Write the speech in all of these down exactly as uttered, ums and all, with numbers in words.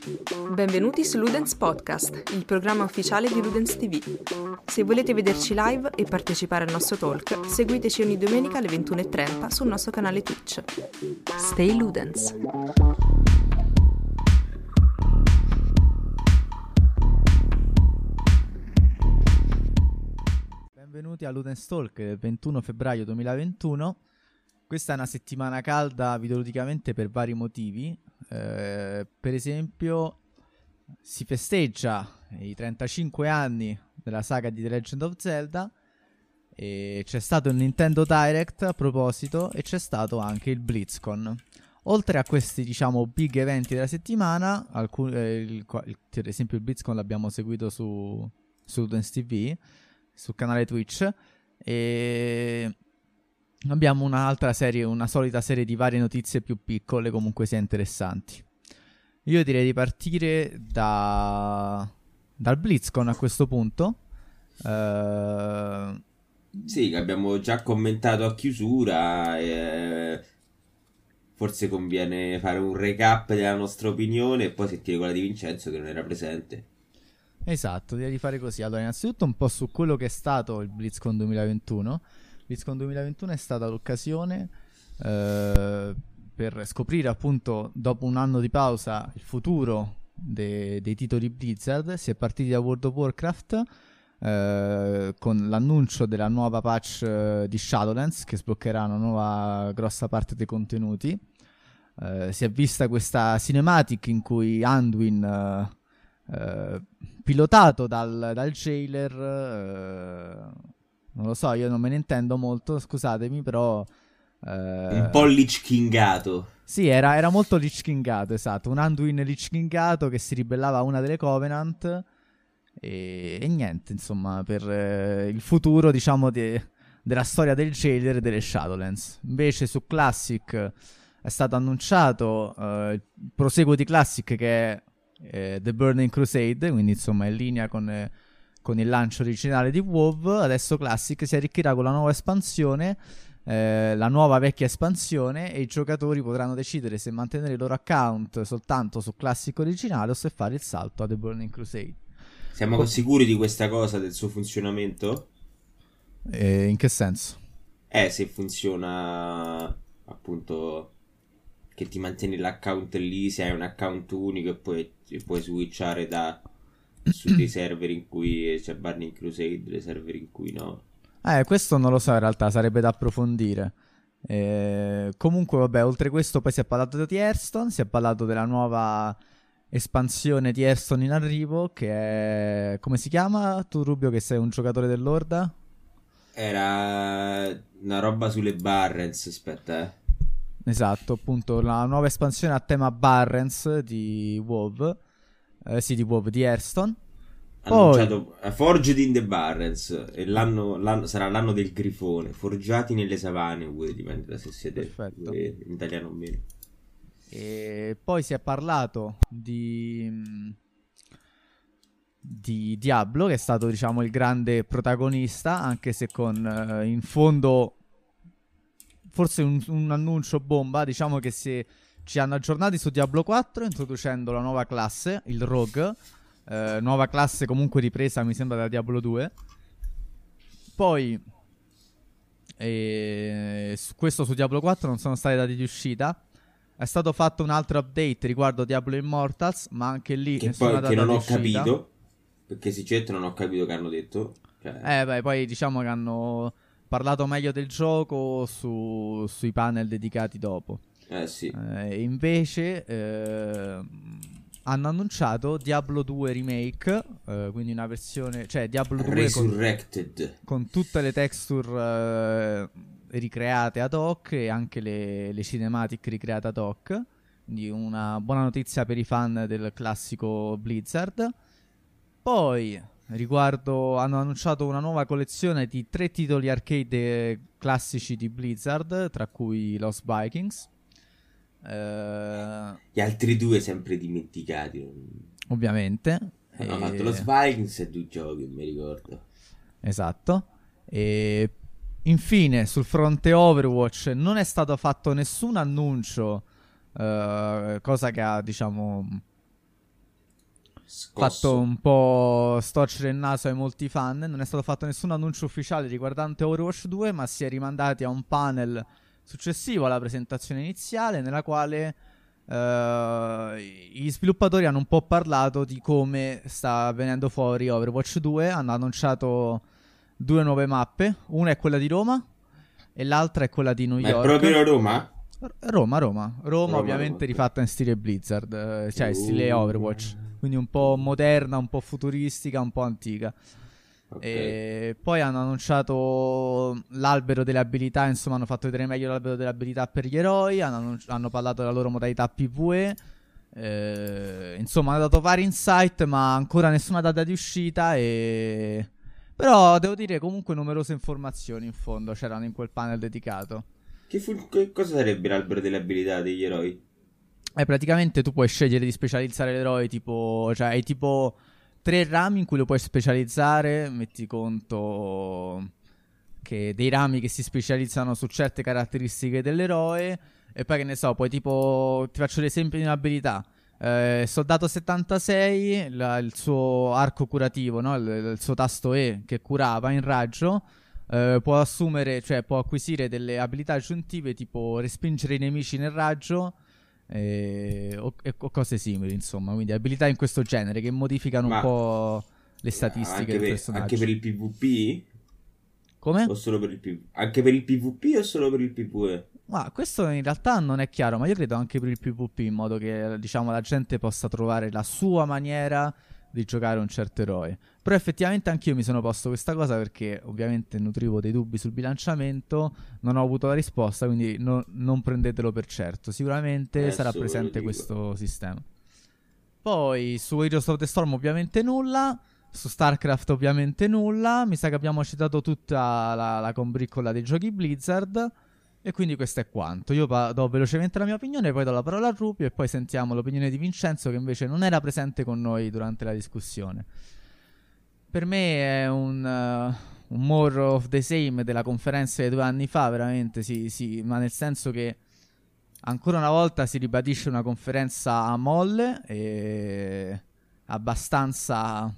Benvenuti su Ludens Podcast, il programma ufficiale di Ludens ti vu. Se volete vederci live e partecipare al nostro talk, seguiteci ogni domenica alle ventuno e trenta sul nostro canale Twitch. Stay Ludens! Benvenuti a Ludens Talk del ventuno febbraio duemilaventuno. Questa è una settimana calda videoludicamente per vari motivi. Eh, per esempio si festeggia i trentacinque anni della saga di The Legend of Zelda e c'è stato il Nintendo Direct a proposito e c'è stato anche il BlizzCon. Oltre a questi, diciamo, big eventi della settimana, alcun, eh, il, il, per esempio il BlizzCon l'abbiamo seguito su, su Ludens ti vu, sul canale Twitch, e abbiamo un'altra serie, una solita serie di varie notizie più piccole, comunque sia interessanti. Io direi di partire da dal BlizzCon a questo punto. Uh... Sì, che abbiamo già commentato a chiusura. E forse conviene fare un recap della nostra opinione e poi sentire quella di Vincenzo che non era presente. Esatto, direi di fare così. Allora, innanzitutto un po' su quello che è stato il BlizzCon duemilaventuno. Il BlizzCon duemilaventuno è stata l'occasione eh, per scoprire, appunto, dopo un anno di pausa, il futuro de- dei titoli Blizzard. Si è partiti da World of Warcraft eh, con l'annuncio della nuova patch eh, di Shadowlands, che sbloccherà una nuova grossa parte dei contenuti. Eh, si è vista questa cinematic in cui Anduin, eh, eh, pilotato dal, dal jailer, eh, non lo so, io non me ne intendo molto, scusatemi, però eh... un po' Lich Kingato. Sì, era, era molto Lich Kingato, esatto. Un Anduin Lich Kingato che si ribellava a una delle Covenant. E, e niente, insomma, per eh, il futuro, diciamo, de, della storia del jailer e delle Shadowlands. Invece su Classic è stato annunciato eh, il proseguo di Classic, che è eh, The Burning Crusade, quindi insomma in linea con... Eh, con il lancio originale di WoW. Adesso Classic si arricchirà con la nuova espansione, eh, la nuova vecchia espansione, e i giocatori potranno decidere se mantenere il loro account soltanto su Classic originale o se fare il salto a The Burning Crusade. Siamo Co- sicuri di questa cosa, del suo funzionamento? Eh, in che senso? Eh, se funziona appunto che ti mantieni l'account lì, se hai un account unico e poi puoi switchare da su dei server in cui c'è Burning Crusade, dei server in cui no. Eh, questo non lo so, in realtà sarebbe da approfondire. Eh, comunque, vabbè, oltre questo poi si è parlato di Hearthstone, si è parlato della nuova espansione di Hearthstone in arrivo, che è... come si chiama? Tu, Rubio, che sei un giocatore dell'Orda? Era una roba sulle Barrens, aspetta, eh. Esatto, appunto, la nuova espansione a tema Barrens di WoW. Eh, sì, di WoW, di Hearthstone. Annunciato Poi... Forged in the Barrens. E l'anno, l'anno sarà l'anno del grifone. Forgiati nelle savane. Voi dipende da se siete Perfetto. Voi, in italiano o meno. E poi si è parlato di di Diablo, che è stato, diciamo, il grande protagonista, anche se con eh, in fondo forse un, un annuncio bomba. Diciamo che si ci hanno aggiornati su Diablo quattro, introducendo la nuova classe, il Rogue, eh, nuova classe comunque ripresa, mi sembra, da Diablo due. Poi eh, su questo su Diablo quattro non sono stati dati di uscita. È stato fatto un altro update riguardo Diablo Immortals, ma anche lì che poi data che non di ho uscita. capito, perché sinceramente non ho capito che hanno detto. Cioè... Eh beh, poi diciamo che hanno parlato meglio del gioco su, sui panel dedicati dopo. Eh sì. Eh, invece eh, hanno annunciato Diablo due Remake, eh, quindi una versione, cioè Diablo due Resurrected, con, con tutte le texture eh, ricreate ad hoc e anche le, le cinematic ricreate ad hoc. Quindi una buona notizia per i fan del classico Blizzard. Poi riguardo, hanno annunciato una nuova collezione di tre titoli arcade classici di Blizzard, tra cui Lost Vikings. Uh, Gli altri due sempre dimenticati, ovviamente. Hanno e... fatto lo Vikings e due giochi, mi ricordo. Esatto. E infine sul fronte Overwatch non è stato fatto nessun annuncio, uh, cosa che ha, diciamo, Scosso. fatto un po' storcere il naso ai molti fan. Non è stato fatto nessun annuncio ufficiale riguardante Overwatch due, ma si è rimandati a un panel successivo alla presentazione iniziale, nella quale uh, gli sviluppatori hanno un po' parlato di come sta venendo fuori Overwatch due. Hanno annunciato due nuove mappe, una è quella di Roma e l'altra è quella di New Ma York. è proprio Roma? Roma, Roma, Roma, Roma, ovviamente Roma. rifatta in stile Blizzard, eh, cioè Uh. stile Overwatch, quindi un po' moderna, un po' futuristica, un po' antica. Ok. E poi hanno annunciato l'albero delle abilità, insomma hanno fatto vedere meglio l'albero delle abilità per gli eroi, hanno, annunci- hanno parlato della loro modalità PvE, eh, insomma hanno dato vari insight, ma ancora nessuna data di uscita. E però devo dire comunque numerose informazioni in fondo c'erano in quel panel dedicato. Che, fu- che cosa sarebbe l'albero delle abilità degli eroi? Eh, praticamente tu puoi scegliere di specializzare l'eroe, tipo, cioè hai tipo tre rami in cui lo puoi specializzare. Metti conto che dei rami che si specializzano su certe caratteristiche dell'eroe, e poi che ne so, poi tipo, ti faccio l'esempio di un'abilità. Eh, Soldato settantasei, la- il suo arco curativo, no? il, il suo tasto E che curava in raggio, eh, può assumere, cioè può acquisire delle abilità aggiuntive tipo respingere i nemici nel raggio, eh, o, e- o cose simili, insomma. Quindi abilità in questo genere che modificano Ma un po' le statistiche anche del per, personaggio. anche per il PvP? Come? O solo per il PvP? Anche per il PvP o solo per il PvE? Ma questo in realtà non è chiaro, ma io credo anche per il PvP, in modo che, diciamo, la gente possa trovare la sua maniera di giocare un certo eroe. Però effettivamente anch'io mi sono posto questa cosa, perché ovviamente nutrivo dei dubbi sul bilanciamento, non ho avuto la risposta, quindi no- non prendetelo per certo. Sicuramente Adesso sarà ve lo presente dico. questo sistema. Poi su Heroes of the Storm ovviamente nulla, su StarCraft ovviamente nulla. Mi sa che abbiamo citato tutta la, la combriccola dei giochi Blizzard. E quindi questo è quanto. Io pa- do velocemente la mia opinione, poi do la parola a Rupio e poi sentiamo l'opinione di Vincenzo, che invece non era presente con noi durante la discussione. Per me è un, uh, un more of the same della conferenza di due anni fa, veramente, sì, sì, ma nel senso che ancora una volta si ribadisce una conferenza a molle e abbastanza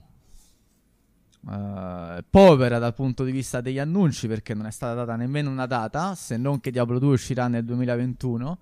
Uh, povera dal punto di vista degli annunci, perché non è stata data nemmeno una data, se non che Diablo due uscirà nel duemilaventuno.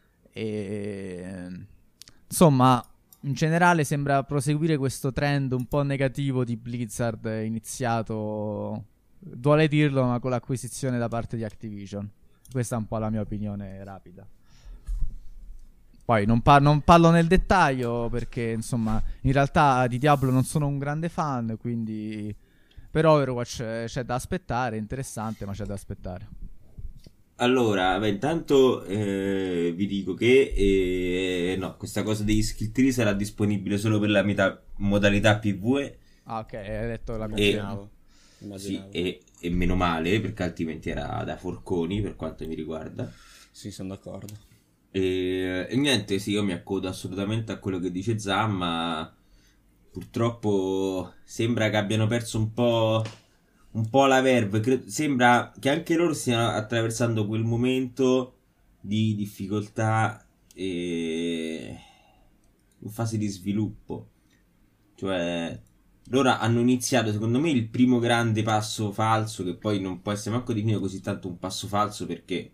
E insomma, in generale sembra proseguire questo trend un po' negativo di Blizzard, iniziato, duole dirlo, ma con l'acquisizione da parte di Activision. Questa è un po' la mia opinione rapida. Poi non, par- non parlo nel dettaglio, perché insomma in realtà di Diablo non sono un grande fan, quindi però Overwatch eh, c'è da aspettare, è interessante, ma c'è da aspettare. Allora, beh, intanto eh, vi dico che eh, no, questa cosa degli skill tree sarà disponibile solo per la metà- modalità PvE. Ah, ok, hai detto la E, conferma. sì, Immaginavo. e, e meno male, perché altrimenti era da forconi per quanto mi riguarda. Sì, sono d'accordo. E, e niente, sì, io mi accodo assolutamente a quello che dice Zam, ma purtroppo sembra che abbiano perso un po', un po' la verve. Cre- sembra che anche loro stiano attraversando quel momento di difficoltà e in fase di sviluppo. Cioè, loro hanno iniziato, secondo me, il primo grande passo falso, che poi non può essere manco definito così tanto un passo falso, perché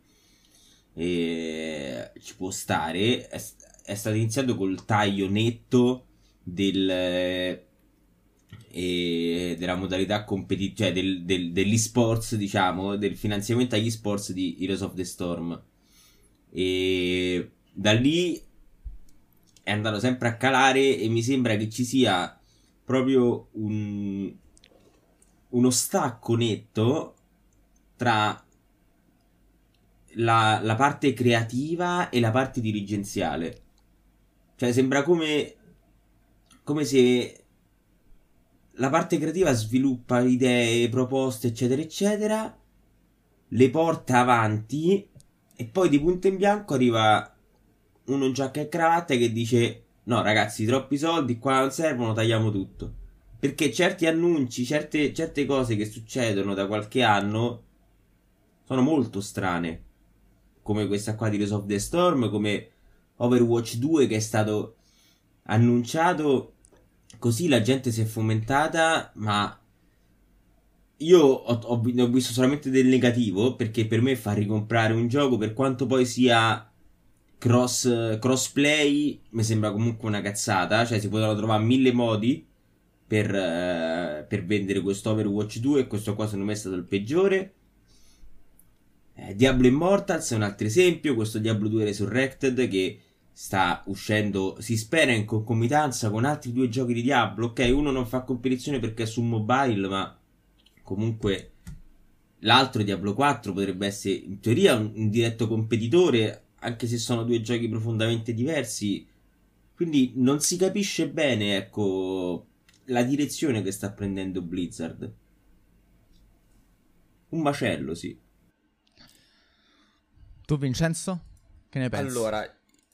e ci può stare, è, è stato iniziato col taglio netto del e della modalità competitiva, cioè del, del, dell'esports, diciamo, del finanziamento agli esports di Heroes of the Storm, e da lì è andato sempre a calare, e mi sembra che ci sia proprio un uno stacco netto tra La, la parte creativa e la parte dirigenziale. Cioè sembra come come se la parte creativa sviluppa idee, proposte, eccetera eccetera, le porta avanti, e poi di punto in bianco arriva uno in giacca e cravatta che dice: no ragazzi, troppi soldi qua non servono, tagliamo tutto. Perché certi annunci, certe, certe cose che succedono da qualche anno sono molto strane, come questa qua di Heroes of the Storm, come Overwatch due, che è stato annunciato così la gente si è fomentata, ma io ho, ho, ne ho visto solamente del negativo, perché per me fa ricomprare un gioco, per quanto poi sia cross crossplay, mi sembra comunque una cazzata. Cioè si potevano trovare mille modi per, uh, per vendere questo Overwatch due, e questo qua secondo me è stato il peggiore. eh, Diablo Immortals è un altro esempio, questo Diablo due Resurrected che sta uscendo, si spera, in concomitanza con altri due giochi di Diablo. Ok, uno non fa competizione perché è su mobile, ma comunque l'altro, Diablo quattro, potrebbe essere in teoria un, un diretto competitore, anche se sono due giochi profondamente diversi. Quindi non si capisce bene, ecco, la direzione che sta prendendo Blizzard. Un macello, sì. Tu, Vincenzo? Che ne pensi? Allora,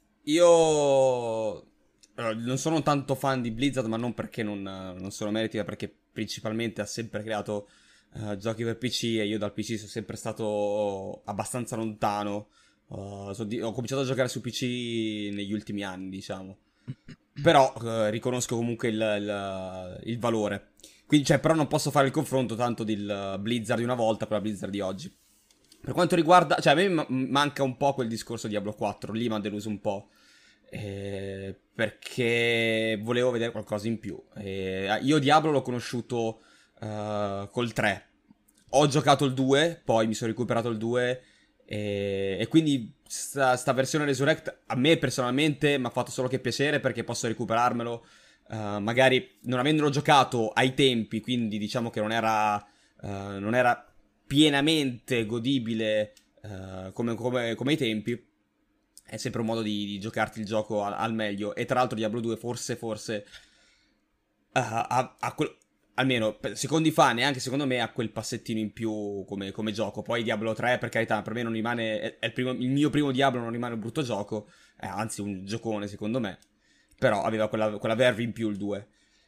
io non sono tanto fan di Blizzard, ma non perché non, non sono meriti, ma perché principalmente ha sempre creato uh, giochi per P C, e io dal P C sono sempre stato abbastanza lontano. Uh, so di- ho cominciato a giocare su P C negli ultimi anni, diciamo. Però uh, riconosco comunque il, il, il valore. Quindi, cioè, però non posso fare il confronto tanto del Blizzard di una volta con la Blizzard di oggi. Per quanto riguarda, cioè, a me ma- manca un po' quel discorso di Diablo quattro, lì mi ha deluso un po'. Eh, perché volevo vedere qualcosa in più. Eh, io Diablo l'ho conosciuto uh, col tre. Ho giocato il due, poi mi sono recuperato il due. E, e quindi sta, sta versione Resurrect a me personalmente mi ha fatto solo che piacere, perché posso recuperarmelo. Uh, magari non avendolo giocato ai tempi, quindi diciamo che non era, uh, non era pienamente godibile uh, come, come, come ai tempi. È sempre un modo di, di giocarti il gioco al, al meglio. E tra l'altro Diablo due forse forse uh, ha, ha quel, almeno secondi fa, neanche secondo me ha quel passettino in più come, come gioco. Poi Diablo tre, per carità, per me non rimane, è, è il, primo, il mio primo Diablo, non rimane un brutto gioco, è anzi un giocone secondo me. Però aveva quella, quella verve in più il due.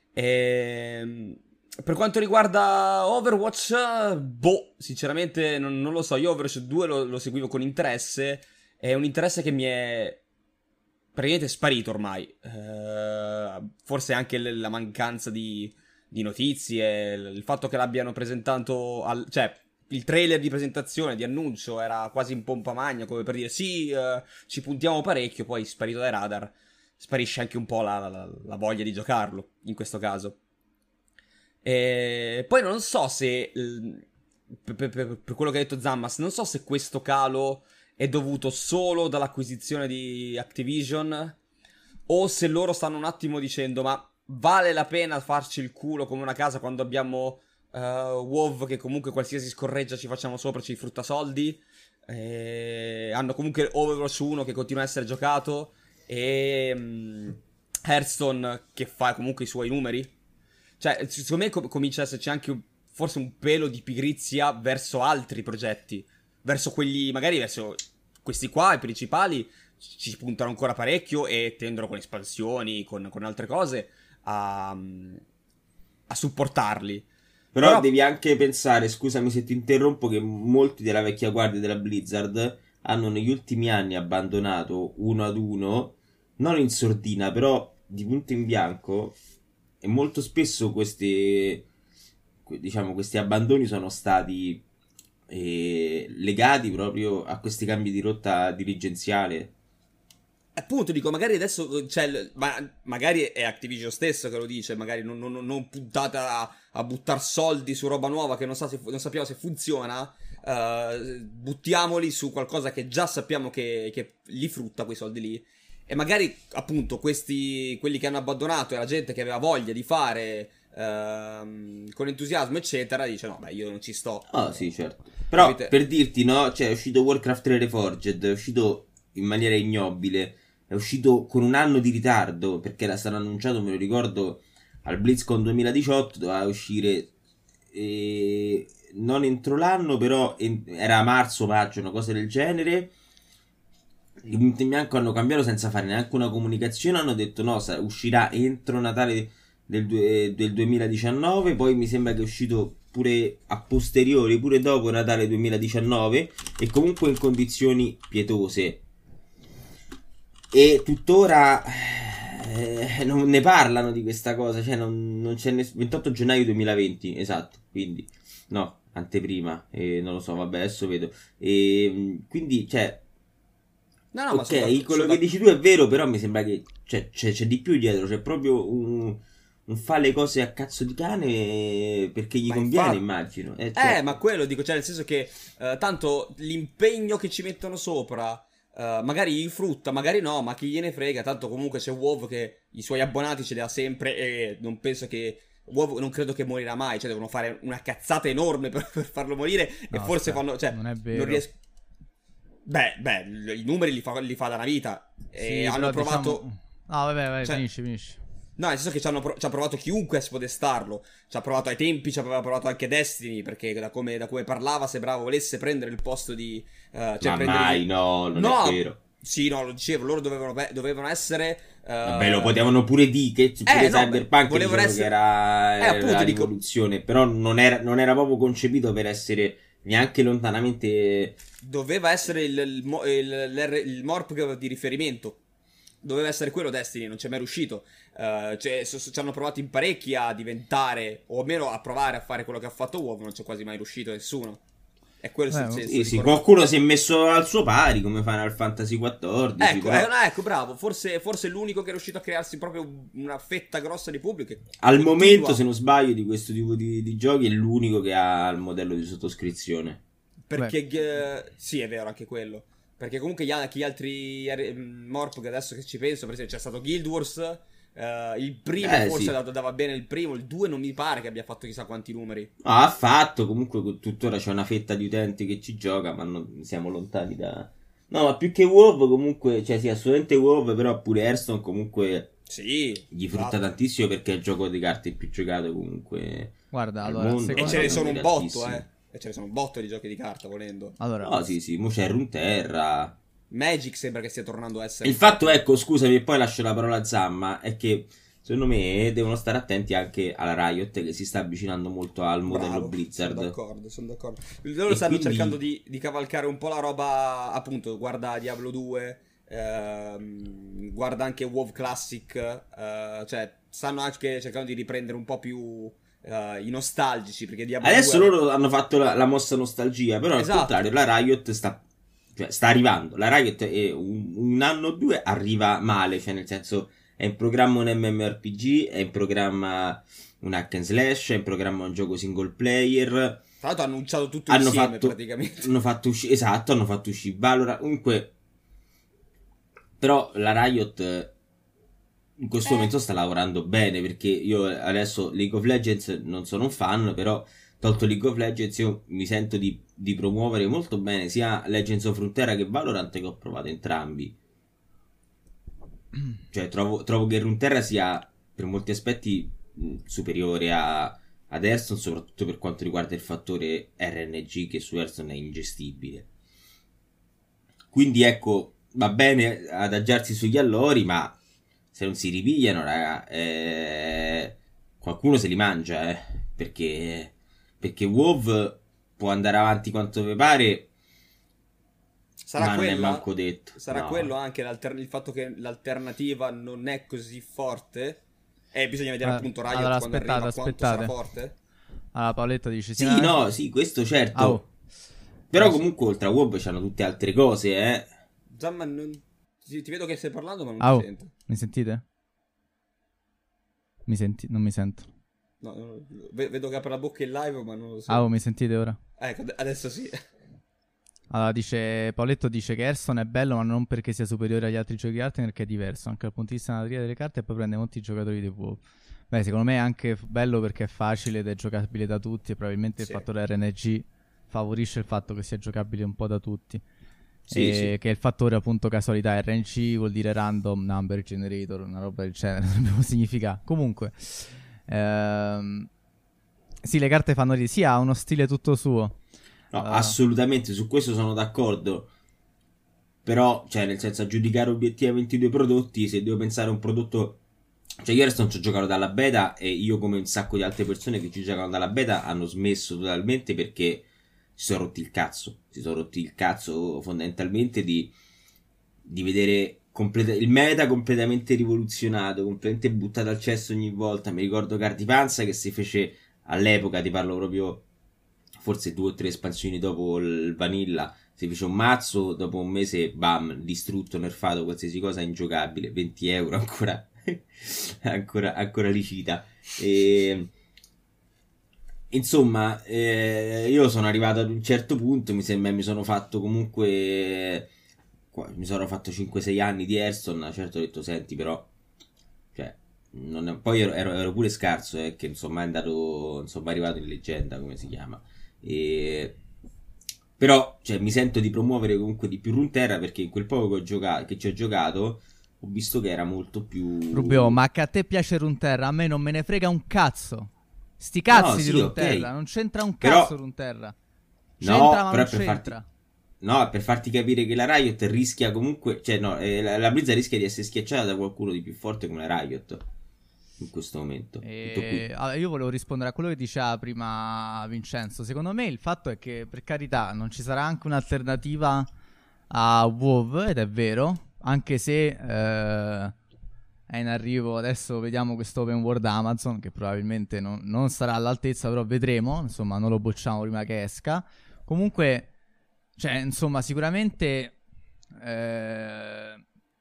E per quanto riguarda Overwatch, boh, sinceramente non, non lo so. Io Overwatch due lo, lo seguivo con interesse. È un interesse che mi è praticamente sparito ormai. Uh, forse anche l- la mancanza di, di notizie, l- il fatto che l'abbiano presentato, al, cioè il trailer di presentazione, di annuncio, era quasi in pompa magna, come per dire sì, uh, ci puntiamo parecchio, poi sparito dai radar. Sparisce anche un po' la, la, la voglia di giocarlo, in questo caso. E poi non so se, per, per, per quello che ha detto Zammas, non so se questo calo è dovuto solo dall'acquisizione di Activision, o se loro stanno un attimo dicendo ma vale la pena farci il culo come una casa quando abbiamo uh, WoW, che comunque qualsiasi scorreggia ci facciamo sopra, ci frutta soldi. E hanno comunque Overwatch uno che continua a essere giocato, e um, Hearthstone che fa comunque i suoi numeri. Cioè, secondo me com- comincia ad esserci anche un, forse un pelo di pigrizia verso altri progetti, verso quelli, magari verso questi qua, i principali, ci puntano ancora parecchio e tendono con espansioni, con, con altre cose a, a supportarli. Però, Però devi anche pensare, scusami se ti interrompo, che molti della vecchia guardia della Blizzard hanno negli ultimi anni abbandonato uno ad uno, non in sordina, però di punto in bianco, e molto spesso questi, diciamo, questi abbandoni sono stati eh, legati proprio a questi cambi di rotta dirigenziale. appunto dico, magari adesso, cioè, ma, magari è Activision stesso che lo dice, magari non, non, non puntate a, a buttare soldi su roba nuova che non, sa se, non sappiamo se funziona, uh, buttiamoli su qualcosa che già sappiamo che, che li frutta quei soldi lì. E magari, appunto, questi, quelli che hanno abbandonato e la gente che aveva voglia di fare uh, con entusiasmo, eccetera, dice no, beh, io non ci sto. Ah, sì, certo. Però, Capite? per dirti, no, cioè, è uscito Warcraft tre Reforged, è uscito in maniera ignobile, è uscito con un anno di ritardo, perché era stato annunciato, me lo ricordo, al BlizzCon duemiladiciotto, doveva uscire eh, non entro l'anno, però en- era marzo, maggio, una cosa del genere. I Punti in Bianco hanno cambiato senza fare neanche una comunicazione, hanno detto no, sa- uscirà entro Natale del, due- del duemiladiciannove, poi mi sembra che è uscito pure a posteriori, pure dopo Natale duemiladiciannove, e comunque in condizioni pietose. E tuttora eh, non ne parlano di questa cosa, cioè non, non c'è ness- ventotto gennaio duemilaventi, esatto, quindi no, anteprima, e non lo so, vabbè, adesso vedo. E quindi, cioè, No, no, ok, ma sono quello d'ac- sono che d'ac- dici tu è vero, però mi sembra che cioè, c'è, c'è di più dietro, c'è proprio un, un fa le cose a cazzo di cane perché gli Ma conviene, infatti- immagino. Eh, Eh, certo. ma quello dico, cioè nel senso che eh, tanto l'impegno che ci mettono sopra, eh, magari gli frutta, magari no, ma chi gliene frega, tanto comunque c'è WoW che i suoi abbonati ce li ha sempre e non penso che... WoW non credo che morirà mai, cioè devono fare una cazzata enorme per, per farlo morire e No, forse aspetta, fanno... Cioè, non è vero. non riesco... Beh, beh, l- i numeri li fa, li fa da una vita e Sì, hanno però provato... diciamo- No, vabbè, vai, Cioè- finisci, finisci. No, nel senso che ci, hanno pro- ci ha provato chiunque a spodestarlo. Ci ha provato ai tempi, ci aveva provato anche Destiny, perché da come, da come parlava sembrava volesse prendere il posto di... eh, cioè Ma prendere mai, il- no, non No! è vero. Sì, no, lo dicevo, loro dovevano, be- dovevano essere... eh, Vabbè, lo potevano pure dire che pure Eh, no, Cyberpunk beh, volevano dicevano essere- che era, Eh, era appunto, la dico- rivoluzione, però non era, non era proprio concepito per essere neanche lontanamente... Doveva essere il, il, mo- il, l'R- il Morp di riferimento. Doveva essere quello Destiny, non c'è mai riuscito. Eh, cioè, so- so- ci hanno provato in parecchi a diventare, o almeno a provare a fare quello che ha fatto WoW, non c'è quasi mai riuscito nessuno. È quello Eh, il senso. Sì, di sì, formare- qualcuno si è messo al suo pari come Final Fantasy quattordici, Ecco, però eh, no, ecco, bravo. Forse, forse è l'unico che è riuscito a crearsi proprio una fetta grossa di pubblico. che al continua- momento, se non sbaglio, di questo tipo di, di giochi è l'unico che ha il modello di sottoscrizione. Perché, eh, sì, è vero, anche quello. Perché comunque gli, anche gli altri eh, Morp, che adesso che ci penso, per esempio, c'è stato Guild Wars. eh, il primo Eh, forse sì. dato- dava bene il primo, il due non mi pare che abbia fatto chissà quanti numeri. Ah, ha fatto, comunque tuttora c'è una fetta di utenti che ci gioca, ma non siamo lontani da... No, ma più che WoW comunque, cioè sì, assolutamente WoW, però pure Hearthstone comunque Sì, gli frutta esatto. tantissimo perché è il gioco di carte più giocato comunque. Guarda, al allora, mondo. E secondo ce ne me- sono un botto, tantissimo. eh. E ce ne sono un botto di giochi di carta, volendo. Allora, No, sì, sì, mo c'è Runeterra. Magic sembra che stia tornando a essere... Il fatto, ecco, scusami, e poi lascio la parola a Zamma, è che secondo me devono stare attenti anche alla Riot che si sta avvicinando molto al modello Bravo, Blizzard. Sono d'accordo, sono d'accordo. Loro E stanno quindi- cercando di, di cavalcare un po' la roba, appunto, guarda Diablo due, ehm, guarda anche WoW Classic, eh, cioè stanno anche cercando di riprendere un po' più eh, i nostalgici, perché Diablo Adesso due... loro hanno fatto la, la mossa nostalgia, però Esatto. al contrario la Riot sta, cioè, sta arrivando. La Riot è un, un anno o due arriva male, cioè nel senso è in programma un MMORPG, è in programma un hack and slash, è in programma un gioco single player. Tra l'altro hanno annunciato tutto Hanno insieme fatto, praticamente. hanno fatto uscire, esatto, hanno fatto uscire Valorant. Comunque, però la Riot eh, in questo Eh. momento sta lavorando bene, perché io adesso League of Legends non sono un fan, però tolto League of Legends io mi sento di, di promuovere molto bene sia Legends of Runeterra che Valorant, che ho provato entrambi. Cioè trovo, trovo che Runeterra sia per molti aspetti mh, superiore a, ad Hearthstone, soprattutto per quanto riguarda il fattore R N G, che su Hearthstone è ingestibile. Quindi ecco, va bene adagiarsi sugli allori, ma se non si ripigliano, raga, eh, qualcuno se li mangia, eh, perché, perché WoW può andare avanti quanto vi pare, Sarà ma non è quella? manco detto. Sarà No. quello anche l'alter- il fatto che l'alternativa non è così forte? E bisogna vedere Eh, appunto Riot allora, quando aspettate, arriva quanto sarà aspettate. forte. allora Paoletta dice Sì, ma- no, sì, questo certo. Ah, oh. Però comunque oltre a WoW c'hanno tutte altre cose, eh. Zamma, non... ti, ti vedo che stai parlando ma non Ah, oh. ti sento. Mi sentite? Mi senti? Non mi sento. No, no, ve- vedo che apre la bocca in live ma non lo so. Ah, oh, mi sentite ora? Ecco, ad- adesso sì. Allora, dice Paoletto dice che Hearthstone è bello, ma non perché sia superiore agli altri giochi di carte, perché è diverso anche dal punto di vista della teoria delle carte e poi prende molti giocatori di WoW. Beh, secondo me è anche f- bello perché è facile ed è giocabile da tutti e probabilmente Sì. il fattore R N G favorisce il fatto che sia giocabile un po' da tutti. Sì, e sì. che il fattore appunto casualità R N G vuol dire random number generator, una roba del genere, dobbiamo significare. Comunque, ehm, sì, le carte fanno ridere, sì, ha uno stile tutto suo. No, Ah. assolutamente, su questo sono d'accordo. Però, cioè, nel senso, a giudicare obiettivamente i due prodotti, se devo pensare a un prodotto... Cioè, io Hearthstone ci ho giocato dalla beta e io, come un sacco di altre persone che ci giocano dalla beta, hanno smesso totalmente perché si sono rotti il cazzo. Si sono rotti il cazzo fondamentalmente di, di vedere completa- il meta completamente rivoluzionato, completamente buttato al cesso ogni volta. Mi ricordo Cardipanza che si fece all'epoca, ti parlo proprio forse due o tre espansioni dopo il Vanilla, si fece un mazzo, dopo un mese bam, distrutto, nerfato, qualsiasi cosa ingiocabile, venti euro ancora ancora, ancora licita. E insomma, eh, io sono arrivato ad un certo punto, mi sembra, mi sono fatto comunque mi sono fatto cinque sei anni di Hearthstone, certo ho detto senti però, cioè, non è, poi ero, ero, ero pure scarso, eh, che non sono mai andato, non sono mai arrivato in leggenda, come si chiama, e però, cioè, mi sento di promuovere comunque di più Runeterra, perché in quel poco che, ho giocato, che ci ho giocato ho visto che era molto più... Rubio, ma che a te piace Runeterra, a me non me ne frega un cazzo. Sti cazzi no, di sì, Runeterra, okay. Non c'entra un cazzo però... Runeterra. C'entra, no, però ma non per c'entra. Farti... No, per farti capire che la Riot rischia comunque, cioè no, eh, la, la Blizzard rischia di essere schiacciata da qualcuno di più forte come la Riot in questo momento. E... Allora, io volevo rispondere a quello che diceva prima Vincenzo. Secondo me il fatto è che, per carità, non ci sarà anche un'alternativa a WoW, ed è vero, anche se eh, è in arrivo adesso, vediamo questo open world Amazon che probabilmente non, non sarà all'altezza, però vedremo, insomma non lo bocciamo prima che esca. Comunque, cioè, insomma, sicuramente eh,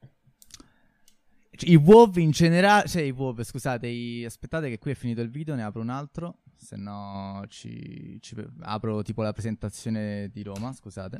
i WoW in generale, cioè i WoW, scusate, i... aspettate che qui è finito il video, ne apro un altro, se no ci... ci apro tipo la presentazione di Roma, scusate.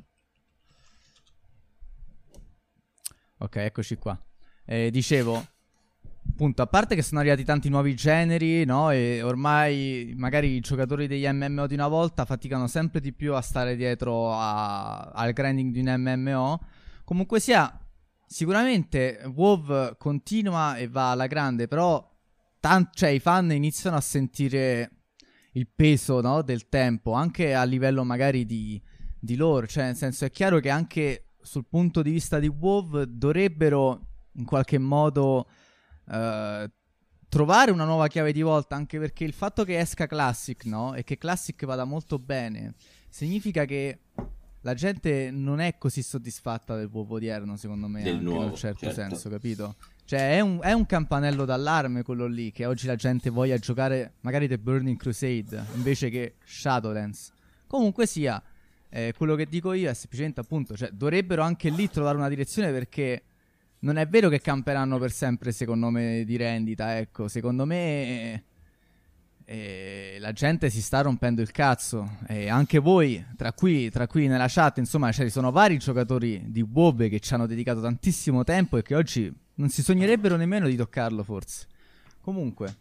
Ok, eccoci qua. Eh, dicevo, appunto, a parte che sono arrivati tanti nuovi generi, no? E ormai magari i giocatori degli M M O di una volta faticano sempre di più a stare dietro a... al grinding di un M M O. Comunque sia, sicuramente WoW continua e va alla grande, però tan- cioè, i fan iniziano a sentire il peso, no, del tempo, anche a livello magari di, di lore. Cioè, nel senso, è chiaro che anche sul punto di vista di WoW dovrebbero in qualche modo uh, trovare una nuova chiave di volta, anche perché il fatto che esca Classic, no, e che Classic vada molto bene, significa che la gente non è così soddisfatta del WoW odierno, secondo me, del anche nuovo, in un certo certo. senso, capito? Cioè è un, è un campanello d'allarme quello lì, che oggi la gente voglia giocare magari The Burning Crusade invece che Shadowlands. Comunque sia, eh, quello che dico io è semplicemente, appunto, cioè dovrebbero anche lì trovare una direzione, perché non è vero che camperanno per sempre, secondo me, di rendita, ecco. Secondo me eh, la gente si sta rompendo il cazzo, e anche voi, tra qui, tra qui nella chat, insomma, cioè, ci sono vari giocatori di WoW che ci hanno dedicato tantissimo tempo e che oggi non si sognerebbero nemmeno di toccarlo, forse. Comunque,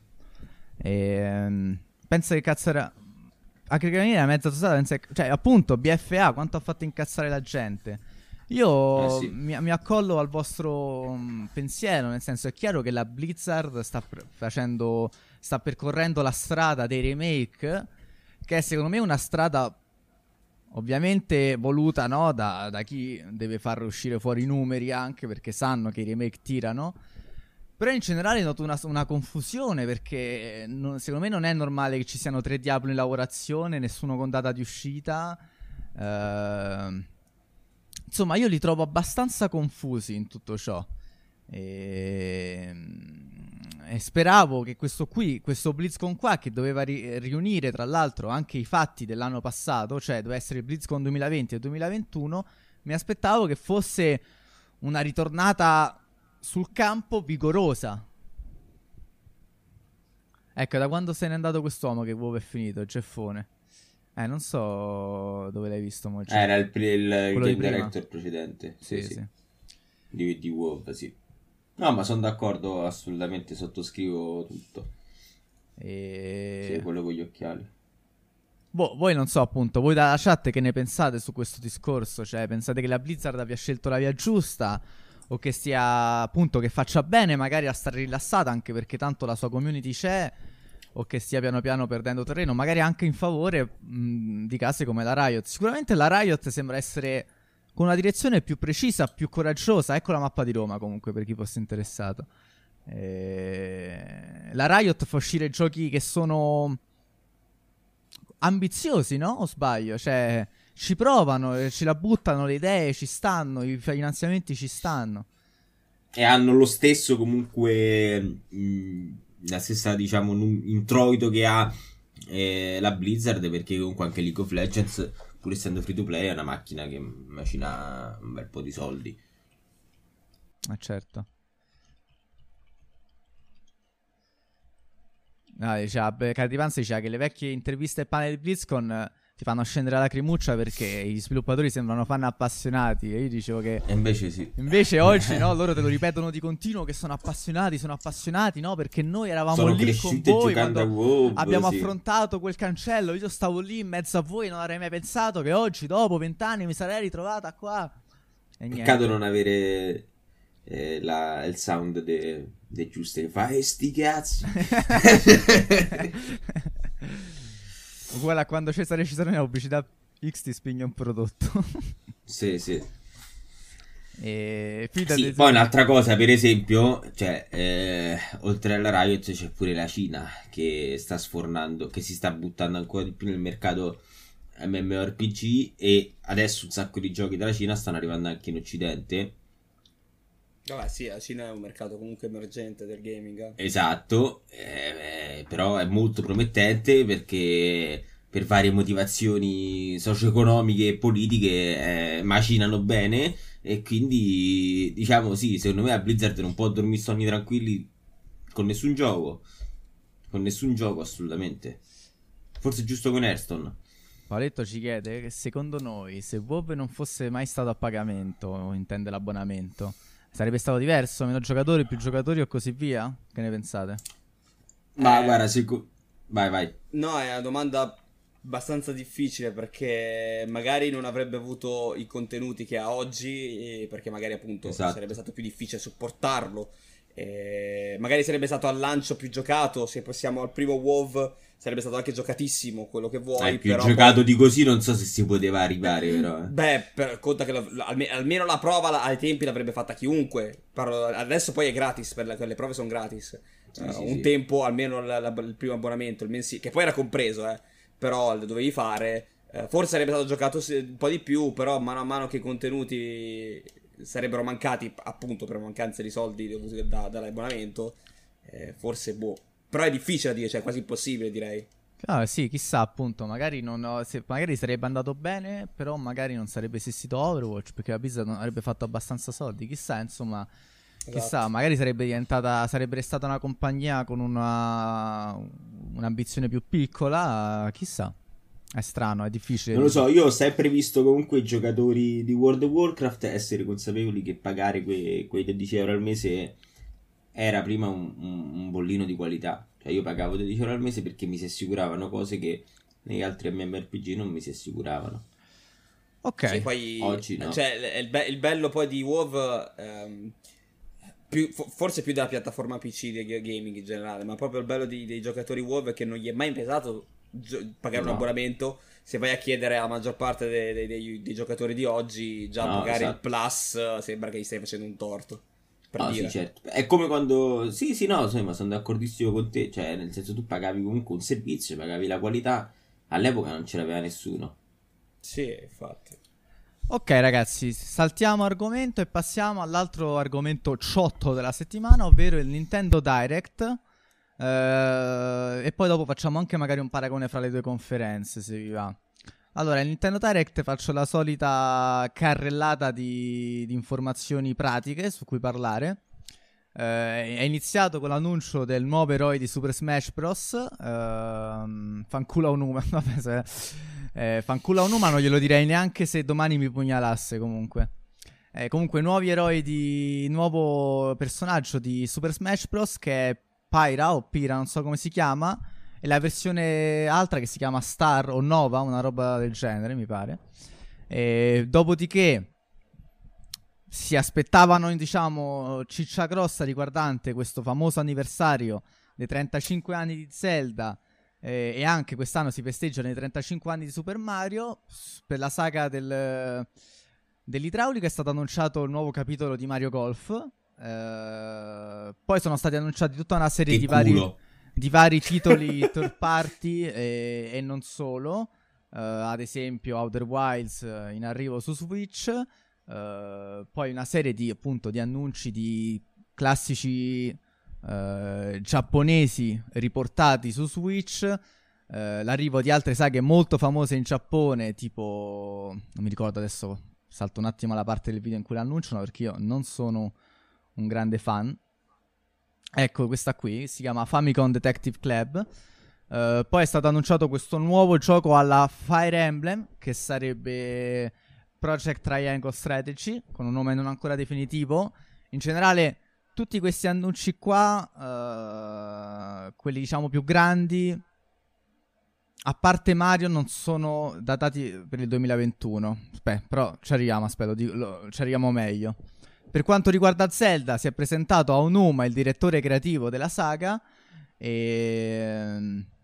ehm, pensa che cazzo era... Aggregamine era mezza tosata, pensa che... Cioè, appunto, B F A, quanto ha fatto incazzare la gente. Io eh sì. mi, mi accollo al vostro um, pensiero, nel senso, è chiaro che la Blizzard sta pr- facendo... sta percorrendo la strada dei remake, che è secondo me una strada ovviamente voluta, no, da, da chi deve far uscire fuori i numeri, anche perché sanno che i remake tirano. Però in generale noto una, una confusione, perché non, secondo me non è normale che ci siano tre Diablo in lavorazione, nessuno con data di uscita. Uh, insomma, io li trovo abbastanza confusi in tutto ciò. E... e speravo che questo qui, questo BlizzCon qua, che doveva ri- riunire tra l'altro anche i fatti dell'anno passato, cioè doveva essere il BlizzCon duemilaventi e duemilaventuno, mi aspettavo che fosse una ritornata sul campo vigorosa. Ecco, da quando se n'è andato quest'uomo che WoW è finito, Geffone? Eh, non so dove l'hai visto mo, eh, era il, pre- il game prima. director precedente. Sì, sì, sì. sì. Di, di WoW, sì. No, ma sono d'accordo, assolutamente, sottoscrivo tutto. E... Sì, quello con gli occhiali. Boh, voi non so, appunto, voi dalla chat che ne pensate su questo discorso? Cioè, pensate che la Blizzard abbia scelto la via giusta, o che stia, appunto, che faccia bene magari a stare rilassata, anche perché tanto la sua community c'è, o che stia piano piano perdendo terreno, magari anche in favore mh, di case come la Riot? Sicuramente la Riot sembra essere con una direzione più precisa, più coraggiosa. Ecco la mappa di Roma, comunque, per chi fosse interessato. E... la Riot fa uscire giochi che sono ambiziosi, no? O sbaglio? Cioè, ci provano, ci la buttano le idee, ci stanno, i finanziamenti ci stanno. e hanno lo stesso comunque mh, la stessa diciamo introito che ha eh, la Blizzard, perché comunque anche League of Legends, pur essendo free to play, è una macchina che macina un bel po' di soldi. Ah, certo. No, diceva, Cardipanza diceva che le vecchie interviste e panel di BlizzCon eh, ti fanno scendere la lacrimuccia perché gli sviluppatori sembrano fan appassionati, e io dicevo che e invece sì, invece oggi no, loro te lo ripetono di continuo che sono appassionati, sono appassionati, no, perché noi eravamo sono lì con voi quando a WoW, abbiamo sì. affrontato quel cancello, io stavo lì in mezzo a voi e non avrei mai pensato che oggi dopo vent'anni mi sarei ritrovata qua. E peccato non avere eh, la, il sound de, de giuste che fa e sti cazzi. Uguale a quando Cesare Cesare nella pubblicità X ti spinge un prodotto. Sì, sì. E sì, poi un'altra cosa, per esempio, cioè, eh, oltre alla Riot c'è pure la Cina che sta sfornando, che si sta buttando ancora di più nel mercato MMORPG, e adesso un sacco di giochi della Cina stanno arrivando anche in Occidente. Vabbè, sì, la Cina è un mercato comunque emergente del gaming. Eh. Esatto, eh, però è molto promettente perché per varie motivazioni socio-economiche e politiche eh, macinano bene, e quindi diciamo sì, secondo me a Blizzard non può dormire sonni tranquilli con nessun gioco, con nessun gioco assolutamente, forse giusto con Hearthstone. Paoletto ci chiede che secondo noi se WoW non fosse mai stato a pagamento, o intende l'abbonamento, sarebbe stato diverso? Meno giocatori, più giocatori o così via? Che ne pensate? Ma eh, guarda, sicu- vai vai. No, è una domanda abbastanza difficile, perché magari non avrebbe avuto i contenuti che ha oggi, perché magari appunto Esatto. sarebbe stato più difficile supportarlo. E magari sarebbe stato al lancio più giocato, se possiamo al primo WoW sarebbe stato anche giocatissimo, quello che vuoi. Eh, più però giocato poi... di così non so se si poteva arrivare però eh. Beh, per, conta che la, la, alme, almeno la prova la, ai tempi l'avrebbe fatta chiunque. Parlo, adesso poi è gratis, per la, le prove sono gratis. Sì, uh, sì, un sì. tempo almeno la, la, il primo abbonamento, il mensile, che poi era compreso, eh, però lo dovevi fare. Uh, forse sarebbe stato giocato un po' di più, però mano a mano che i contenuti sarebbero mancati, appunto per mancanza di soldi dovuti da, dall'abbonamento, eh, forse boh. Però è difficile da dire, cioè quasi impossibile, direi. Ah, sì, chissà, appunto, magari non ho- se- magari sarebbe andato bene, però magari non sarebbe esistito Overwatch perché la Blizzard non avrebbe fatto abbastanza soldi. Chissà, insomma, chissà, Esatto. magari sarebbe diventata, sarebbe stata una compagnia con una un'ambizione più piccola, chissà. È strano, è difficile. Non lo so, io ho sempre visto comunque i giocatori di World of Warcraft essere consapevoli che pagare que- quei dodici euro al mese era prima un, un- un bollino di qualità. Cioè io pagavo dodici euro al mese perché mi si assicuravano cose che negli altri MMORPG non mi si assicuravano. Ok. Sì, poi, Oggi no. cioè, il, be- il bello poi di WoW, ehm, più- fo- forse più della piattaforma P C di gaming in generale, ma proprio il bello di- dei giocatori WoW è che non gli è mai pesato gio- pagare No. un abbonamento. Se vai a chiedere alla maggior parte dei, dei- dei- dei giocatori di oggi, già No, pagare esatto. il Plus eh, sembra che gli stai facendo un torto. Per No, dire. sì, certo. È come quando... Sì, sì, no, insomma, sono d'accordissimo con te. Cioè, nel senso, tu pagavi comunque un servizio, pagavi la qualità. All'epoca non ce l'aveva nessuno. Sì, infatti. Ok ragazzi, saltiamo argomento e passiamo all'altro argomento ciotto della settimana, ovvero il Nintendo Direct. Eh, e poi dopo facciamo anche magari un paragone fra le due conferenze, se vi va. Allora, il Nintendo Direct faccio la solita carrellata di, di informazioni pratiche su cui parlare. Eh, è iniziato con l'annuncio del nuovo eroe di Super Smash Bros. Ehm, fanculo a un umano. Vabbè, se- eh, fanculo a un umano, non glielo direi neanche se domani mi pugnalasse. Comunque, eh, comunque, nuovi eroi di nuovo personaggio di Super Smash Bros. Che è Pyra o Pira, non so come si chiama. E la versione altra che si chiama Star o Nova, una roba del genere, mi pare. E dopodiché si aspettavano, diciamo, ciccia grossa riguardante questo famoso anniversario dei trentacinque anni di Zelda, eh, e anche quest'anno si festeggiano i trentacinque anni di Super Mario. Per la saga del, dell'idraulica è stato annunciato il nuovo capitolo di Mario Golf. Eh, poi sono stati annunciati tutta una serie Che di vari, culo. di vari titoli third party e, e non solo. Eh, ad esempio Outer Wilds eh, in arrivo su Switch. uh, poi una serie di appunto di annunci di classici uh, giapponesi riportati su Switch, uh, l'arrivo di altre saghe molto famose in Giappone, tipo, non mi ricordo adesso, salto un attimo alla parte del video in cui l'annunciano perché io non sono un grande fan. Ecco, questa qui si chiama Famicom Detective Club. Uh, poi è stato annunciato questo nuovo gioco alla Fire Emblem, che sarebbe Project Triangle Strategy, con un nome non ancora definitivo. In generale, tutti questi annunci qua, uh, quelli diciamo più grandi, a parte Mario, non sono datati per il duemilaventuno. Aspetta, però ci arriviamo, aspetta, lo, lo, ci arriviamo meglio. Per quanto riguarda Zelda, si è presentato Aonuma, il direttore creativo della saga, e...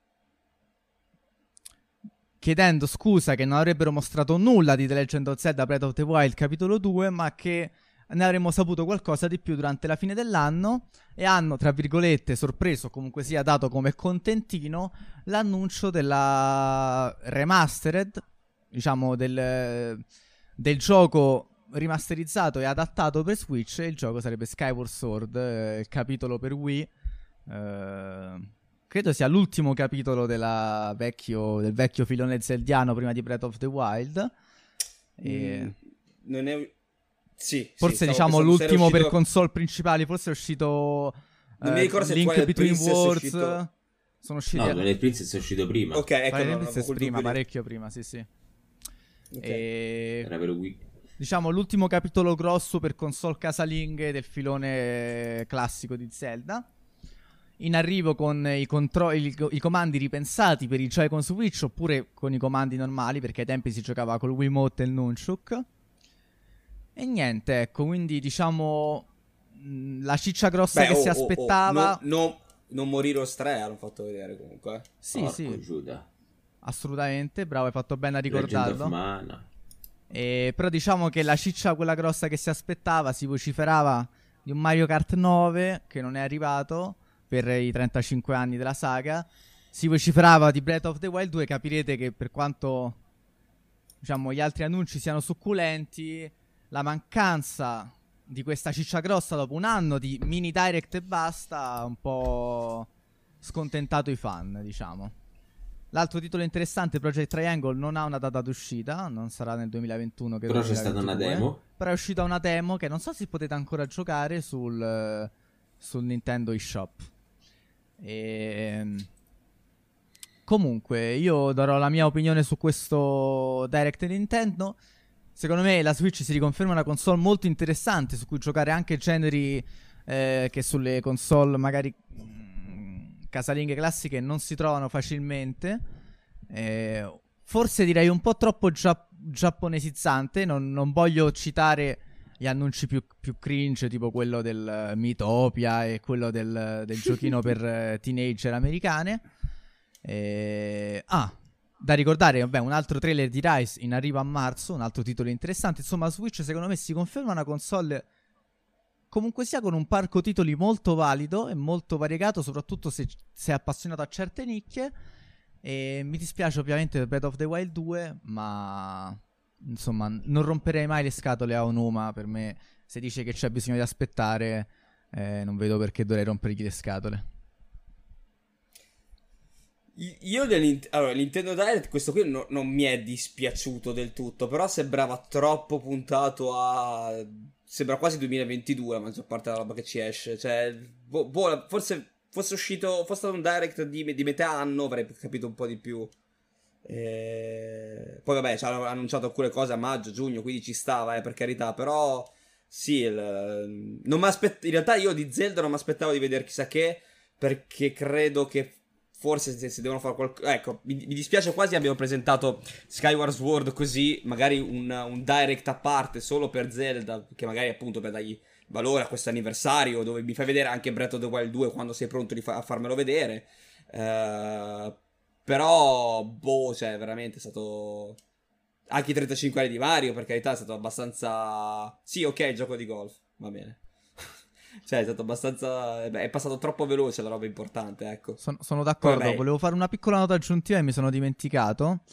chiedendo scusa che non avrebbero mostrato nulla di The Legend of Zelda Breath of the Wild capitolo due, ma che ne avremmo saputo qualcosa di più durante la fine dell'anno, e hanno, tra virgolette, sorpreso, comunque sia dato come contentino, l'annuncio della remastered, diciamo del, del gioco rimasterizzato e adattato per Switch. Il gioco sarebbe Skyward Sword, eh, il capitolo per Wii. Eh, credo sia l'ultimo capitolo della vecchio, del vecchio filone zeldiano prima di Breath of the Wild. E... Mm, non è... Sì, forse sì, diciamo l'ultimo uscito... per console principali. Forse è uscito non uh, mi ricordo se Link Twilight Between Princess Worlds uscito... sono usciti no, a... Twilight Princess è uscito prima. Ok, ecco, Twilight no, Princess no, prima, dubbio... parecchio prima, sì sì. Okay. E... era per Wii. Diciamo l'ultimo capitolo grosso per console casalinghe del filone classico di Zelda. In arrivo con i, contro- i, i comandi ripensati per i Joy-Con Switch, oppure con i comandi normali, perché ai tempi si giocava col Wiimote e il Nunchuk. E niente, ecco, quindi diciamo mh, la ciccia grossa Beh, che oh, si aspettava. Oh, oh, no, no, non morire tre hanno fatto vedere comunque. Sì, Porco sì, Giuda. assolutamente, bravo, hai fatto bene a Legend ricordarlo. of Mana. E, però diciamo che la ciccia quella grossa che si aspettava, si vociferava di un Mario Kart nove che non è arrivato per i trentacinque anni della saga. Si vociferava di Breath of the Wild due. Capirete che per quanto diciamo gli altri annunci siano succulenti, la mancanza di questa ciccia grossa dopo un anno di mini direct e basta ha un po' scontentato i fan, diciamo. L'altro titolo interessante, Project Triangle, non ha una data d'uscita, non sarà nel duemilaventuno che però c'è stata una demo. Però è uscita una demo che non so se potete ancora giocare sul, sul Nintendo eShop. E... comunque io darò la mia opinione su questo Direct Nintendo. Secondo me la Switch si riconferma una console molto interessante su cui giocare anche generi eh, che sulle console magari casalinghe classiche non si trovano facilmente. Eh, forse direi un po' troppo gia- giapponesizzante. Non, non voglio citare gli annunci più, più cringe, tipo quello del uh, Miitopia e quello del, del giochino per uh, teenager americane. Eh, ah, da ricordare, vabbè, un altro trailer di Rise in arrivo a marzo, un altro titolo interessante. Insomma, Switch secondo me si conferma una console comunque sia con un parco titoli molto valido e molto variegato, soprattutto se sei appassionato a certe nicchie. E mi dispiace ovviamente per Breath of the Wild due, ma insomma non romperei mai le scatole a Aonuma. Per me, se dice che c'è bisogno di aspettare, eh, non vedo perché dovrei rompergli le scatole. Io del allora, Nintendo Direct, questo qui no, non mi è dispiaciuto del tutto, però sembrava troppo puntato a... sembra quasi duemilaventidue la maggior parte della roba che ci esce. Cioè, boh, boh, forse fosse uscito, fosse stato un Direct di, di metà anno avrei capito un po' di più. E... poi vabbè, ci hanno annunciato alcune cose a maggio, giugno, quindi ci stava, eh, per carità, però sì, il... non m'aspett... in realtà io di Zelda non mi aspettavo di vedere chissà che, perché credo che forse se, se devono fare qualcosa... Ecco, mi, mi dispiace quasi abbiamo presentato Skyward Sword così, magari un, un direct a parte solo per Zelda, che magari appunto per dargli valore a questo anniversario, dove mi fai vedere anche Breath of the Wild due quando sei pronto di fa- a farmelo vedere. Uh, però, boh, cioè, veramente è stato... Anche i trentacinque anni di Mario, per carità, è stato abbastanza... Sì, ok, gioco di golf, va bene. Cioè è stato abbastanza... Beh, è passato troppo veloce la roba importante, ecco. Sono, sono d'accordo. Vabbè. Volevo fare una piccola nota aggiuntiva e mi sono dimenticato.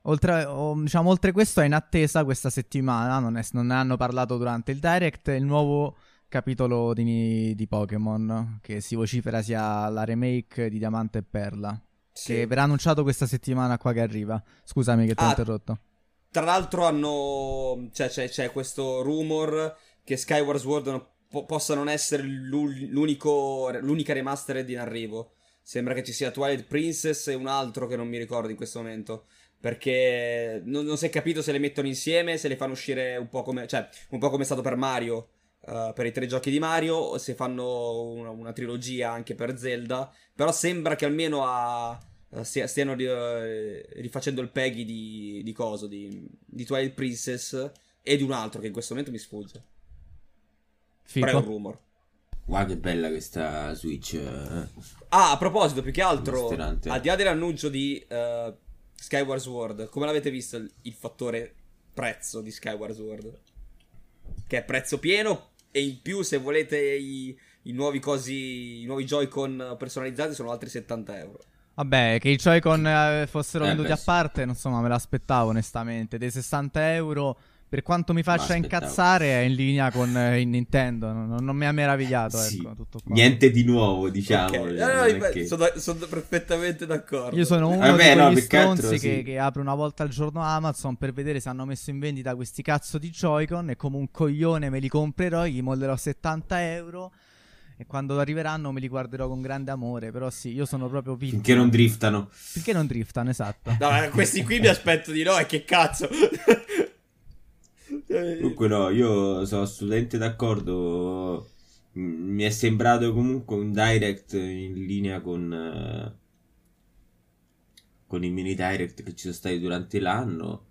oltre, o, diciamo, oltre questo è in attesa questa settimana, non, è, non ne hanno parlato durante il Direct, il nuovo capitolo di, di Pokémon, che si vocifera sia la remake di Diamante e Perla, sì. Che verrà annunciato questa settimana qua che arriva. Scusami che ti ho ah, interrotto. Tra l'altro hanno, cioè, c'è, c'è questo rumor che Skyward Sword non, po- possa non essere l'unico, l'unica remastered in arrivo. Sembra che ci sia Twilight Princess e un altro che non mi ricordo in questo momento. Perché non, non si è capito se le mettono insieme, se le fanno uscire un po' come, cioè, un po' come è stato per Mario, uh, per i tre giochi di Mario, o se fanno una, una trilogia anche per Zelda. Però sembra che almeno a, a stiano uh, rifacendo il Peggy di, di coso, di, di Twilight Princess e di un altro che in questo momento mi sfugge. Fico. Però è un rumor. Wow, che bella questa Switch. Eh. Ah, a proposito, più che altro, al di là dell'annuncio di uh, Skyward Sword, come l'avete visto il, il fattore prezzo di Skyward Sword? Che è prezzo pieno e in più se volete i, i nuovi cosi, i nuovi Joy-Con personalizzati sono altri settanta euro. Vabbè, che i Joy-Con eh, fossero eh, venduti beh, a parte, insomma, me l'aspettavo onestamente. Dei sessanta euro, per quanto mi faccia incazzare, è in linea con eh, Nintendo. Non, non mi ha meravigliato, sì. ecco, tutto qua. Niente di nuovo, diciamo. Okay. Cioè, no, perché... sono, sono perfettamente d'accordo. Io sono uno Vabbè, di no, quegli stronzi altro, che, sì. che apre una volta al giorno Amazon per vedere se hanno messo in vendita questi cazzo di Joy-Con e come un coglione me li comprerò, gli mollerò settanta euro. E quando arriveranno me li guarderò con grande amore. Però sì, io sono proprio vittima. Finché non driftano. Finché non driftano, esatto. No, questi qui mi aspetto di no, e che cazzo. Comunque no, io sono assolutamente d'accordo. Mi è sembrato comunque un Direct in linea con uh, con i mini Direct che ci sono stati durante l'anno.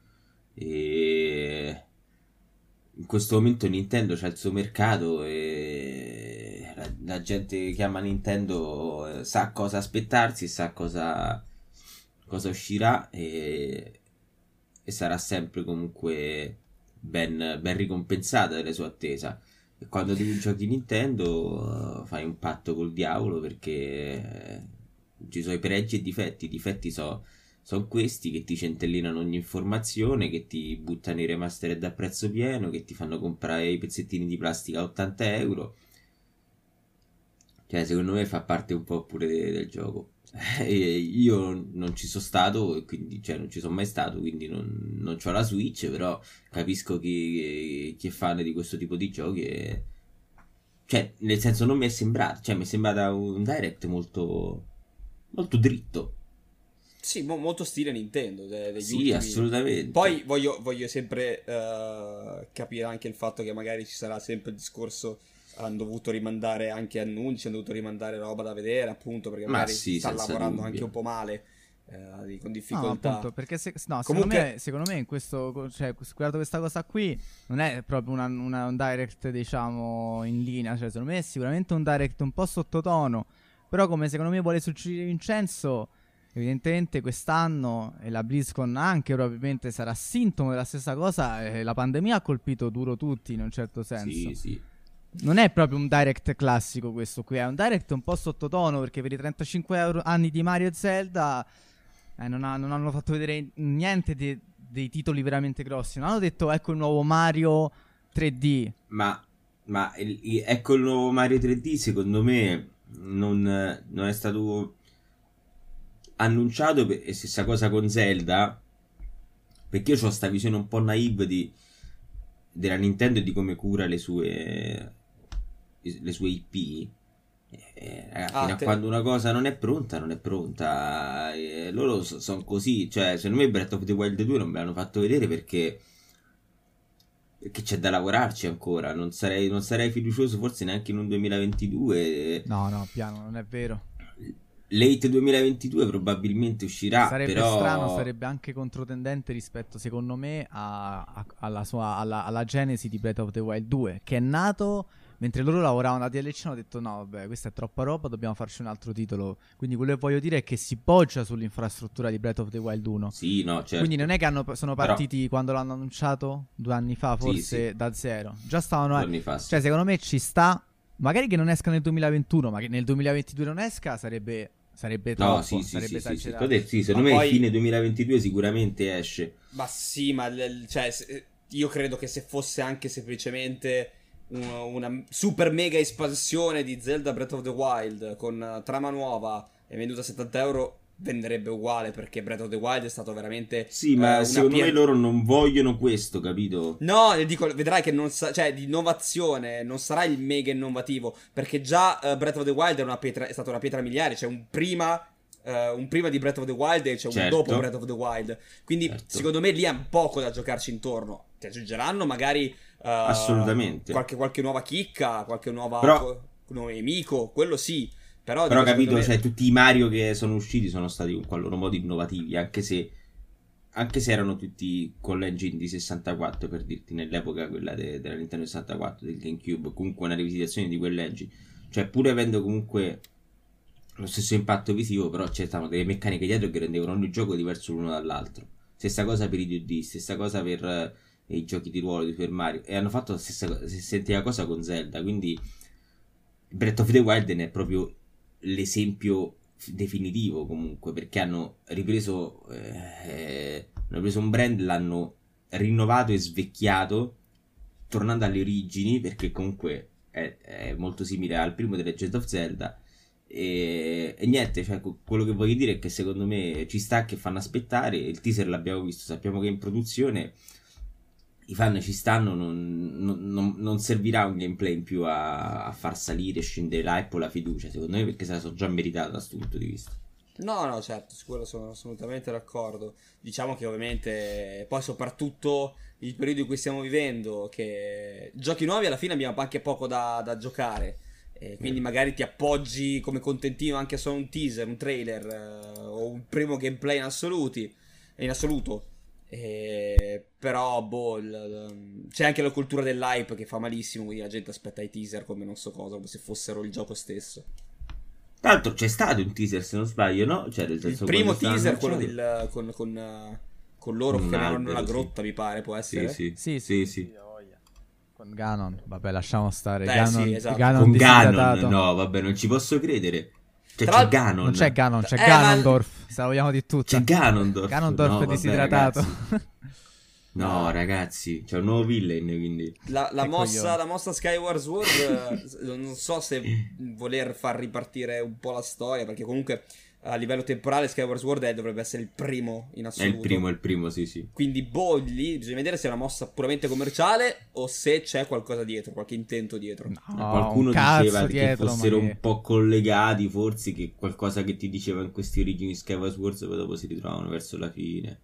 E in questo momento Nintendo c'ha il suo mercato e la, la gente che ama Nintendo sa cosa aspettarsi, sa cosa cosa uscirà e, e sarà sempre comunque ben, ben ricompensata delle sue attese. E quando ti giochi Nintendo uh, fai un patto col diavolo, perché eh, ci sono i pregi e i difetti. I difetti sono sono questi che ti centellinano ogni informazione, che ti buttano i remastered a prezzo pieno, che ti fanno comprare i pezzettini di plastica a ottanta euro. Cioè, secondo me fa parte un po' pure de- del gioco. E io non ci sono stato, e quindi, cioè, non ci sono mai stato, quindi non, non c'ho la Switch, però capisco chi, chi è fan di questo tipo di giochi. E... cioè, nel senso, non mi è sembrato, cioè, mi è sembrata un Direct molto, molto dritto. Sì, mo- molto stile Nintendo. De- degli sì, ultimi... assolutamente. Poi voglio, voglio sempre uh, capire anche il fatto che magari ci sarà sempre il discorso. Hanno dovuto rimandare anche annunci, hanno dovuto rimandare roba da vedere, appunto, perché magari sì, sta lavorando dubbio. anche un po' male, eh, con difficoltà. No, appunto, perché se, no, Comunque... secondo, me, secondo me in questo, cioè, guardato questa cosa qui, non è proprio una, una, un Direct, diciamo, in linea, cioè, secondo me è sicuramente un Direct un po' sottotono, però come secondo me vuole succedere Vincenzo, evidentemente quest'anno, e la BlizzCon anche probabilmente sarà sintomo della stessa cosa, eh, la pandemia ha colpito duro tutti in un certo senso. Sì, sì. Non è proprio un Direct classico questo qui, è un Direct un po' sottotono, perché per i trentacinque euro, anni di Mario e Zelda eh, non, ha, non hanno fatto vedere niente de, dei titoli veramente grossi. Non hanno detto ecco il nuovo Mario tre D. Ma, ma il, il, ecco il nuovo Mario tre D secondo me non, non è stato annunciato, e stessa cosa con Zelda, perché io ho sta visione un po' naive di, della Nintendo e di come cura le sue le sue I P. Eh, ragazzi, ah, fino te... a quando una cosa non è pronta non è pronta. Eh, loro so, sono così, cioè secondo me Breath of the Wild due non me l'hanno fatto vedere perché perché c'è da lavorarci ancora. Non sarei, non sarei fiducioso forse neanche in un duemilaventidue. No, no, piano, non è vero. Late duemilaventidue probabilmente uscirà. Sarebbe però... strano, sarebbe anche controtendente rispetto, secondo me, a, a, alla, sua, alla, alla genesi di Breath of the Wild due, che è nato mentre loro lavoravano a D L C. Hanno detto no, vabbè, questa è troppa roba, dobbiamo farci un altro titolo. Quindi quello che voglio dire è che si poggia sull'infrastruttura di Breath of the Wild uno. Sì, no, certo. Quindi non è che hanno, sono partiti però... quando l'hanno annunciato due anni fa, forse, sì, sì. da zero. Già stavano due anni fa, sì. Cioè secondo me ci sta. Magari che non esca nel duemilaventuno, ma che nel duemilaventidue non esca sarebbe sarebbe troppo, no, sì, sì, sarebbe sì, sì, sì. esagerato. Detto, sì, secondo Ma me poi... fine duemilaventidue sicuramente esce. Ma sì, ma l- cioè, se- io credo che se fosse anche semplicemente un- una super mega espansione di Zelda Breath of the Wild con uh, trama nuova e venduta a settanta euro, venderebbe uguale, perché Breath of the Wild è stato veramente Sì, uh, ma una secondo pier- me loro non vogliono questo, capito? No, dico, vedrai che non sa- cioè, di innovazione non sarà il mega innovativo, perché già uh, Breath of the Wild è, una pietra- è stata una pietra miliare, c'è un prima, uh, un prima di Breath of the Wild e c'è Certo. un dopo Breath of the Wild. Quindi Certo. secondo me lì ha poco da giocarci intorno. Ti aggiungeranno magari uh, Assolutamente. qualche, qualche nuova chicca, qualche nuova Però- co- nuovo nemico, quello sì. Però, Però dico, capito, secondo me- cioè tutti i Mario che sono usciti sono stati con qual loro modo innovativi, anche se anche se erano tutti con l'engine di sessantaquattro, per dirti, nell'epoca quella de- della Nintendo sessantaquattro, del GameCube, comunque una rivisitazione di quell'engine, cioè pur avendo comunque lo stesso impatto visivo, però c'erano delle meccaniche dietro che rendevano ogni gioco diverso l'uno dall'altro. Stessa cosa per i due D, stessa cosa per eh, i giochi di ruolo di Super Mario, e hanno fatto la stessa, stessa cosa con Zelda, quindi Breath of the Wild ne è proprio l'esempio definitivo, comunque, perché hanno ripreso eh, hanno preso un brand, l'hanno rinnovato e svecchiato, tornando alle origini, perché comunque è, è molto simile al primo The Legend of Zelda. E, e niente, cioè, quello che voglio dire è che secondo me ci sta che fanno aspettare. Il teaser l'abbiamo visto, sappiamo che è in produzione, i fan ci stanno, non, non, non, non servirà un gameplay in più a, a far salire e scendere l'hype o la fiducia, secondo me, perché se la sono già meritata da questo punto di vista. No, no, certo, su quello sono assolutamente d'accordo. Diciamo che ovviamente poi soprattutto il periodo in cui stiamo vivendo, che giochi nuovi alla fine abbiamo anche poco da, da giocare, e quindi Mm. magari ti appoggi come contentino anche solo un teaser, un trailer eh, o un primo gameplay in assoluti, in assoluto. E... Però boh, il- il- c'è anche la cultura dell'hype che fa malissimo, quindi la gente aspetta i teaser come non so cosa, come se fossero il gioco stesso. Tra l'altro c'è stato un teaser, se non sbaglio, no? Cioè, nel Il senso, primo quando teaser, stanno quello lanciando- del, con, con, eh, con loro Un che erano albero, nella sì. grotta, mi pare, può Sì, essere. sì, Sì, sì, sì, sì. ha voglia. Con Ganon, vabbè, lasciamo stare. Eh, Ganon, sì, esatto. Ganon Con Ganon, disidratato. no, vabbè, non ci posso credere. Cioè, Tra c'è l'altro- Ganon. Non c'è Ganon, c'è Eh, Ganondorf. Se la vogliamo di tutta. C'è Ganondorf. Ganondorf No, vabbè, disidratato. ragazzi. No, ragazzi, c'è un nuovo villain, quindi. La, la Che mossa, coglione. la mossa Skyward Sword, eh, non so se voler far ripartire un po' la storia, perché comunque a livello temporale Skyward Sword è- dovrebbe essere il primo in È assoluto. il primo, è il primo, sì, sì. Quindi boh, lì bisogna vedere se è una mossa puramente commerciale o se c'è qualcosa dietro, qualche intento dietro. No, Qualcuno un cazzo diceva che dietro, ma fossero che- un po' collegati, forse, che qualcosa che ti diceva in queste origini Skyward Sword, poi dopo si ritrovano verso la fine.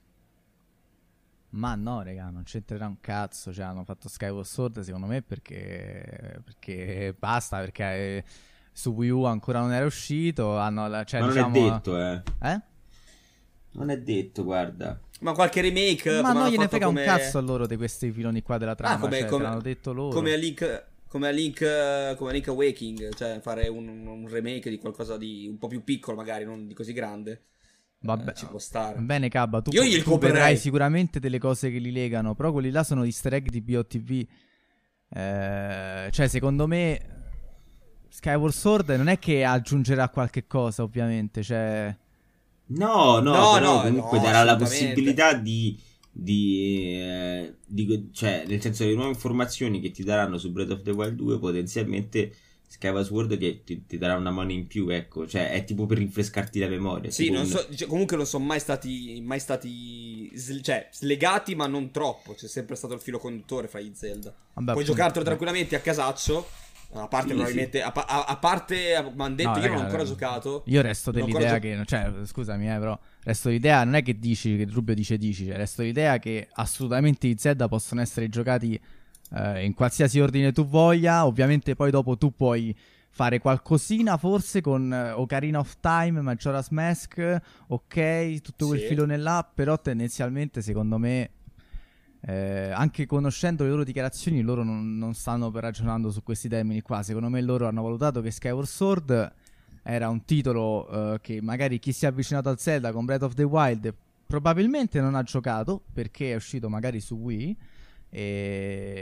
Ma no, raga, non c'entrerà un cazzo. Cioè, hanno fatto Skyward Sword, secondo me, perché perché basta, perché eh, su Wii U ancora non era uscito. Hanno la- cioè, Ma non diciamo, è detto, eh. Eh? Non è detto, guarda. Ma qualche remake Ma come non hanno gliene fatto frega come... un cazzo a loro di questi filoni qua della trama. Ah, come, cioè, come- te l'hanno detto loro. come a Link, come a Link, eh, come a Link Awakening, cioè fare un, un remake di qualcosa di un po' più piccolo, magari non di così grande. Vabbè, Eh, ci può stare. bene, Cabba, tu, Io gli tu comprerei. vedrai sicuramente delle cose che li legano, però quelli là sono easter egg di B O T V. Eh, cioè, secondo me Skyward Sword non è che aggiungerà qualche cosa, ovviamente, cioè... No, no, No, però no, comunque no, darà la assolutamente. possibilità di, di, eh, di- cioè, nel senso, le nuove informazioni che ti daranno su Breath of the Wild due, potenzialmente Skyward Sword ti, ti, ti darà una mano in più, ecco, cioè è tipo per rinfrescarti la memoria. Sì, tipo non un- so, cioè, comunque non sono mai stati, mai stati sl- cioè, slegati, ma non troppo. C'è sempre stato il filo conduttore fra gli Zelda. Vabbè, Puoi appunto. giocartelo tranquillamente a casaccio. A parte, Sì, probabilmente, a, pa- a- a parte, mi hanno detto, No, io non ho raga, ancora raga. giocato. Io resto Non ho dell'idea ancora che, cioè, scusami, eh, però, resto dell'idea, non è che dici, che Rubio dice dici, cioè, resto dell'idea che assolutamente i Zelda possono essere giocati eh, in qualsiasi ordine tu voglia, ovviamente poi dopo tu puoi fare qualcosina forse con eh, Ocarina of Time, Majora's Mask, ok, tutto quel Sì. filone là, però tendenzialmente secondo me... Eh, anche conoscendo le loro dichiarazioni, loro non, non stanno per ragionando su questi termini qua. Secondo me loro hanno valutato che Skyward Sword era un titolo eh, che magari chi si è avvicinato al Zelda con Breath of the Wild probabilmente non ha giocato, perché è uscito magari su Wii,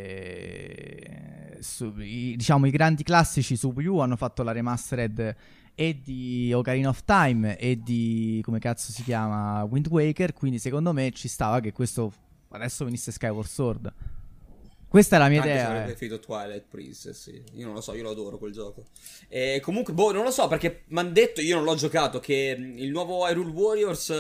e su, i, diciamo i grandi classici su Wii U hanno fatto la remastered e di Ocarina of Time e di, come cazzo si chiama, Wind Waker, quindi secondo me ci stava che questo adesso venisse Skyward Sword. Questa è la mia Anche idea. se avrei eh. preferito Twilight Princess, sì. Io non lo so, io lo adoro quel gioco. E comunque, boh, non lo so, perché mi hanno detto, io non l'ho giocato, che il nuovo Hyrule Warriors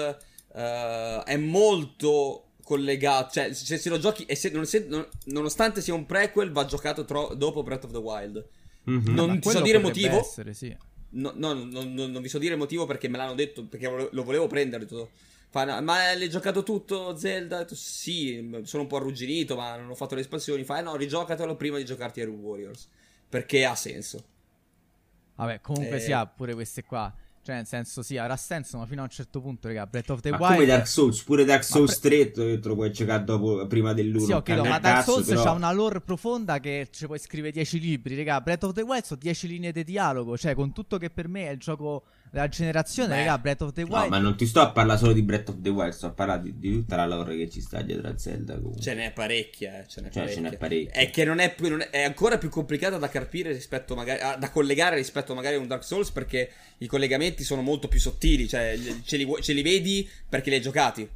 uh, è molto collegato, cioè se, se lo giochi, e se, non, se, non, nonostante sia un prequel, va giocato tro- dopo Breath of the Wild. Mm-hmm. Non Ma ti so quello dire il potrebbe motivo. essere, sì. No, no, no, no, non vi so dire il motivo perché me l'hanno detto, perché lo volevo prendere. Tutto. Fa, no, ma l'hai giocato tutto Zelda? Ho detto, sì, sono un po' arrugginito, ma non ho fatto le espansioni. Fa, eh no, rigiocatelo prima di giocarti Hyrule Warriors, perché ha senso. Vabbè, comunque Eh. sia pure queste qua. Cioè, nel senso, sì, avrà senso, ma fino a un certo punto, raga, Breath of the Ma Wild... come Dark Souls, pure Dark Souls pre... tre te lo puoi giocare dopo, prima dell'uno. Sì, ok, no, ma a Dark cazzo, Souls però... c'ha una lore profonda che ci puoi scrivere dieci libri, raga. Breath of the Wild sono dieci linee di dialogo, cioè, con tutto che per me è il gioco della generazione, Beh, raga, Breath of the Wild... No, ma non ti sto a parlare solo di Breath of the Wild, sto a parlare di, di tutta la lore che ci sta dietro a Zelda. Comunque. Ce n'è parecchia, eh, ce n'è Cioè, parecchia. ce n'è parecchia. È che non è, più, non è, è ancora più complicata da carpire rispetto magari, a, da collegare rispetto magari a un Dark Souls, perché i collegamenti sono molto più sottili, cioè ce li, ce li vedi perché li hai giocati.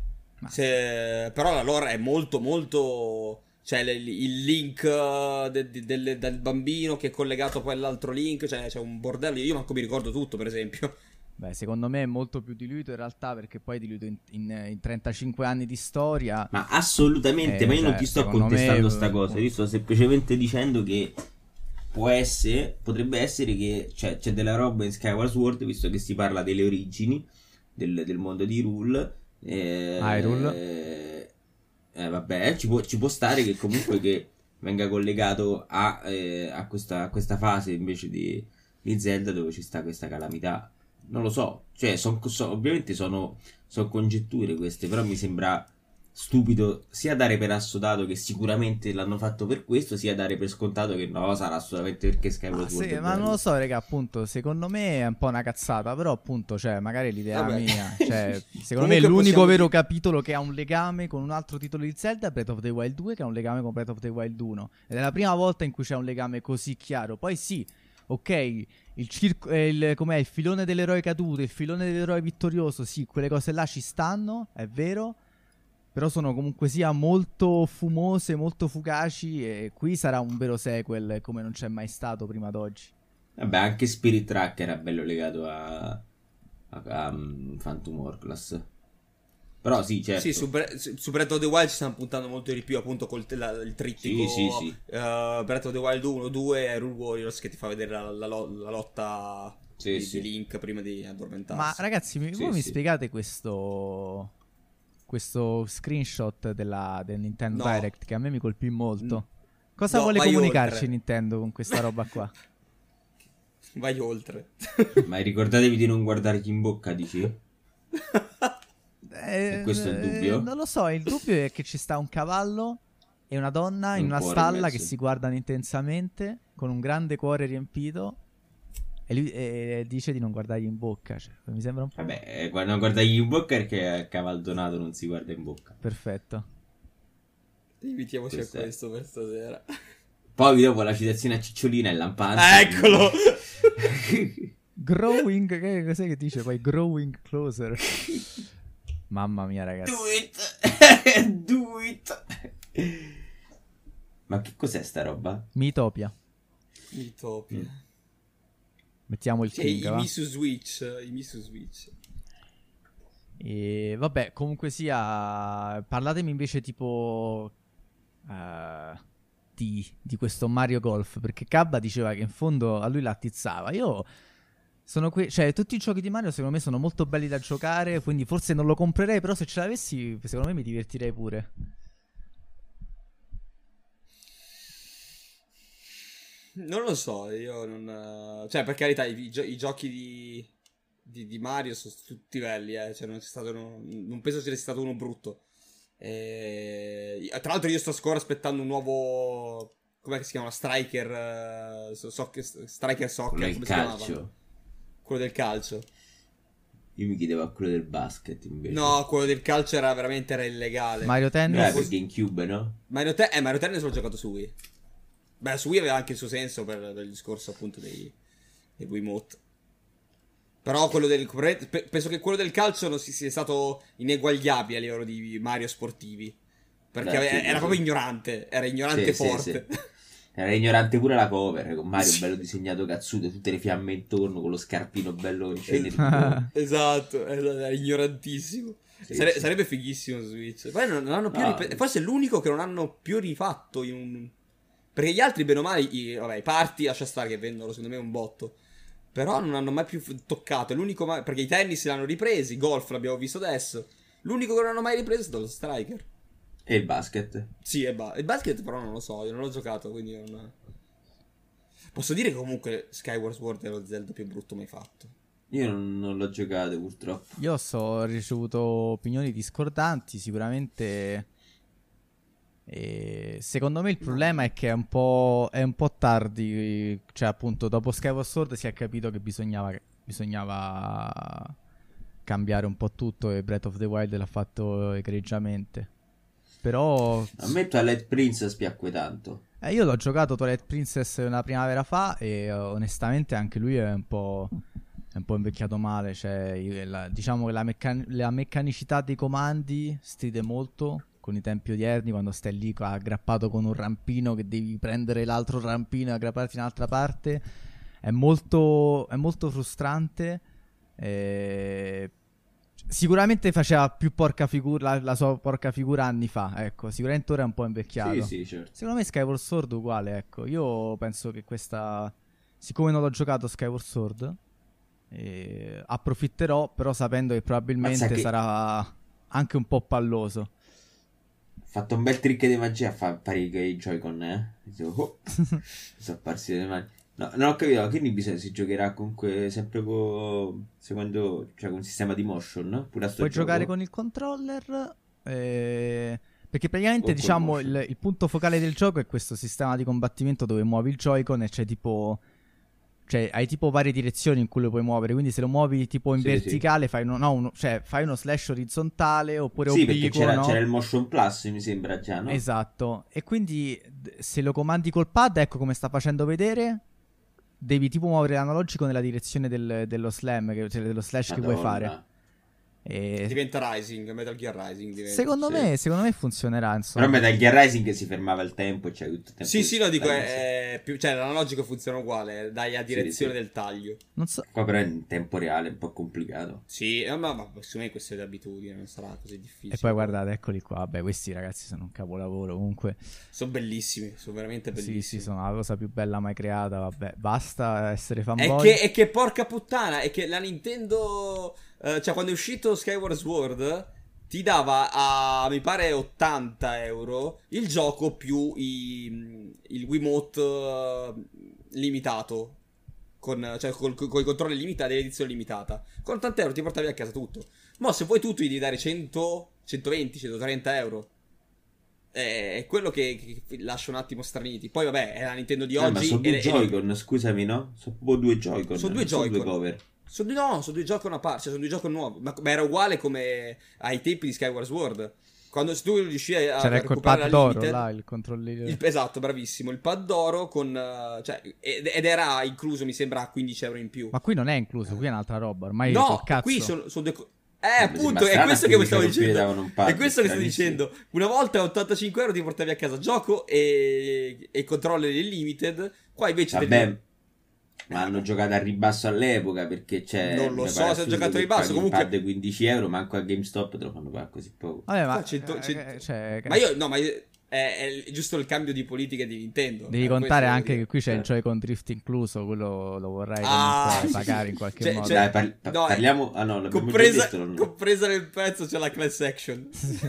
Se, però la lore è molto molto... Cioè il, il link uh, de, de, de, del bambino che è collegato poi all'altro link, cioè c'è un bordello, io manco mi ricordo tutto, per esempio. Beh, secondo me è molto più diluito in realtà, perché poi è diluito in, in, in trentacinque anni di storia. Ma assolutamente, Eh, ma io non cioè, ti sto secondo contestando me- sta cosa, io sto semplicemente dicendo che può essere, potrebbe essere che cioè, c'è della roba in Skyward Sword, visto che si parla delle origini del, del mondo di Hyrule. Eh, Hyrule. eh, vabbè, ci può, ci può stare che comunque che venga collegato a, eh, a, questa, a questa fase invece di, di Zelda dove ci sta questa calamità. Non lo so, cioè son, so, ovviamente sono, sono congetture queste, però mi sembra stupido sia dare per assodato che sicuramente l'hanno fatto per questo, sia dare per scontato che no, sarà assolutamente perché Skyward Ah, Sword sì, è ma bello. non lo so, raga, appunto, secondo me è un po' una cazzata, però appunto, cioè, magari l'idea Vabbè. mia, cioè, secondo Comunque me l'unico possiamo vero di- capitolo che ha un legame con un altro titolo di Zelda è Breath of the Wild due, che ha un legame con Breath of the Wild uno, ed è la prima volta in cui c'è un legame così chiaro. Poi sì, ok, il circo, eh, il, com'è, il filone dell'eroe caduto, il filone dell'eroe vittorioso, sì, quelle cose là ci stanno, è vero. Però sono comunque sia molto fumose, molto fugaci, e qui sarà un vero sequel come non c'è mai stato prima d'oggi. Vabbè, anche Spirit Track era bello legato a, a, a um, Phantom Hourglass. Però sì, certo. Sì, su, Bre- su su Breath of the Wild ci stanno puntando molto di più, appunto col la, il trittico. Sì, sì, sì. uh, Breath of the Wild uno, due e Hyrule Warriors, che ti fa vedere la, la, lo- la lotta Sì, di, sì. di Link prima di addormentarsi. Ma ragazzi, mi, Sì, voi mi sì. spiegate questo questo screenshot della, del Nintendo No. Direct che a me mi colpì molto? Cosa No, vuole vai comunicarci oltre. Nintendo con questa roba qua? Vai oltre. Ma ricordatevi di non guardargli in bocca, dici? Eh, E questo è il dubbio? eh, non lo so, il dubbio è che ci sta un cavallo e una donna in Un una cuore in stalla che mezzo. si guardano intensamente con un grande cuore riempito, e lui eh, dice di non guardargli in bocca. Cioè, mi sembra un po' Vabbè, eh, quando non guardargli in bocca perché a Cavaldonato non si guarda in bocca. perfetto. Invitiamoci Questo a è. questo per stasera. Poi dopo la citazione a Cicciolina è lampante. Ah, eccolo! Growing, che cos'è che dice poi? Growing closer. Mamma mia, ragazzi. Do it! Do it! Ma che cos'è sta roba? Miitopia. Utopia. Mm. Mettiamo il Cioè, King, i va? Mi su Switch. I Mi su Switch. E vabbè, comunque sia, parlatemi invece tipo eh, di, di questo Mario Golf, perché Cabba diceva che in fondo a lui la attizzava. Io sono qui, cioè tutti i giochi di Mario secondo me sono molto belli da giocare, quindi forse non lo comprerei, però se ce l'avessi secondo me mi divertirei pure. Non lo so, io non... Cioè, per carità, i, i gio- i giochi di, di, di Mario sono tutti belli, eh. Cioè, non c'è stato uno- non penso ci sia stato uno brutto. E... Tra l'altro io sto ancora aspettando un nuovo... Com'è che si chiama? Striker... eh, so- Soccer- Striker Soccer, Quello del come si chiamava? calcio. Quello del calcio. Io mi chiedevo a quello del basket invece. No, quello del calcio era veramente era illegale. Mario Eh, Tennis? per GameCube, no? Mario, Te- eh, Mario Tennis l'ho giocato su Wii. Beh, su Wii aveva anche il suo senso per, per il discorso appunto dei, dei Wiimote. Però quello del penso che quello del calcio non sia stato ineguagliabile a livello di Mario sportivi. Perché Beh, sì, era sì. proprio ignorante, era ignorante sì, forte. Sì, sì. Era ignorante pure la cover, con Mario sì. bello disegnato cazzuto, tutte le fiamme intorno, con lo scarpino bello incenerito. Esatto, era ignorantissimo. Sì, Sare- sì. Sarebbe fighissimo su Switch. Poi non, non hanno più no. rip- forse è l'unico che non hanno più rifatto in un... Perché gli altri, bene o male, i, vabbè, i party lascia stare che vendono secondo me un botto. Però non hanno mai più toccato. È l'unico ma- perché i tennis l'hanno ripresi, golf l'abbiamo visto adesso. L'unico che non hanno mai ripreso è stato lo Striker. E il basket. Sì, è ba- il basket però non lo so, io non l'ho giocato, quindi non... Posso dire che comunque Skyward Sword è lo Zelda più brutto mai fatto. Io non, non l'ho giocato purtroppo. Io so, ho ricevuto opinioni discordanti, sicuramente. E secondo me il problema è che è un po', è un po' tardi. Cioè, appunto, dopo Skyward Sword si è capito che bisognava, bisognava cambiare un po' tutto. E Breath of the Wild l'ha fatto egregiamente. Però a me Twilight Princess piacque tanto. Eh, io l'ho giocato Twilight Princess una primavera fa e uh, onestamente anche lui è un po'. È un po' invecchiato male, cioè la, diciamo che la, meccan- la meccanicità dei comandi stride molto con i tempi odierni, quando stai lì aggrappato con un rampino che devi prendere l'altro rampino e aggrapparti in un'altra parte, è molto, è molto frustrante. E... sicuramente faceva più porca figura la, la sua porca figura anni fa, ecco, sicuramente ora è un po' invecchiato. Sì, sì, certo. Secondo me Skyward Sword è uguale, ecco, io penso che questa, siccome non l'ho giocato Skyward Sword, e approfitterò, però sapendo che probabilmente che sarà anche un po' palloso. Ha fatto un bel trick di magia a fa- fare i Joy-Con, eh? Oh, sono apparsi le mani. No, non ho capito, quindi bisogna, si giocherà comunque sempre con secondo, cioè con un sistema di motion, no? Pure a sto Puoi gioco. giocare con il controller, eh, perché praticamente o diciamo il, il punto focale del gioco è questo sistema di combattimento dove muovi il Joy-Con e c'è tipo... Cioè, hai tipo varie direzioni in cui lo puoi muovere. Quindi se lo muovi tipo in sì, verticale, sì. Fai, uno, no, uno, cioè, fai uno slash orizzontale oppure sì, obliquo, perché c'era, no? c'era il motion plus, mi sembra già, no? Esatto. E quindi se lo comandi col pad, ecco come sta facendo vedere, devi tipo muovere l'analogico nella direzione del, dello slam, che, cioè dello slash Madonna. Che vuoi fare. E... diventa Rising, Metal Gear Rising diventa. Secondo sì. me secondo me funzionerà, insomma. Però Metal Gear Rising si fermava il tempo, cioè tutto il tempo. Sì, sì, lo dico, è, è più, cioè l'analogico funziona uguale, dai a direzione sì, sì. del taglio. Non so. Qua però è in tempo reale, è un po' complicato. Sì, ma, ma secondo me queste abitudini non sarà così difficile. E poi guardate, eccoli qua, vabbè, questi ragazzi sono un capolavoro comunque. Sono bellissimi, sono veramente bellissimi. Sì, sì, sono la cosa più bella mai creata, vabbè, basta essere fanboy. È che, è che porca puttana, è che la Nintendo... Uh, cioè quando è uscito Skyward Sword ti dava a mi pare ottanta euro il gioco più i, il Wiimote uh, limitato con, cioè con, con i controlli limitati dell'edizione limitata. Con ottanta euro ti portavi a casa tutto. Ma se poi tu ti devi dare cento, centoventi, centotrenta euro, è quello che, che lascia un attimo straniti. Poi vabbè, è la Nintendo di eh, oggi. Ma sono due e, Joy-Con, e... scusami, no? Sono proprio due Joy-Con. Sono due Joy-Con. Sono due cover. Sono due, no, sono due giochi a parte, cioè sono due giochi nuovi. Ma, ma era uguale come ai tempi di Skyward Sword. Quando tu riuscivi a c'era recuperare il pad la d'oro, limited, là, il controllino. Il, esatto, bravissimo. Il pad d'oro con... Uh, cioè, ed, ed era incluso, mi sembra, a quindici euro in più. Ma qui non è incluso, qui è un'altra roba. Ormai no, cazzo. qui sono, sono due... Eh, appunto, è questo che vi stavo dicendo. È questo che sto dicendo. Una volta a ottantacinque euro ti portavi a casa gioco e, e controller limited. Qua invece... Vabbè, te... ma hanno giocato a ribasso all'epoca, perché c'è... Non lo so se hanno giocato a ribasso, comunque... Un pad quindici euro, manco a GameStop te lo fanno pagare così poco. Vabbè, ma... cento, cento... Eh, cioè... Ma io... No, ma io... È, è giusto il cambio di politiche di Nintendo. Devi eh, contare anche che qui c'è il Joy-Con Drift incluso. Quello lo vorrei ah, comunque pagare in qualche c'è, modo. c'è, Dai, par- par- no, parliamo. Ah no, l'abbiamo compresa, già detto, non... compresa nel pezzo c'è la class action.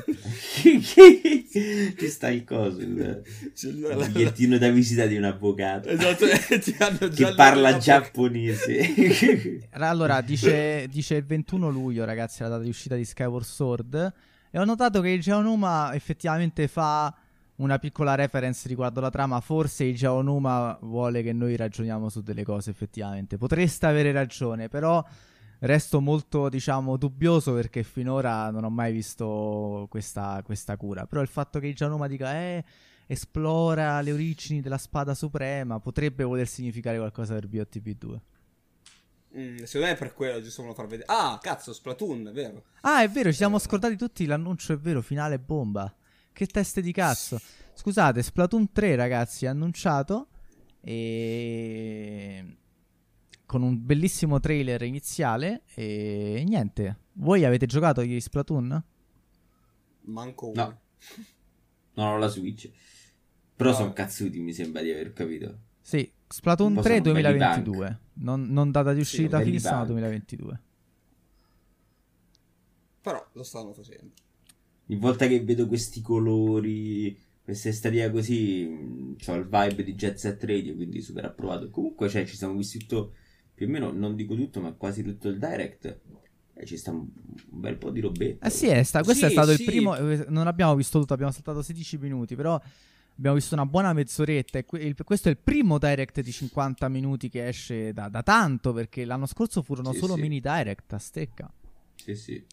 Ci sta il coso, il, la, il bigliettino da visita di un avvocato. Esatto, ti hanno già che parla giapponese. Allora dice, dice il ventuno luglio, ragazzi, la data di uscita di Skyward Sword. E ho notato che il Geonuma effettivamente fa una piccola reference riguardo la trama. Forse il Geonuma vuole che noi ragioniamo su delle cose, effettivamente. Potreste avere ragione, però resto molto, diciamo, dubbioso, perché finora non ho mai visto questa, questa cura. Però il fatto che il Geonuma dica eh, esplora le origini della spada suprema potrebbe voler significare qualcosa per B O T P due. Mm, secondo me è per quello, giusto volevo far vedere. Ah, cazzo, Splatoon, è vero. Ah, è vero, ci siamo scordati tutti l'annuncio, è vero, finale bomba. Che teste di cazzo. Scusate, Splatoon tre, ragazzi, annunciato. E... con un bellissimo trailer iniziale. E niente. Voi avete giocato gli Splatoon? Manco uno. No. Non ho la Switch. Però No. sono cazzuti, mi sembra di aver capito. Sì, Splatoon Un po' tre sono belli duemilaventidue. Non, non data di Sì, uscita belli fissa, ma punk. duemilaventidue. Però lo stanno facendo. Ogni volta che vedo questi colori, questa estetica così, mh, c'ho il vibe di Jet Set Radio, quindi super approvato. Comunque, cioè, ci siamo visti tutto, più o meno, non dico tutto, ma quasi tutto il direct. E ci sta un, un bel po' di robetta. Eh sì, è sta- questo Sì, è stato sì. il primo. eh, Non abbiamo visto tutto, abbiamo saltato sedici minuti, però abbiamo visto una buona mezz'oretta. E que- il- questo è il primo direct di cinquanta minuti che esce da, da tanto, perché l'anno scorso furono Sì, solo sì. mini direct a stecca. Sì, sì.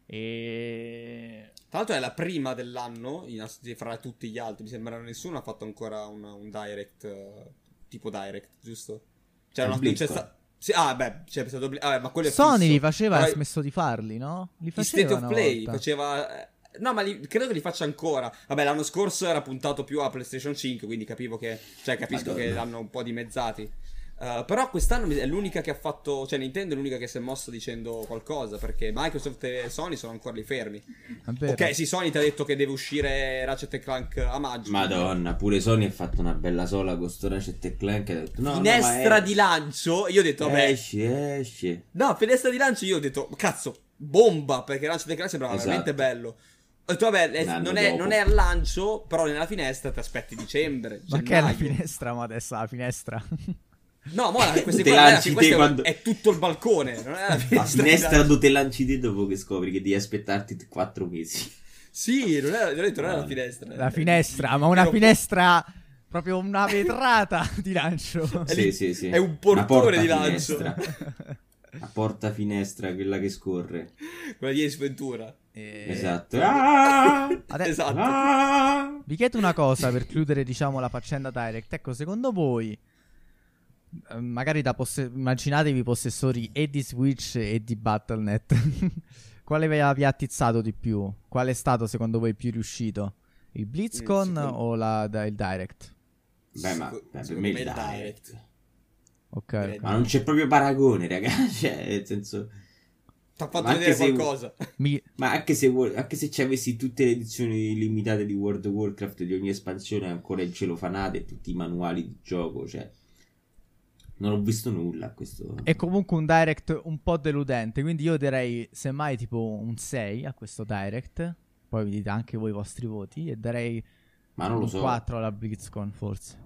E... Tra l'altro è la prima dell'anno, in ass- fra tutti gli altri. Mi sembra nessuno ha fatto ancora una- un direct, eh, tipo direct, giusto? Cioè, Il non, non c'è BlizzCon. sta- sì, ah, beh, c'è stato... Bli- ah, beh, ma quello è Sony fisso. li faceva e Però ha smesso di farli, no? Li i faceva State of una Play volta. faceva... eh, No, ma li- credo che li faccia ancora. Vabbè, l'anno scorso era puntato più a PlayStation cinque, quindi capivo che... Cioè, capisco Madonna. che l'hanno un po' dimezzati. Uh, però quest'anno mi- è l'unica che ha fatto... Cioè, Nintendo è l'unica che si è mossa dicendo qualcosa, perché Microsoft e Sony sono ancora lì fermi. È vero. Ok, sì, Sony ti ha detto che deve uscire Ratchet and Clank a maggio. Madonna, pure Sony ha fatto una bella sola con sto Ratchet and Clank. Ha detto, no, no, Finestra ma è- di lancio, io ho detto, vabbè... Esce, esce. No, finestra di lancio io ho detto, cazzo, bomba, perché Ratchet and Clank sembrava Esatto. veramente bello. Ho detto, vabbè, è- Un anno non, è, dopo. non è al lancio, però nella finestra ti aspetti dicembre, Ma che è la gennaio. finestra? Ma adesso la finestra. No, ma questi Te qua, non è la- lanci te questo è- quando- è tutto il balcone, non è la La finestra. di finestra lancio. dove te lanci te dopo che scopri che devi aspettarti quattro mesi. Sì, non è, ho detto, non è la No. finestra. La eh. finestra, ma una Ero- finestra... Proprio una vetrata di lancio. È Sì, lì- sì, sì. è un Una portone porta di lancio. finestra. La porta finestra, quella che scorre. Quella di Ace Ventura. E- Esatto. Ah! Ade- Esatto. Ah! Vi chiedo una cosa per chiudere, diciamo, la faccenda direct. Ecco, secondo voi, eh, magari da posse- immaginatevi possessori e di Switch e di Battle punto net. Quale vi ha, vi ha attizzato di più? Qual è stato secondo voi più riuscito? Il BlizzCon Il secondo- o la, da- il Direct? Beh, ma Seco- beh, per secondo me me il il direct. direct. Ok, Direi ok. Ma non c'è proprio paragone, ragazzi. Cioè, nel senso... Ti ha fatto Ma anche vedere se- qualcosa. Mi- Ma anche se, vuoi- anche se ci avessi tutte le edizioni limitate di World of Warcraft di ogni espansione ancora in celofanate e tutti i manuali di gioco, cioè... Non ho visto nulla a questo... È comunque un Direct un po' deludente, quindi io darei semmai tipo un sei a questo Direct. Poi vi dite anche voi i vostri voti. E darei Ma non lo un so. quattro alla BlizzCon forse.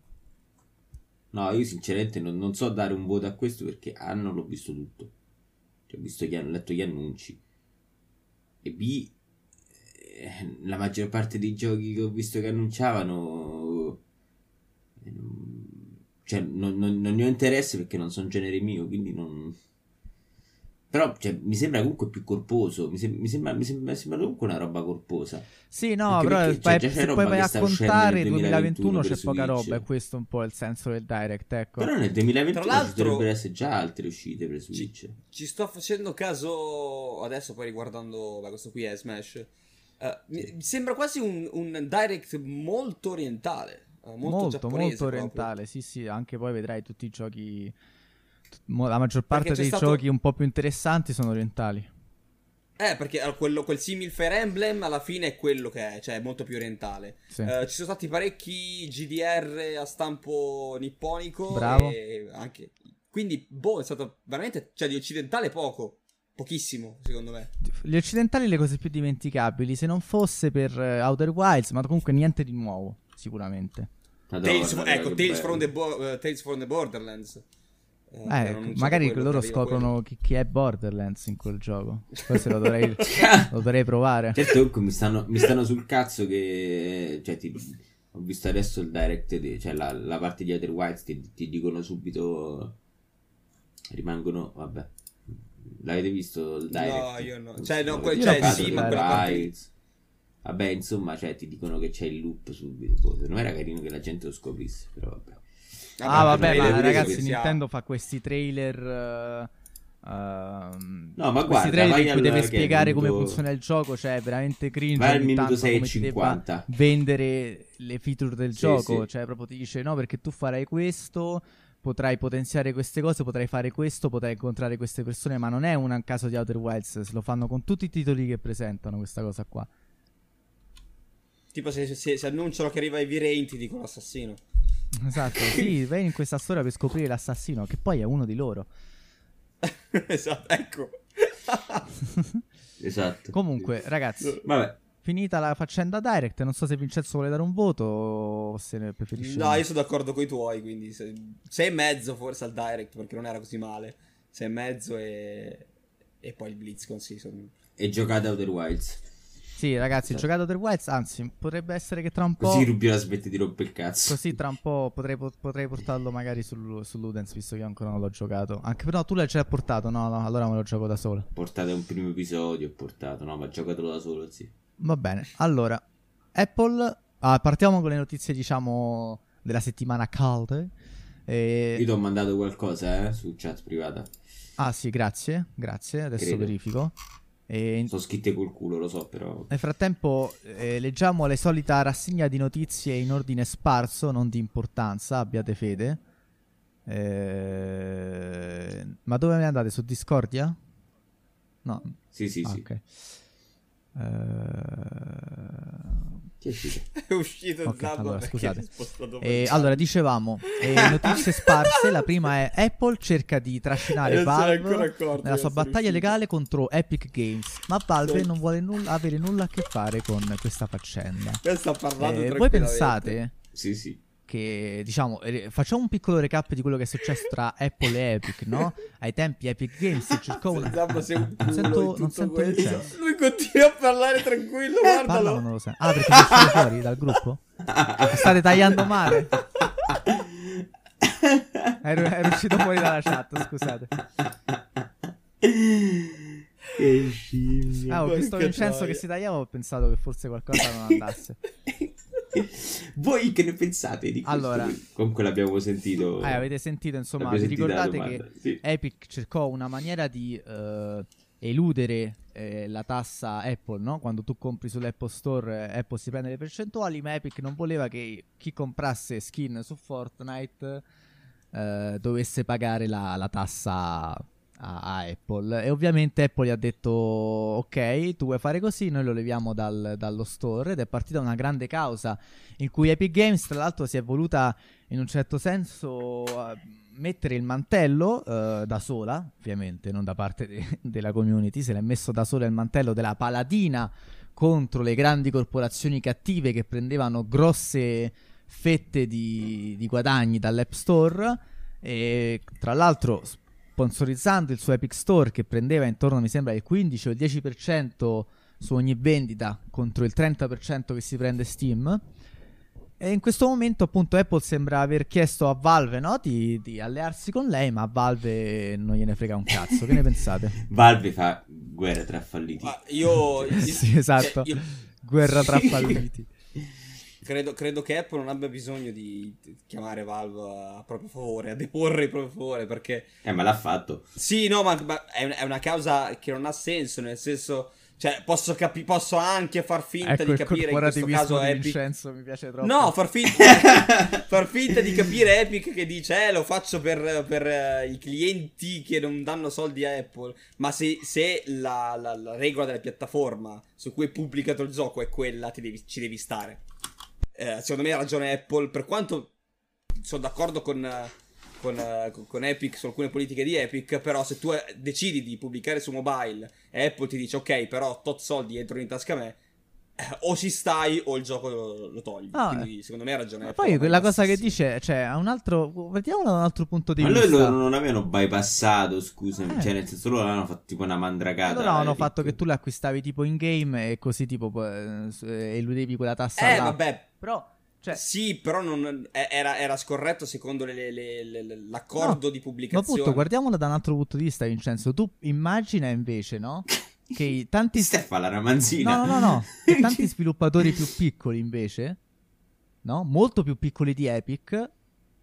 No, io sinceramente non, non so dare un voto a questo perché A non l'ho visto tutto. Cioè, ho visto gli, ho letto gli annunci. E B, eh, la maggior parte dei giochi che ho visto che annunciavano... eh, non- cioè, non, non- non ne ho interesse perché non sono genere mio, quindi non... Però, cioè, mi sembra comunque più corposo. Mi, sem- mi sembra, mi sembra, mi sembra comunque una roba corposa. Sì, no, Anche però perché, vai- cioè, già c'è se roba poi vai che a sta uscendo contare nel duemilaventuno c'è per poca Switch. roba, e questo è un po' il senso del Direct, ecco. Però nel duemilaventuno Tra ci l'altro- dovrebbero essere già altre uscite per Switch. Ci sto facendo caso adesso, poi riguardando beh, questo qui è Smash. Eh, mi, mi sembra quasi un, un direct molto orientale. eh, molto molto, giapponese molto proprio. orientale, sì, sì, anche poi vedrai tutti i giochi, t- mo- la maggior parte Perché c'è dei stato- giochi un po' più interessanti sono orientali. Eh, perché eh, quello, quel simil Fire Emblem alla fine è quello che è, cioè è molto più orientale. Sì. Eh, ci sono stati parecchi G D R a stampo nipponico. Bravo. E anche... Quindi, boh, è stato veramente, cioè di occidentale poco. Pochissimo, secondo me. Gli occidentali le cose più dimenticabili, se non fosse per eh, Outer Wilds, ma comunque niente di nuovo, sicuramente. Madonna, Tales, raga, ecco, che Tales bello. from, the Bo- eh, Tales from the Borderlands. Eh, che hanno Eh, annunciato magari quello, loro che arriva scoprono chi, chi è Borderlands in quel gioco. Forse lo dovrei, lo dovrei provare. Certo, comunque mi stanno, mi stanno sul cazzo che... Cioè, ti, ho visto adesso il direct, di- cioè la, la parte di Outer Wilds, ti, ti dicono subito... Rimangono... Vabbè. L'avete visto il direct? No, io no. Cioè, no, L'avete que- cioè, giocato, sì, il ma quella parte lì. Wilds? Vabbè, insomma, cioè, ti dicono che c'è il loop subito. Boh, non era carino che la gente lo scoprisse, però vabbè. Ah, vabbè, ma ragazzi, che Nintendo fa questi trailer. Uh, uh, no, ma questi guarda, trailer in cui al, deve spiegare minuto... come funziona il gioco, cioè veramente cringe. Vai al ogni minuto tanto sei e come ti debba cinquanta. vendere le feature del Sì, gioco, sì. cioè proprio ti dice no, perché tu farai questo, potrai potenziare queste cose, potrai fare questo, potrai incontrare queste persone, ma non è un caso di Outer Wilds, se lo fanno con tutti i titoli che presentano questa cosa qua. Tipo se, se, se annunciano che arriva Heavy Rain ti dicono assassino. Esatto, sì, vai in questa storia per scoprire l'assassino, che poi è uno di loro. Esatto, ecco. Esatto. Comunque, ragazzi, vabbè, finita la faccenda Direct, non so se Vincenzo vuole dare un voto o se ne preferisce. No, io sono d'accordo con i tuoi, quindi sei e mezzo forse al Direct, perché non era così male. Sei e mezzo e e poi il BlizzCon, sì, sono... e giocate Outer Wilds. Sì, ragazzi, giocate Outer Wilds, anzi, potrebbe essere che tra un po'... Così Rubi la smette di rompere il cazzo. Così tra un po' potrei, potrei portarlo magari sul, su Ludens, visto che io ancora non l'ho giocato. Anche però tu l'hai già portato, no, no, allora me lo gioco da solo. Portate un primo episodio, ho portato, no, ma giocatelo da solo, sì. Va bene, allora, Apple... Ah, partiamo con le notizie, diciamo, della settimana calde. E... Io ti ho mandato qualcosa, eh, su chat privata. Ah sì, grazie, grazie, adesso Credo. verifico. E in... Sono scritte col culo, lo so, però... Nel frattempo eh, leggiamo le solita rassegna di notizie in ordine sparso, non di importanza, abbiate fede. Eh... Ma dove me ne andate? Su Discordia? No. Sì, sì, Ah, sì. ok. Eh... Chi è uscito? È uscito Ok, Zabba allora, perché scusate. si è spostato Eh, per- allora, dicevamo, eh, notizie sparse. La prima è Apple cerca di trascinare Eh, non se n'è ancora Valve accorto nella di sua essere battaglia uscito. legale contro Epic Games, ma Valve Sì. non vuole nulla- avere nulla a che fare con questa faccenda. Beh, sta parlando Eh, voi tranquillamente. pensate Sì, sì. che, diciamo, eh, facciamo un piccolo recap di quello che è successo tra Apple e Epic, no? Ai tempi Epic Games cercò una... Zabba sei un culo Non sento- in non tutto sento questo. Vincenzo. Lui continua a parlare tranquillo, Parla ma guardalo. non lo sento. Ah, perché sei uscito fuori dal gruppo? Mi state tagliando male? Ero, ero uscito fuori dalla chat, scusate. Che scimmia. Ah, ho visto Porca Vincenzo troia. che si tagliava, ho pensato che forse qualcosa non andasse. Voi che ne pensate di questo? Allora. Comunque l'abbiamo sentito. Eh, avete sentito, insomma, L'abbiamo vi sentita la ricordate domanda, che sì. Epic cercò una maniera di eh, eludere eh, la tassa Apple, no? Quando tu compri sull'Apple Store, eh, Apple si prende le percentuali, ma Epic non voleva che chi comprasse skin su Fortnite eh, dovesse pagare la, la tassa a, a Apple. E ovviamente Apple gli ha detto ok, tu vuoi fare così, noi lo leviamo dal- dallo store, ed è partita una grande causa in cui Epic Games tra l'altro si è voluta in un certo senso eh, mettere il mantello eh, da sola, ovviamente non da parte de- della community, se l'è messo da sola il mantello della paladina contro le grandi corporazioni cattive che prendevano grosse fette di, di guadagni dall'App Store, e tra l'altro sponsorizzando il suo Epic Store che prendeva intorno, mi sembra, il quindici o il dieci per cento su ogni vendita contro il trenta per cento che si prende Steam. E in questo momento appunto Apple sembra aver chiesto a Valve, no, di, di allearsi con lei, ma a Valve non gliene frega un cazzo. Che ne pensate? Valve fa guerra tra falliti. Ma io, io- Sì, esatto. cioè, io Guerra tra falliti. credo, credo che Apple non abbia bisogno di chiamare Valve a proprio favore, a deporre il proprio favore, perché Eh, ma l'ha fatto. sì, no, ma, ma è, un- è una causa che non ha senso, nel senso, cioè, posso, capi- posso anche far finta Ecco di il capire in questo corporativismo caso di Epic. Vincenzo, mi piace troppo. No, far finta, far finta di capire Epic che dice, eh, lo faccio per, per eh, i clienti che non danno soldi a Apple. Ma se, se la, la- la regola della piattaforma su cui è pubblicato il gioco è quella, ti devi- ci devi stare. Eh, secondo me ha ragione Apple, per quanto sono d'accordo con, eh, con, eh, con- con Epic su alcune politiche di Epic, però se tu eh, decidi di pubblicare su mobile e Apple ti dice ok, però tot soldi entrano in tasca a me, eh, o ci stai o il gioco lo, lo togli. Ah, Quindi secondo me ha ragione Ma Apple. poi quella cosa che Bassissimo. dice, cioè, ha un altro, vediamolo da un altro punto di Ma vista. loro non avevano bypassato, scusami. Eh. Cioè, nel senso, loro hanno fatto tipo una mandragata. Allora hanno Epic. fatto che tu le acquistavi tipo in game e così tipo eh, s- eh, eludevi quella tassa Eh, là. vabbè. Però, cioè, Sì, però non, eh, era, era scorretto secondo le- le- le- le- l'accordo No, di ma pubblicazione. appunto, guardiamola da un altro punto di vista, Vincenzo. Tu immagina invece, no? Che i tanti... Steffa la ramanzina. No, no, no, no. Che tanti sviluppatori più piccoli invece, no? Molto più piccoli di Epic,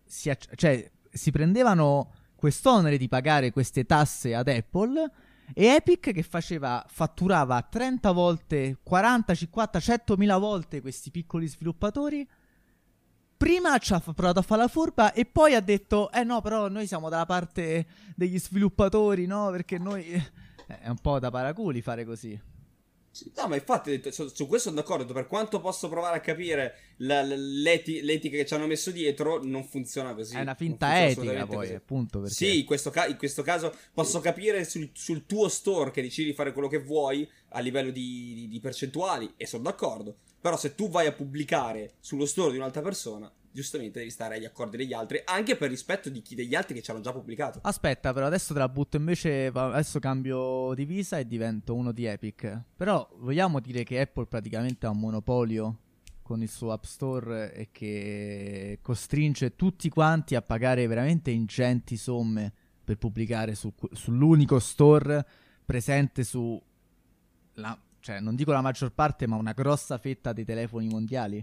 si, acc- cioè, si prendevano quest'onere di pagare queste tasse ad Apple, e Epic che faceva fatturava trenta volte, quaranta, cinquanta, centomila volte questi piccoli sviluppatori. Prima ci ha provato a fare la furba e poi ha detto eh no, però noi siamo dalla parte degli sviluppatori, no? Perché noi eh, è un po' da paraculi fare così. No, ma infatti detto, su, su questo sono d'accordo. Per quanto posso provare a capire la, l'eti, l'etica che ci hanno messo dietro, non funziona così. È una finta etica poi, così. Appunto perché... Sì, in questo, ca- in questo caso posso capire sul, sul tuo store che decidi di fare quello che vuoi a livello di, di, di percentuali, e sono d'accordo. Però se tu vai a pubblicare sullo store di un'altra persona, giustamente devi stare agli accordi degli altri, anche per rispetto di chi degli altri che ci hanno già pubblicato. Aspetta, però adesso te la butto invece, adesso cambio divisa e divento uno di Epic. Però vogliamo dire che Apple praticamente ha un monopolio con il suo App Store e che costringe tutti quanti a pagare veramente ingenti somme per pubblicare su, sull'unico store presente su la, cioè non dico la maggior parte, ma una grossa fetta dei telefoni mondiali.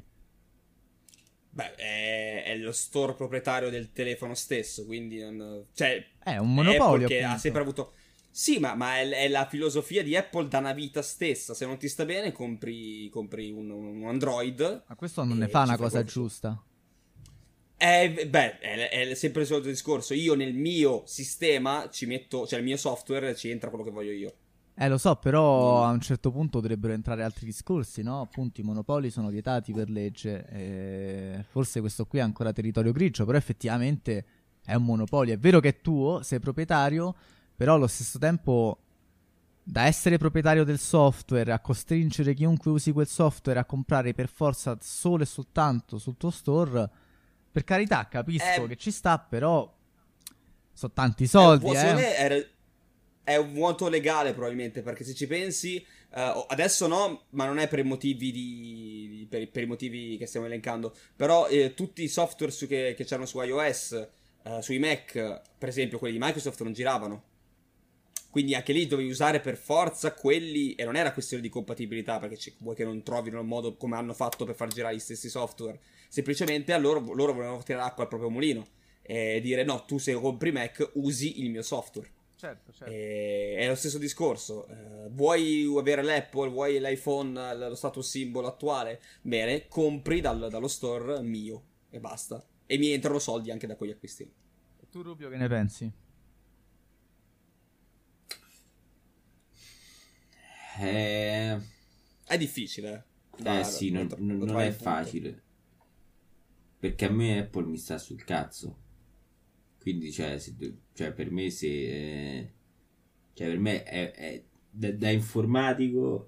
Beh, è, è lo store proprietario del telefono stesso, quindi non, cioè è un monopolio Apple che appunto. ha sempre avuto. Sì, ma, ma è, è la filosofia di Apple da una vita stessa. Se non ti sta bene, compri, compri un, un Android. Ma questo non ne fa una cosa quello. giusta. Eh, beh, è, è sempre il solito discorso. Io nel mio sistema ci metto, cioè il mio software ci entra quello che voglio io. Eh lo so, però Mm. a un certo punto dovrebbero entrare altri discorsi, no? Appunto i monopoli sono vietati per legge, e forse questo qui è ancora territorio grigio, però effettivamente è un monopolio. È vero che è tuo, sei proprietario, però allo stesso tempo da essere proprietario del software a costringere chiunque usi quel software a comprare per forza solo e soltanto sul tuo store, per carità capisco Eh, che ci sta, però sono tanti È un soldi, vuoto- secondo eh. me era- è un vuoto legale probabilmente, perché se ci pensi, eh, adesso no, ma non è per i motivi di, di- per, per i motivi che stiamo elencando, però eh, tutti i software su che, che c'erano su iOS, eh, sui Mac, per esempio quelli di Microsoft non giravano. Quindi anche lì dovevi usare per forza quelli, e non era questione di compatibilità, perché ci- vuoi che non trovino il modo come hanno fatto per far girare gli stessi software, semplicemente a loro, loro volevano tirare acqua al proprio mulino e dire no, tu se compri Mac usi il mio software. Certo, certo. E è lo stesso discorso. Eh, vuoi avere l'Apple, vuoi l'iPhone, lo status symbol attuale? Bene, compri dal- dallo store mio e basta. E mi entrano soldi anche da quegli acquisti. E tu Rubio che ne pensi? Eh, È difficile. eh. eh Da- sì, da- non, da- non- da non trovare è il punto. facile. Perché a me Apple mi sta sul cazzo. Quindi, cioè, se tu- cioè per me se... eh, cioè, per me è, è da, da informatico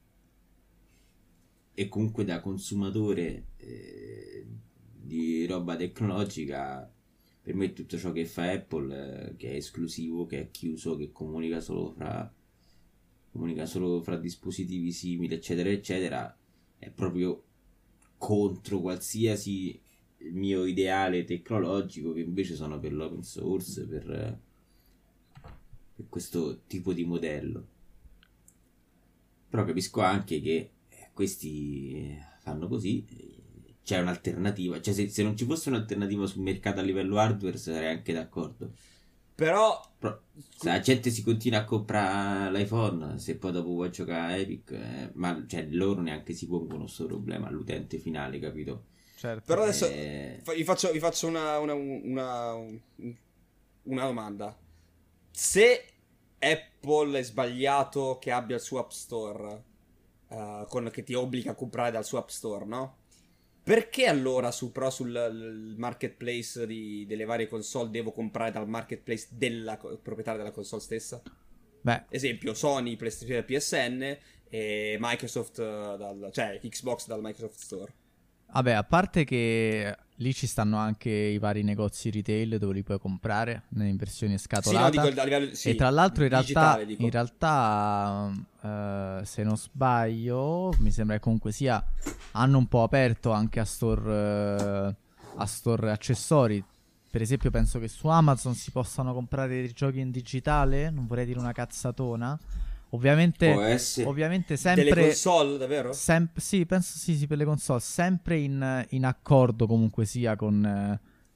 e comunque da consumatore eh, di roba tecnologica, per me tutto ciò che fa Apple, eh, che è esclusivo, che è chiuso, che comunica solo fra comunica solo fra dispositivi simili, eccetera, eccetera, è proprio contro qualsiasi mio ideale tecnologico, che invece sono per l'open source, per, eh, per questo tipo di modello. Però capisco anche che eh, questi fanno così, eh, c'è un'alternativa, cioè se, se non ci fosse un'alternativa sul mercato a livello hardware sarei anche d'accordo. Però Però se la gente si continua a comprare l'iPhone, se poi dopo vuoi giocare a Epic, eh, ma cioè loro neanche si pongono questo problema all'utente finale, capito? Certo. Però adesso Eh, fa- vi faccio, vi faccio una, una, una, una domanda. Se Apple è sbagliato che abbia il suo App Store, eh, con, che ti obbliga a comprare dal suo App Store, no? Perché allora su, però sul il marketplace di- delle varie console devo comprare dal marketplace della co- proprietaria della console stessa? Beh, Esempio, Sony, PlayStation, P S N e Microsoft, eh, dal, cioè Xbox dal Microsoft Store. vabbè, a parte che lì ci stanno anche i vari negozi retail dove li puoi comprare in versione Sì, scatolata. no, dico a livello sì, E tra l'altro in realtà, digitale, dico. in realtà eh, se non sbaglio, mi sembra che comunque sia, hanno un po' aperto anche a store, eh, a store accessori. Per esempio penso che su Amazon si possano comprare dei giochi in digitale, non vorrei dire una cazzatona. Ovviamente, può essere. ovviamente Delle sempre... console, davvero? Sem- sì, penso sì, sì, per le console, sempre in, in accordo comunque sia con, eh,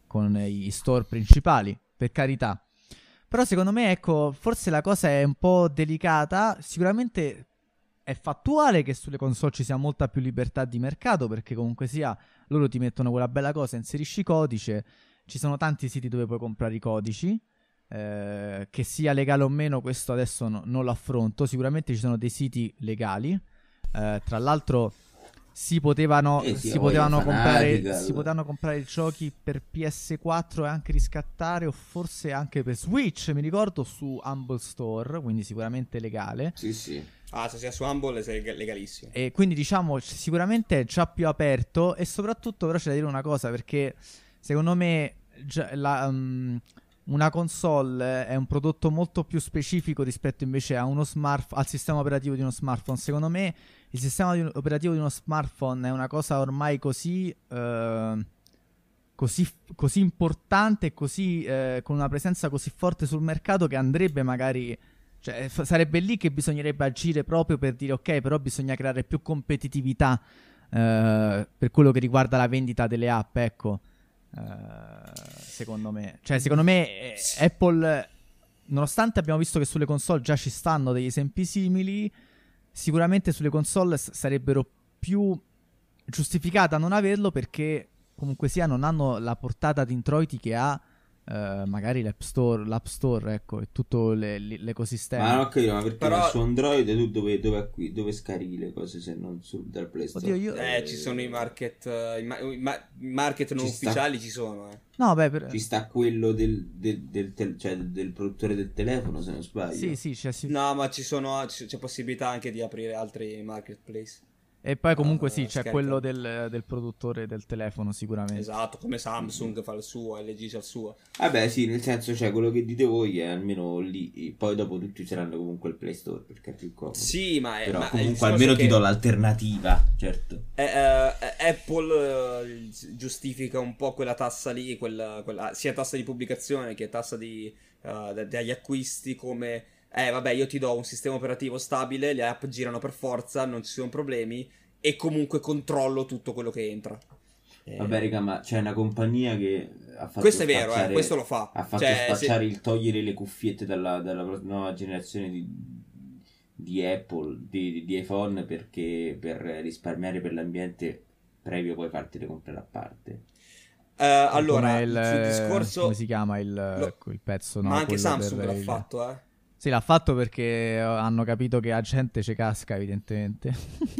con i store principali, per carità. Però secondo me, ecco, forse la cosa è un po' delicata. Sicuramente è fattuale che sulle console ci sia molta più libertà di mercato, perché comunque sia loro ti mettono quella bella cosa, inserisci codice, ci sono tanti siti dove puoi comprare i codici, eh, che sia legale o meno questo adesso no, non lo affronto. Sicuramente ci sono dei siti legali, eh, tra l'altro si potevano, eh sì, si, potevano comprare, fanatica, si potevano comprare i giochi per P S quattro e anche riscattare, o forse anche per Switch, mi ricordo, su Humble Store, quindi sicuramente legale. Sì, sì. Ah, se sia su Humble è legalissimo. E quindi diciamo sicuramente è già più aperto, e soprattutto però c'è da dire una cosa, perché secondo me già la, um, una console è un prodotto molto più specifico rispetto invece a uno smartphone, al sistema operativo di uno smartphone. Secondo me il sistema di, operativo di uno smartphone è una cosa ormai così uh, così, così importante, così uh, con una presenza così forte sul mercato, che andrebbe magari, cioè f- sarebbe lì che bisognerebbe agire proprio per dire ok, però bisogna creare più competitività uh, per quello che riguarda la vendita delle app, ecco. Uh, secondo me, cioè secondo me eh, Apple, nonostante abbiamo visto che sulle console già ci stanno degli esempi simili, sicuramente sulle console s- sarebbero più giustificata non averlo, perché comunque sia non hanno la portata di introiti che ha uh, magari l'App Store, l'App Store, ecco, e tutto le, le, l'ecosistema. Ma non ho capito, ma perché Però... su Android tu dove, dove, acqui- dove scarichi le cose se non sul, dal Play Store? Oddio, io... Eh, ci sono i market, uh, i, ma- i ma- market non Ci sta. ufficiali, ci sono, eh. No, beh, per... Ci sta quello del, del, del, tel- cioè del produttore del telefono, se non sbaglio. Sì, sì, c'è, sì. No, ma ci sono, c- c'è possibilità anche di aprire altri marketplace. E poi comunque Uh, sì, c'è scarica. quello del, del produttore del telefono sicuramente. Esatto, come Samsung fa il suo, L G c'ha il suo. Vabbè, sì, nel senso, cioè, quello che dite voi è almeno lì. Poi dopo tutti useranno comunque il Play Store perché è più comodo. Sì, ma, è, Però ma il comunque discorso almeno è ti che, do l'alternativa, certo. eh, eh, Apple eh, giustifica un po' quella tassa lì, quella, quella- sia tassa di pubblicazione che tassa di, eh, de- degli acquisti, come eh vabbè, io ti do un sistema operativo stabile, le app girano per forza, non ci sono problemi, e comunque controllo tutto quello che entra. Eh, Vabbè, raga, ma c'è una compagnia che ha fatto questo è vero, eh, spacciare- questo lo fa. Ha fatto Cioè, spacciare se- il togliere le cuffiette dalla, dalla pro- nuova generazione di, di Apple, di, di iPhone, perché per risparmiare per l'ambiente, previo poi fartele comprare a parte. eh, allora, Come il, sul discorso... come si chiama il, lo- il pezzo, no? ma anche Quello Samsung per l'ha il- fatto, eh. Sì, l'ha fatto perché hanno capito che a gente ci casca, evidentemente.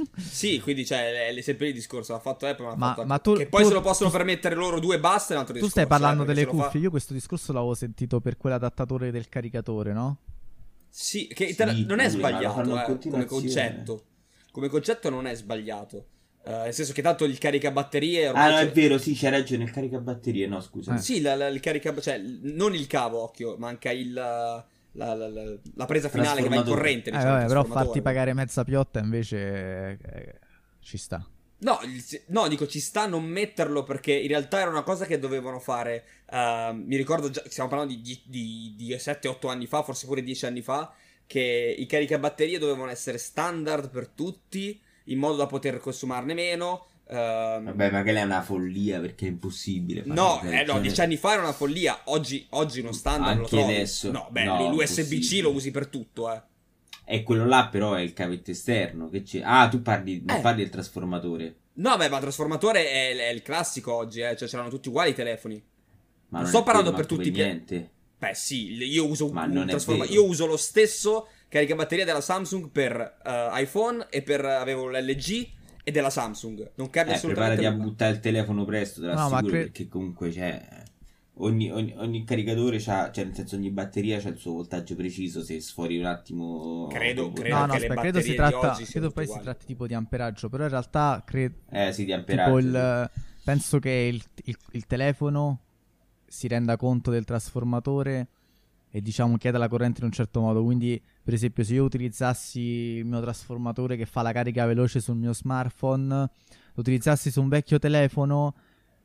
Sì, quindi cioè, è sempre il discorso, l'ha fatto Apple, ma, l'ha Ma- fatto ma anche- tu- che poi tu- se lo possono tu- permettere loro due basta, è un altro Tu discorso. stai parlando eh, perché delle se lo fa- cuffie, io questo discorso l'avevo sentito per quell'adattatore del caricatore, no? Sì, che Sì, tra- non è pure, ma lo sbagliato, fanno in eh, come continuazione. concetto. Come concetto non è sbagliato. Eh, nel senso che tanto il caricabatterie Ah, ormai no, c'è- è vero, sì, c'è ragione, il caricabatterie, no, scusa. Eh. Sì, la- la- il carica, cioè non il cavo, occhio, manca il la, la- la- la presa finale che va in Trasformatore. corrente, Eh, diciamo, vabbè, il però trasformatore. farti pagare mezza piotta invece eh, ci sta. No, il- no, dico ci sta a non metterlo perché in realtà era una cosa che dovevano fare. eh, mi ricordo già, stiamo parlando di, di, di, di sette otto anni fa, forse pure dieci anni fa, che i caricabatterie dovevano essere standard per tutti, in modo da poter consumarne meno. ehm, Vabbè, ma quella è una follia perché è impossibile. fare No, una eh, no, caricazione- dieci anni fa era una follia. Oggi, oggi uno standard lo Anche trovi. adesso. No, beh, No, l'U S B C impossibile. lo usi per tutto, eh. E quello là però è il cavetto esterno. Che c'è? Ah, tu parli, non Eh. parli del trasformatore. No, beh, ma il trasformatore è, è il classico oggi, eh. Cioè, c'erano tutti uguali i telefoni. Ma Non non sto è parlando quello per manco tutti i pia- niente. Beh, sì, io uso Ma un non è trasforma- vero. Io uso lo stesso caricabatteria della Samsung per eh, iPhone e per avevo l'L G e della Samsung. Non cambia Eh, assolutamente preparati a nulla. buttare il telefono presto, te No, l'assicuro, ma cre- perché comunque c'è... Ogni, ogni, ogni caricatore c'ha, cioè nel senso ogni batteria c'ha il suo voltaggio preciso, se sfori un attimo... Credo- dopo- credo No, no, che le aspetta, credo si batterie di tratta, oggi siano credo tutte poi si uguali. tratti tipo di amperaggio, però in realtà credo Eh sì, di tipo amperaggio. il, penso che il, il- il telefono si renda conto del trasformatore e diciamo chieda la corrente in un certo modo. Quindi per esempio se io utilizzassi il mio trasformatore che fa la carica veloce sul mio smartphone, lo utilizzassi su un vecchio telefono,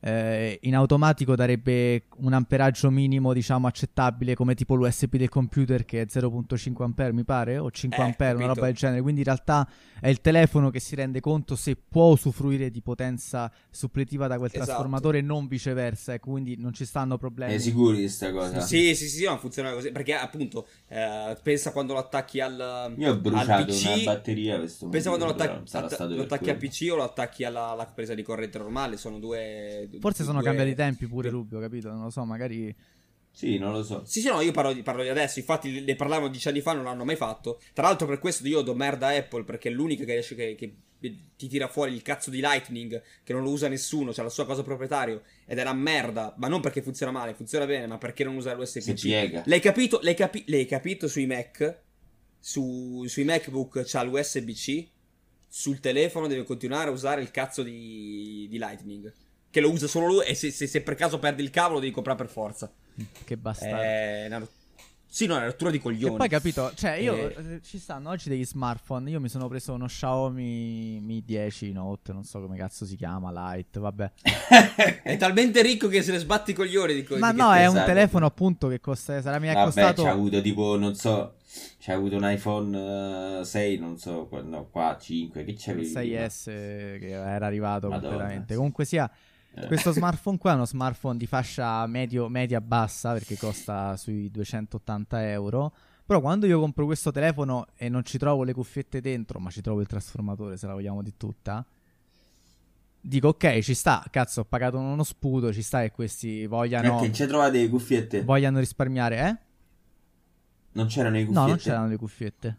eh, in automatico darebbe un amperaggio minimo, diciamo, accettabile, come tipo l'U S B del computer, che è zero virgola cinque ampere, mi pare, o cinque Eh, ampere, una capito. roba del genere. Quindi in realtà è il telefono che si rende conto se può usufruire di potenza suppletiva da quel Esatto. trasformatore e non viceversa, ecco, quindi non ci stanno problemi. È sicuri di sta cosa? Sì, sì, sì, no, funziona così. Perché appunto, eh, pensa quando lo attacchi al, Io ho al bruciato P C. una batteria questo Pensa quando lo motivo, attacchi, però sarà atta- stato lo per attacchi a quello. P C o lo attacchi alla, alla presa di corrente normale. Sono due. Forse due- sono due- cambiati i tempi pure, Rubio, capito? Non lo so, magari... Sì, non lo so. Sì, sì, no, io parlo di, parlo di adesso. Infatti, ne parlavano dieci anni fa, non l'hanno mai fatto. Tra l'altro, per questo io do merda a Apple, perché è l'unica che riesce che, che ti tira fuori il cazzo di Lightning, che non lo usa nessuno, c'ha la sua cosa proprietario, ed è una merda. Ma non perché funziona male, funziona bene, ma perché non usa l'U S B Si C. piega. L'hai capito? L'hai, capi- l'hai capito sui Mac? Su, sui MacBook c'ha l'U S B C. Sul telefono deve continuare a usare il cazzo di, di Lightning, che lo usa solo lui, e se, se, se per caso perdi il cavo lo devi comprare per forza. Che bastardo. È una... Sì, no, è una rottura di coglioni. E poi capito, cioè io Eh. eh, ci stanno oggi degli smartphone. Io mi sono preso uno Xiaomi Mi dieci Note, non so come cazzo si chiama, Lite, vabbè. È talmente ricco che se ne sbatti i coglioni di co- Ma di no, che- è un esatto. telefono appunto che costa, sarà mi è Vabbè, costato c'ha avuto tipo, non so, c'ha avuto un iPhone eh, sei, non so, qua- no, qua cinque, che il c'avevi? sei S che era arrivato Madonna, completamente. sì. Comunque sia, Eh. questo smartphone qua è uno smartphone di fascia medio, media bassa, perché costa sui duecentottanta euro. Però quando io compro questo telefono e non ci trovo le cuffiette dentro, ma ci trovo il trasformatore, se la vogliamo di tutta, dico ok, ci sta, cazzo, ho pagato uno sputo, ci sta che questi vogliano, Perché ci trovate le cuffiette? vogliano risparmiare, eh? Non c'erano le cuffiette? No, non c'erano le cuffiette.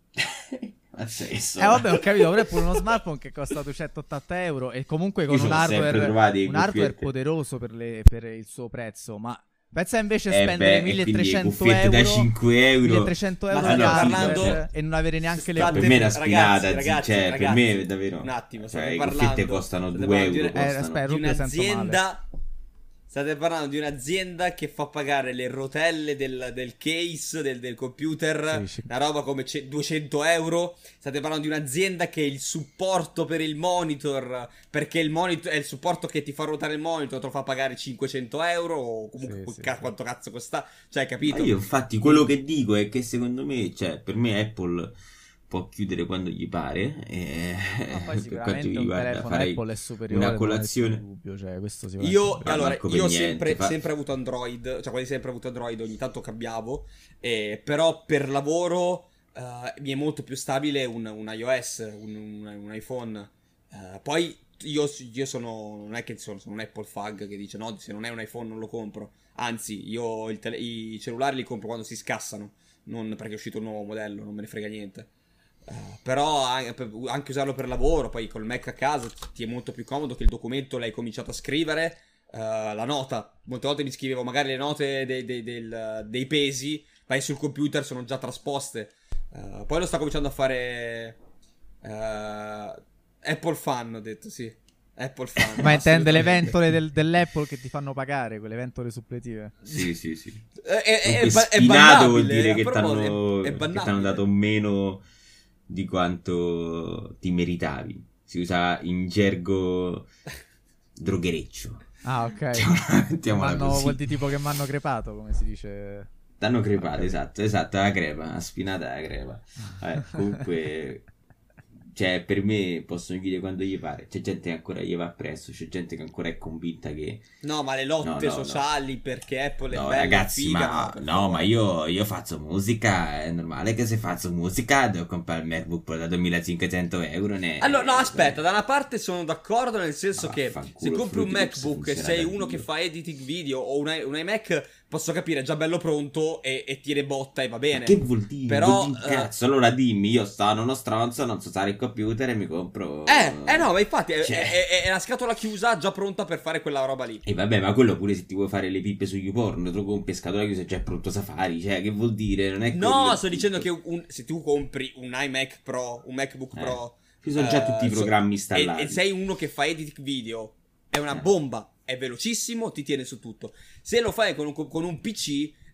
Ma senso. Eh vabbè, ho capito, però è pure uno smartphone che costa duecentottanta euro e comunque con Io un ci ho sempre hardware, trovato le un hardware cuffiette. poderoso per, le- per il suo prezzo, ma pensa invece a Eh spendere beh, e quindi le milletrecento cuffiette euro, da cinque euro. milletrecento Ma euro stiamo di hardware parlando- e non avere neanche le State- Per me è una Ragazzi, spinata, zi- ragazzi, cioè, per ragazzi, me è davvero. un attimo, state cioè, le parlando- cuffiette costano state due parlando euro. di- Eh, costano. aspetta, di Rubio senza un'azienda. State parlando di un'azienda che fa pagare le rotelle del, del case del, del computer, Sì, sì. una roba come ce- duecento euro. State parlando di un'azienda che il supporto per il monitor, perché il monitor è il supporto che ti fa ruotare il monitor, te lo fa pagare cinquecento euro o comunque Sì, sì, ca- sì. quanto cazzo costa, cioè Ma capito? io infatti quello che dico è che secondo me, cioè, per me Apple può chiudere quando gli pare. E Ma poi per quanto sicuramente mi un riguarda, telefono farei Apple è superiore, una colazione. non è dubbio, cioè, questo sicuramente Io, è vero. Ma allora, manco per io ho niente, sempre, fa- sempre avuto Android, cioè quasi sempre avuto Android, ogni tanto cambiavo, eh, però per lavoro eh, mi è molto più stabile un, un iOS, un, un- un iPhone. Eh, poi io, io sono, non è che sono, sono un Apple fag che dice no, se non è un iPhone non lo compro, anzi io il tele- i cellulari li compro quando si scassano, non perché è uscito un nuovo modello, non me ne frega niente. Uh, però an- per- anche usarlo per lavoro, poi col Mac a casa ti- ti è molto più comodo che il documento l'hai cominciato a scrivere, uh, la nota, molte volte mi scrivevo magari le note dei, dei- del- dei pesi, vai sul computer, sono già trasposte. Uh, poi lo sta cominciando a fare uh, Apple Fan, ho detto, sì, Apple Fan. Ma intende le assolutamente. ventole del- dell'Apple che ti fanno pagare, quelle ventole suppletive. Sì, sì, sì. È, è, è, Comunque ba- è spinato vuol bannabile, dire a che proposito, t'hanno è- è che t'hanno bannabile. dato meno di quanto ti meritavi. Si usa in gergo droghereccio. Ah, ok. Mettiamola- mettiamola M'hanno- così. vuol dire tipo che mi hanno crepato, come si dice. T'hanno crepato, Ok. esatto, esatto, la crepa, la spinata la crepa. Eh, comunque, cioè, per me possono chiudere quando gli pare. C'è gente che ancora gli va appresso, c'è gente che ancora è convinta che... No, ma le lotte No, no, sociali perché Apple è No, bella, ragazzi, figa, ma, per no, favore. ma io, io faccio musica, è normale che se faccio musica devo comprare il MacBook da duemilacinquecento euro. Ne... Allora, no, aspetta, da una parte sono d'accordo nel senso Ah, che vaffanculo, se compri un Fruity Loops MacBook e funziona sei da uno Dio. che fa editing video o un, i- un iMac, posso capire, è già bello pronto e, e tira botta e va bene. Ma che vuol dire? Però, Vuol dire eh, cazzo, allora dimmi, io sono uno stronzo, non so usare il computer e mi compro... Eh, eh no, ma infatti è, Cioè. è- è- è una scatola chiusa già pronta per fare quella roba lì. E vabbè, ma quello pure se ti vuoi fare le pippe su YouPorn, trovo un pescatore chiuso e già è pronto Safari, cioè che vuol dire? Non è No, quello sto il dicendo che punto. un- se tu compri un iMac Pro, un MacBook Eh, Pro... Ci sono già eh, tutti i so- programmi e, installati. e sei uno che fa editing video, è una Eh. bomba, è velocissimo, ti tiene su tutto. Se lo fai con un, con un P C,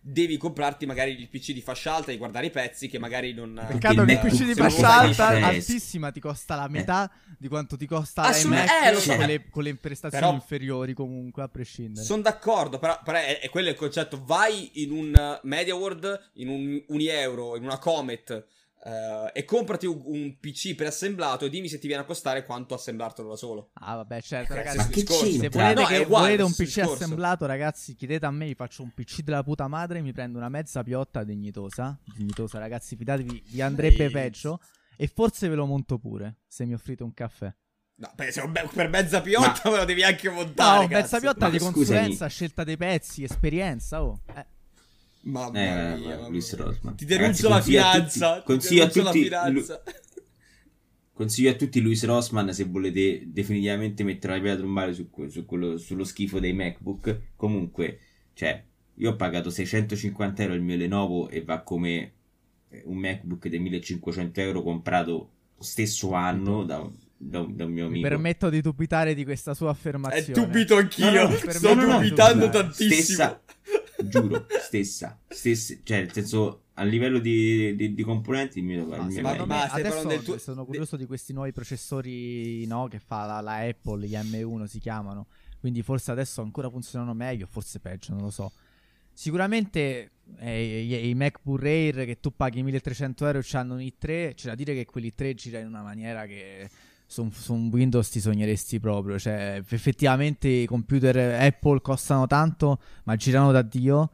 devi comprarti magari il P C di fascia alta e guardare i pezzi che magari non... Peccato che il P C di se non fascia lo alta sai- altissima ti costa la metà di quanto ti costa la Assolut- Mac eh, lo so. con, le, con le prestazioni Però- inferiori comunque, a prescindere. Sono d'accordo, però, però è, è quello il concetto. Vai in un uh, MediaWorld, in un Unieuro, in una Comet uh, e comprati un, un P C preassemblato e dimmi se ti viene a costare quanto assemblartelo da solo. Ah vabbè, certo, Eh, ragazzi, ma che discorso. se c'entra? volete, No, che è uguale volete un questo P C discorso. assemblato, ragazzi, chiedete a me, vi faccio un P C della puta madre, mi prendo una mezza piotta dignitosa. Dignitosa, ragazzi, fidatevi, vi andrebbe Ehi. peggio. E forse ve lo monto pure, se mi offrite un caffè. No, beh, se be- per mezza piotta Ma- me lo devi anche montare. No, mezza cazzo. piotta Ma di scusami. consulenza, scelta dei pezzi, esperienza, oh. Eh. Mamma Eh, mia, ma mamma Luis mia. Rosman. Ti denuncio Ragazzi, la consiglio a tutti- finanza. Ti consiglio a denuncio la tutti- finanza. Consiglio a tutti Luis Rossmann, se volete definitivamente mettere la pietra tombale su, su quello, sullo schifo dei MacBook. Comunque, cioè, io ho pagato seicentocinquanta euro il mio Lenovo e va come un MacBook dei millecinquecento euro comprato stesso anno da, da, un- da un mio Mi amico. permetto di dubitare di questa sua È affermazione. tubito anch'io. No, no, Sto no, no, no, dubitando no. tantissimo. Stessa, giuro, stessa, stessa, cioè nel senso a livello di, di, di componenti il mio, il No, mio secondo meglio. me, ma stai adesso parlando del tuo- sono curioso di questi nuovi processori, no, che fa la, la Apple, gli M uno si chiamano, quindi forse adesso ancora funzionano meglio, forse peggio, non lo so. Sicuramente eh, i, i MacBook Air che tu paghi milletrecento euro e hanno un i tre, c'è da dire che quelli tre gira in una maniera che su, su un Windows ti sogneresti proprio, cioè effettivamente i computer Apple costano tanto ma girano da Dio.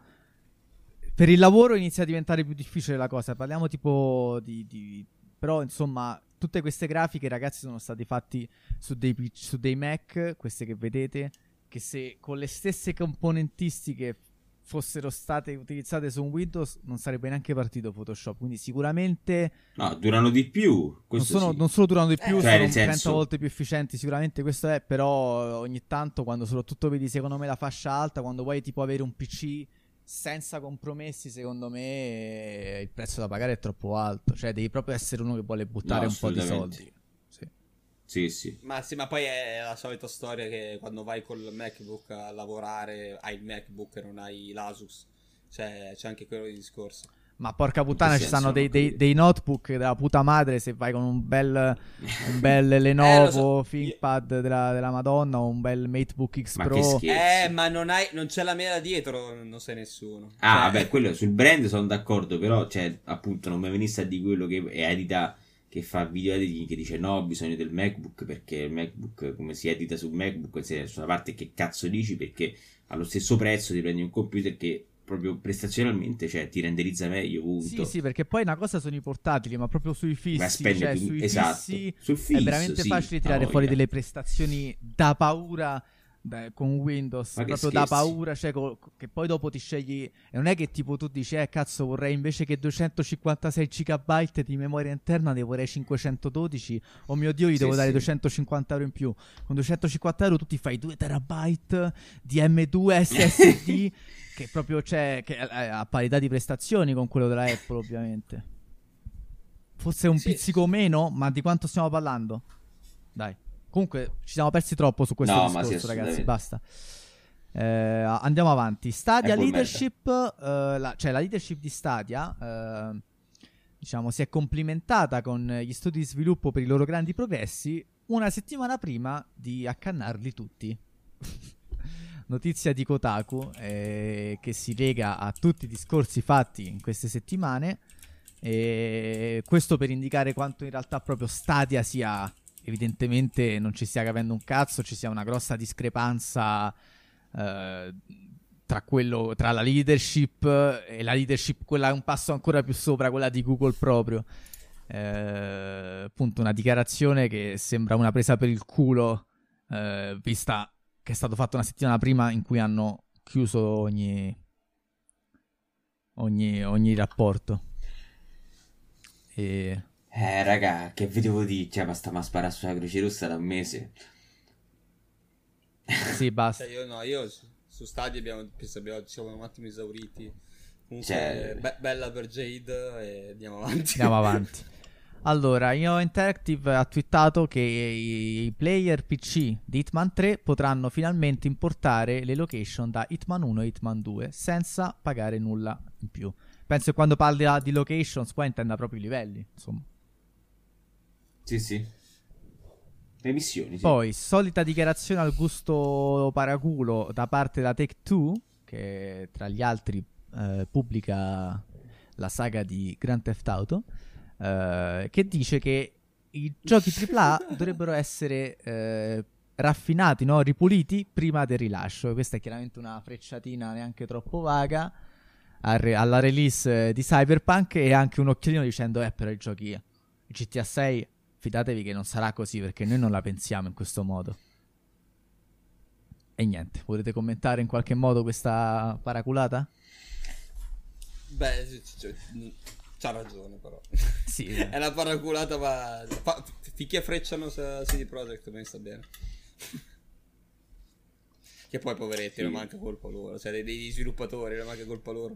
Per il lavoro inizia a diventare più difficile la cosa. Parliamo tipo di, di... Però insomma tutte queste grafiche, ragazzi, sono state fatte su dei, P- su dei Mac, queste che vedete, che se con le stesse componentistiche fossero state utilizzate su un Windows non sarebbe neanche partito Photoshop. Quindi sicuramente No, durano di più. non, Questo sono, sì. non solo durano di più, Eh, cioè, sono nel senso- trenta volte più efficienti. Sicuramente questo è, però ogni tanto quando soprattutto vedi secondo me la fascia alta, quando vuoi tipo avere un P C senza compromessi, secondo me il prezzo da pagare è troppo alto. Cioè devi proprio essere uno che vuole buttare No, un po' di assolutamente. soldi. Sì. Sì, sì. Ma sì, ma poi è la solita storia che quando vai col MacBook a lavorare hai il MacBook e non hai l'Asus. Cioè, c'è anche quello di discorso. Ma porca puttana, che ci senso? stanno dei, Non ho dei, capito. dei notebook della puta madre. Se vai con un bel, un bel Eh, Lenovo lo so. ThinkPad della, della Madonna o un bel MateBook X Ma che Pro. schifo. Eh, ma non hai, non c'è la mela dietro, non sei nessuno. Ah, Cioè, vabbè, quello sul brand sono d'accordo, però, cioè, appunto, non mi venisse a di quello che è edita, che fa video editing, che dice no, ho bisogno del MacBook, perché il MacBook, come si edita sul MacBook, se su una parte che cazzo dici, perché allo stesso prezzo ti prendi un computer che proprio prestazionalmente, cioè, ti renderizza meglio, punto. Sì, sì, perché poi una cosa sono i portatili, ma proprio sui fissi, Ma spende cioè più- sui esatto. fissi Sul è fisso, veramente sì, facile ha tirare voglia. fuori delle prestazioni da paura da- con Windows, Ma che proprio da scherzi. paura, cioè co- che poi dopo ti scegli, e non è che tipo tu dici eh cazzo vorrei invece che duecentocinquantasei giga di memoria interna ne vorrei cinquecentododici, oh mio Dio gli Sì, devo dare sì. duecentocinquanta euro in più. Con duecentocinquanta euro tu ti fai due terabyte di M due S S D che proprio c'è, che è a parità di prestazioni con quello della Apple ovviamente. Forse un Sì. pizzico meno, ma di quanto stiamo parlando? Dai. Comunque ci siamo persi troppo su questo No, ma discorso, sì, ragazzi, assolutamente. basta. Eh, andiamo avanti. Stadia Apple Leadership, eh, la, cioè la leadership di Stadia, eh, diciamo, si è complimentata con gli studi di sviluppo per i loro grandi progressi una settimana prima di accannarli tutti. Notizia di Kotaku eh, che si lega a tutti i discorsi fatti in queste settimane. E questo per indicare quanto in realtà proprio Stadia sia, evidentemente non ci stia capendo un cazzo, ci sia una grossa discrepanza eh, tra quello, tra la leadership e la leadership, quella un passo ancora più sopra, quella di Google proprio. Eh, appunto una dichiarazione che sembra una presa per il culo, eh, vista che è stato fatto una settimana prima in cui hanno chiuso ogni ogni, ogni rapporto. E Eh, raga, che vi devo dire? Cioè, ma stiamo a sparare sulla Croce Rossa da un mese. sì, basta. Cioè, io no, io su, su Stadia abbiamo, penso abbiamo, ci siamo un attimo esauriti. Comunque, Cioè- be- bella per Jade e andiamo avanti. Andiamo avanti. Allora, IO Interactive ha twittato che i player P C di Hitman tre potranno finalmente importare le location da Hitman uno e Hitman due senza pagare nulla in più. Penso che quando parla di locations poi intenda proprio i livelli, insomma. Sì, sì. Le missioni, sì. Poi, solita dichiarazione al gusto paraculo da parte da Take-Two, che tra gli altri eh, pubblica la saga di Grand Theft Auto, eh, che dice che i giochi tripla A dovrebbero essere eh, raffinati, no? Ripuliti prima del rilascio. Questa è chiaramente una frecciatina neanche troppo vaga al re- alla release di Cyberpunk, e anche un occhiolino dicendo eh però i giochi G T A sei fidatevi che non sarà così, perché noi non la pensiamo in questo modo. E niente, volete commentare in qualche modo questa paraculata? Beh, c- c- c'ha ragione però. Sì. È una paraculata, ma fa- finché frecciano su C D Projekt mi sta bene. Che poi poveretti, sì. Non manca colpa loro, cioè dei, degli sviluppatori, non manca colpa loro.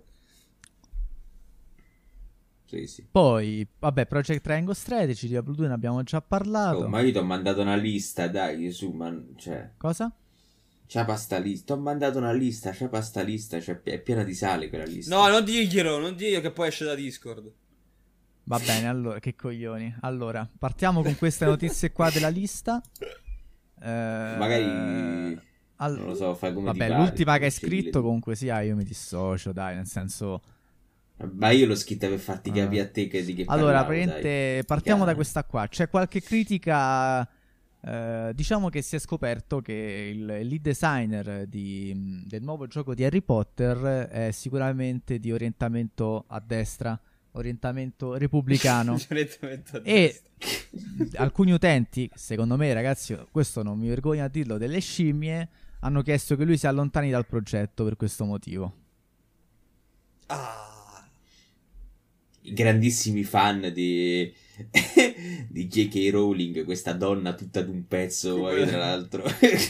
Sì, sì. Poi, vabbè, Project Triangle Strategy, Diablo due ne abbiamo già parlato. Oh, ma io ti ho mandato una lista, dai, su, man, cioè... Cosa? C'ha pasta lista, ti ho mandato una lista, c'ha pasta lista, cioè è piena di sale quella lista. No, non diglielo, non diglielo che poi esce da Discord. Va bene, allora, che coglioni. Allora, partiamo con queste notizie qua della lista. Eh, Magari... All... non lo so, fai come vabbè, ti pare. L'ultima che hai scritto comunque sia, io mi dissocio, dai, nel senso... Ma io l'ho scritta per farti capire a te che di che allora, parlavo, praticamente partiamo da questa qua. C'è qualche critica, eh, diciamo che si è scoperto che il lead designer di, del nuovo gioco di Harry Potter è sicuramente di orientamento a destra, orientamento repubblicano. orientamento a e alcuni utenti, secondo me, ragazzi, questo non mi vergogno a dirlo, delle scimmie, hanno chiesto che lui si allontani dal progetto per questo motivo. Ah, i grandissimi fan di di J K Rowling, questa donna tutta d'un pezzo, poi, tra l'altro.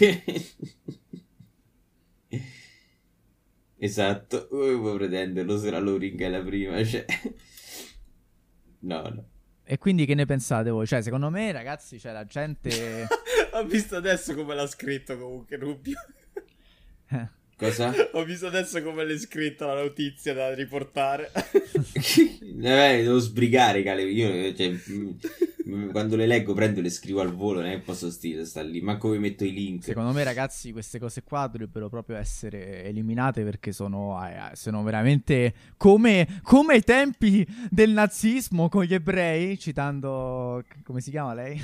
Esatto, come può pretenderlo se la Rowling è la prima, cioè... no, no. E quindi che ne pensate voi? Cioè, secondo me, ragazzi, cioè, la gente... Ho visto adesso come l'ha scritto comunque Rubio. Eh. Cosa? Ho visto adesso come l'hai scritta la notizia da riportare. Eh, devo sbrigare, Cale. Io, cioè, m- quando le leggo prendo e le scrivo al volo, non è posso stare, sta lì. Manco vi metto i link. Secondo me, ragazzi, queste cose qua dovrebbero proprio essere eliminate, perché sono, eh, sono veramente come, come ai tempi del nazismo con gli ebrei, citando... come si chiama lei?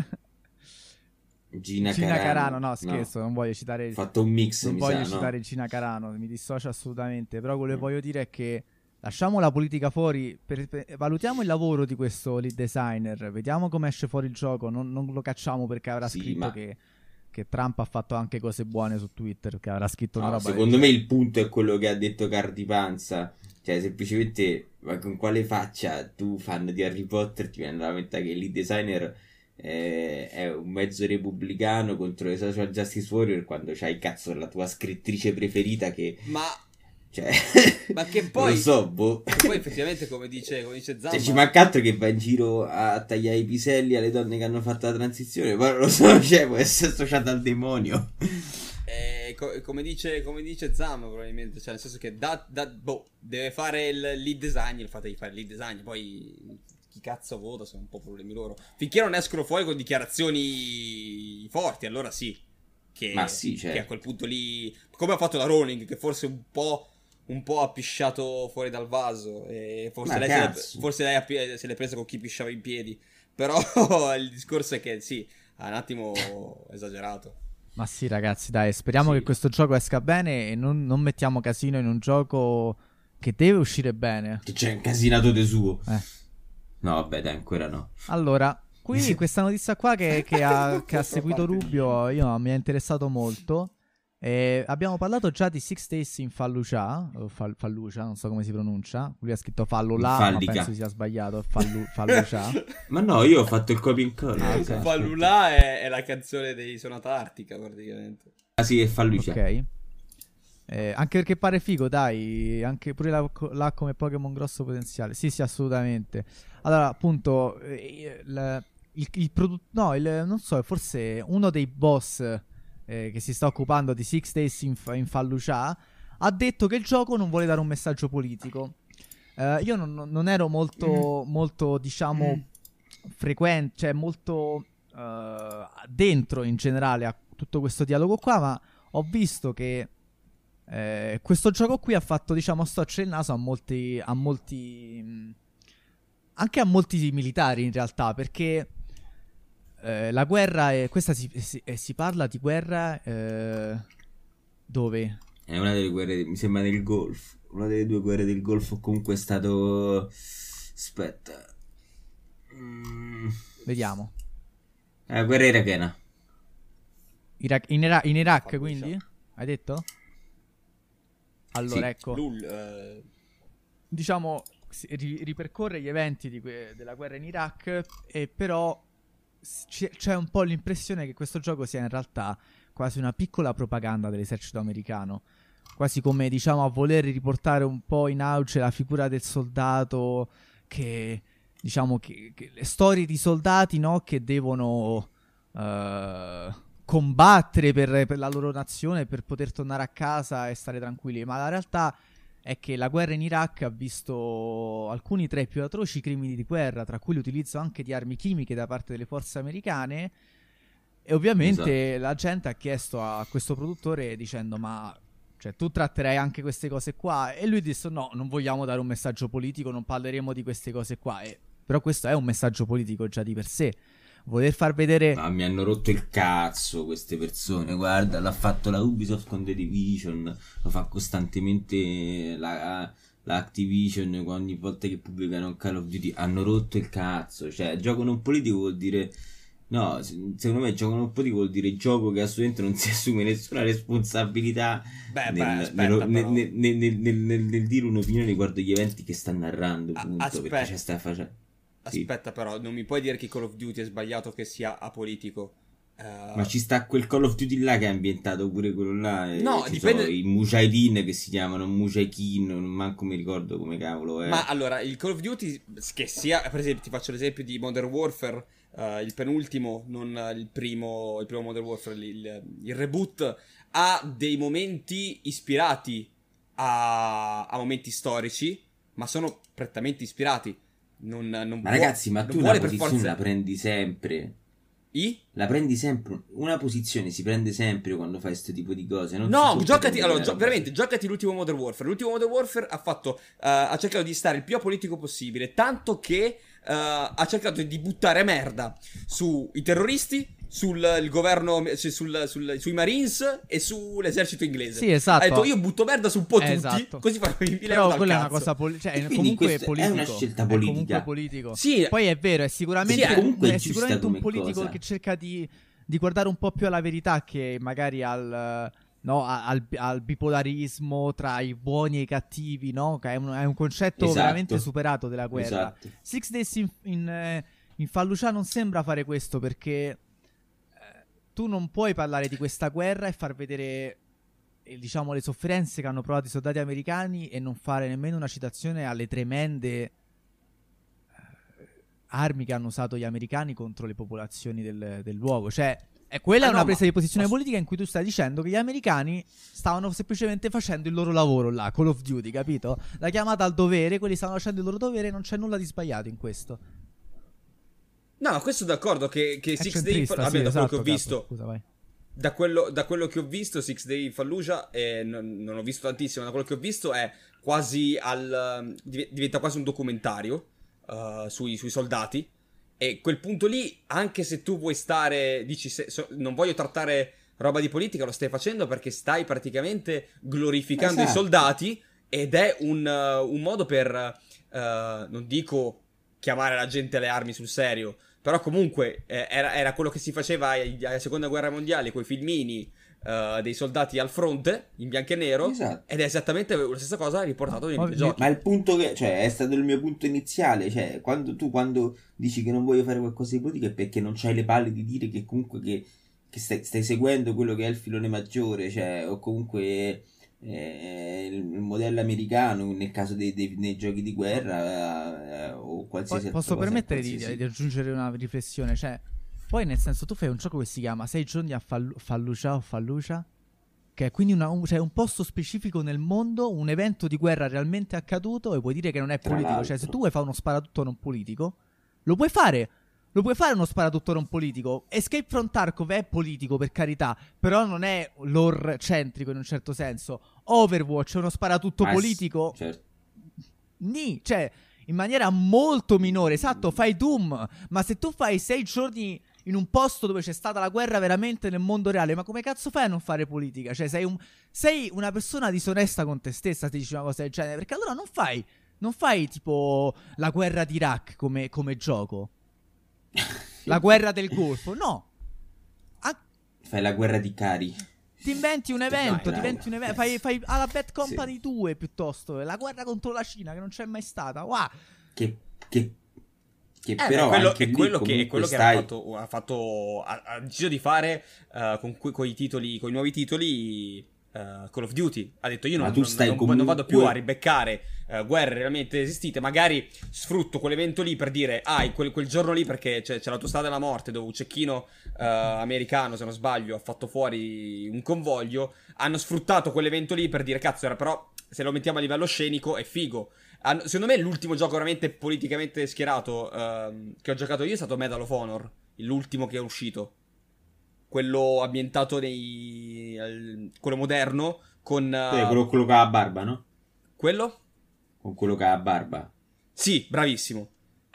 Gina, Gina Carano. Carano, no scherzo, no. Non voglio citare. Ho fatto un mix, non mi voglio sa, citare no? Gina Carano, mi dissocio assolutamente. Però quello che Mm. voglio dire è che lasciamo la politica fuori, per, per, valutiamo il lavoro di questo lead designer, vediamo come esce fuori il gioco. Non, non lo cacciamo perché avrà Sì, scritto ma... che, che Trump ha fatto anche cose buone su Twitter, che avrà scritto una no, roba. secondo me il punto è quello che ha detto Cardi Panza. Cioè, semplicemente, ma con quale faccia tu, fan di Harry Potter, ti viene alla mente che il lead designer eh, è un mezzo repubblicano contro le social justice warrior, quando c'hai cazzo la tua scrittrice preferita che... Ma... cioè... ma che poi... non lo so, boh. Che poi effettivamente, come dice, come dice Zamma... Cioè, ci manca altro che va in giro a tagliare i piselli alle donne che hanno fatto la transizione, ma non lo so, cioè, può essere associata al demonio. Eh, co- come dice come dice Zamma probabilmente, cioè nel senso che da, da, boh, deve fare il lead design, il fatto di fare il lead design, poi chi cazzo vota sono un po' problemi loro. Finché non escono fuori con dichiarazioni forti, allora sì. Che, Ma sì, cioè... che a quel punto lì, come ha fatto la Rowling, che forse un po'... un po' ha pisciato fuori dal vaso, e forse lei, se l'è, forse lei ha, se l'è presa con chi pisciava in piedi. Però il discorso è che sì, ha un attimo esagerato. Ma sì, ragazzi, dai, speriamo sì. che questo gioco esca bene e non, non mettiamo casino in un gioco che deve uscire bene. Che c'è incasinato de suo. Eh. No, vabbè, dai, ancora no. Allora, qui questa notizia qua che, che, ha, che ha seguito Rubio, io mi ha interessato molto. Eh, abbiamo parlato già di Six Days in Fallujah, o Fall- Fallujah, non so come si pronuncia. Lui ha scritto Fallujah, ma penso sia sbagliato. Fallu- Fallujah. Ma no, io ho fatto il copy and color. Ah, okay. Fallujah è, è la canzone dei Sonata Artica, praticamente. Ah sì, è Fallujah. Ok. Eh, anche perché pare figo, dai. Anche pure là, là come Pokémon grosso potenziale. Sì, sì, assolutamente. Allora, appunto, eh, il, il, il produ- no, il, non so, forse uno dei boss eh, che si sta occupando di Six Days in, in Fallujah ha detto che il gioco non vuole dare un messaggio politico. Uh, io non, non ero molto, molto diciamo, frequente, cioè molto uh, dentro in generale a tutto questo dialogo qua, ma ho visto che eh, questo gioco qui ha fatto, diciamo, storcere il naso a molti, a molti, mh, anche a molti militari in realtà, perché eh, la guerra è, questa si, si, eh, si parla di guerra eh, dove? È una delle guerre, mi sembra del Golfo. Una delle due guerre del Golfo comunque è stato... Aspetta. Mm. Vediamo. La guerra irachena. Iraq, in, Ira- in Iraq, quindi? Hai detto? Allora, Sì. ecco. Lul, eh... Diciamo, si- ri- ripercorre gli eventi di que- della guerra in Iraq, e però s- c'è c'è un po' l'impressione che questo gioco sia in realtà quasi una piccola propaganda dell'esercito americano. Quasi come, diciamo, a voler riportare un po' in auge la figura del soldato che, diciamo, che, che le storie di soldati, no, che devono eh, combattere per, per la loro nazione, per poter tornare a casa e stare tranquilli. Ma la realtà è che la guerra in Iraq ha visto alcuni tra i più atroci crimini di guerra, tra cui l'utilizzo anche di armi chimiche da parte delle forze americane. E ovviamente Esatto. la gente ha chiesto a questo produttore dicendo: ma cioè, tu tratterai anche queste cose qua? E lui disse: no, non vogliamo dare un messaggio politico, non parleremo di queste cose qua. E, però questo è un messaggio politico già di per sé. Voler far vedere... Ma mi hanno rotto il cazzo queste persone. Guarda, l'ha fatto la Ubisoft con The Division, lo fa costantemente la, la Activision ogni volta che pubblicano un Call of Duty. Hanno rotto il cazzo. Cioè, gioco non politico vuol dire... No, secondo me gioco non politico vuol dire gioco che assolutamente non si assume nessuna responsabilità Beh, nel, beh, aspetta, nello- però. nel, nel- nel- nel- nel- nel- nel dire un'opinione riguardo gli eventi che sta narrando, A- punto, aspetta. perché c'è sta facendo... Sì. Aspetta, però, non mi puoi dire che Call of Duty è sbagliato che sia apolitico. Eh, Ma ci sta quel Call of Duty là che ha ambientato pure quello là. e No, ci dipende- sono i Mujahideen che si chiamano Mujahideen, non manco mi ricordo come cavolo è. Ma allora, il Call of Duty, che sia, per esempio, ti faccio l'esempio di Modern Warfare, eh, il penultimo, non il primo, il primo Modern Warfare, il, il reboot, ha dei momenti ispirati a, a momenti storici, ma sono prettamente ispirati. Non, non Ma vuo- ragazzi, ma non tu una vuole per posizione forza- la prendi sempre. I? La prendi sempre. Una posizione si prende sempre quando fai questo tipo di cose. Non si No, può giocati, pretendere allora, una gio- roba. veramente, giocati l'ultimo Modern Warfare. L'ultimo Modern Warfare ha fatto, eh, ha cercato di stare il più apolitico possibile, tanto che eh, ha cercato di buttare merda sui terroristi, sul il governo, cioè sul, sul- sui Marines e sull'esercito inglese. Sì, esatto. Ha detto, io butto merda su un po' tutti, Esatto. così farò il Però dal quella è una cazzo. cosa poli- cioè, E è quindi comunque questa è politico. una scelta È politica. comunque politico. Sì, Poi è vero, è sicuramente, Sì, è comunque è giusta sicuramente un come politico cosa. che cerca di, di guardare un po' più alla verità che magari al, no, a- al, al bipolarismo tra i buoni e i cattivi, no? Che è un, è un concetto Esatto. veramente superato della guerra. Esatto. Six Days in, in, eh, in Fallujah non sembra fare questo, perché eh, tu non puoi parlare di questa guerra e far vedere eh, diciamo le sofferenze che hanno provato i soldati americani e non fare nemmeno una citazione alle tremende eh, armi che hanno usato gli americani contro le popolazioni del, del luogo. Cioè, è quella Ah, è una no, presa ma- di posizione ma- politica in cui tu stai dicendo che gli americani stavano semplicemente facendo il loro lavoro là, Call of Duty, capito? La chiamata al dovere, quelli stavano facendo il loro dovere, non c'è nulla di sbagliato in questo. no, ma questo d'accordo che, che Six Day, Accentrista, vabbè, sì, da quello esatto, che ho capo. visto, Scusa, vai. da quello, da quello che ho visto, Six Day Fallujah, e non, non ho visto tantissimo, da quello che ho visto è quasi al... div- diventa quasi un documentario uh, sui, sui soldati, e quel punto lì, anche se tu vuoi stare, dici, se, so- non voglio trattare roba di politica, lo stai facendo perché stai praticamente glorificando Esatto. i soldati, ed è un, uh, un modo per, uh, non dico chiamare la gente alle armi sul serio, però comunque eh, era, era quello che si faceva ai- alla seconda guerra mondiale, quei filmini eh, dei soldati al fronte in bianco e nero, Esatto. ed è esattamente la stessa cosa riportato nei Ma- videogiochi. Ma il punto che, cioè, è stato il mio punto iniziale, cioè, quando tu quando dici che non voglio fare qualcosa di politico è perché non c'hai le palle di dire che comunque che, che stai, stai seguendo quello che è il filone maggiore, cioè, o comunque eh, il modello americano nel caso dei, dei, dei giochi di guerra eh, o qualsiasi Posso altra cosa, permettere qualsiasi... di, di aggiungere una riflessione? Cioè, poi nel senso, tu fai un gioco che si chiama Sei giorni a Fallu- Fallujah o Fallujah, che è quindi una, un, cioè un posto specifico nel mondo, un evento di guerra realmente accaduto, e puoi dire che non è Tra politico. l'altro. Cioè, se tu vuoi fare uno sparatutto non politico, lo puoi fare. Lo puoi fare uno sparatutto non politico. Escape from Tarkov è politico, per carità, però non è lore centrico in un certo senso. Overwatch è uno sparatutto Ma politico. s- certo. Nì, cioè, in maniera molto minore. Esatto, fai Doom, ma se tu fai sei giorni in un posto dove c'è stata la guerra veramente nel mondo reale, ma come cazzo fai a non fare politica? Cioè, sei, un, sei una persona disonesta con te stessa, ti dici una cosa del genere, perché allora non fai, non fai tipo la guerra d'Iraq come, come gioco. La guerra del Golfo, no. Ah, Fai la guerra di Cari. ti inventi un evento, Dai, ti dai. inventi un evento, fai, fai alla Bad Company Sì. due piuttosto, la guerra contro la Cina che non c'è mai stata. Wow. Che, che, che Eh, però è quello, anche è lì quello che, è comunque quello che stai... ha fatto, ha, fatto ha, ha deciso di fare uh, con, cui- con i titoli, con i nuovi titoli uh, Call of Duty. Ha detto io Ma non, tu non- stai non- comunque- non vado più a ribeccare uh, guerre realmente esistite. Magari sfrutto quell'evento lì per dire ah, in quel, quel giorno lì perché c'è, c'è l'autostrada della morte dove un cecchino uh, americano, se non sbaglio, ha fatto fuori un convoglio. Hanno sfruttato quell'evento lì per dire cazzo, era però se lo mettiamo a livello scenico è figo. Hanno- secondo me l'ultimo gioco veramente politicamente schierato ehm, che ho giocato io è stato Medal of Honor, l'ultimo che è uscito. Quello ambientato nei... al- quello moderno con... eh, Eh, quello, quello che ha la barba, no? quello? Con quello che ha la barba. Sì, bravissimo.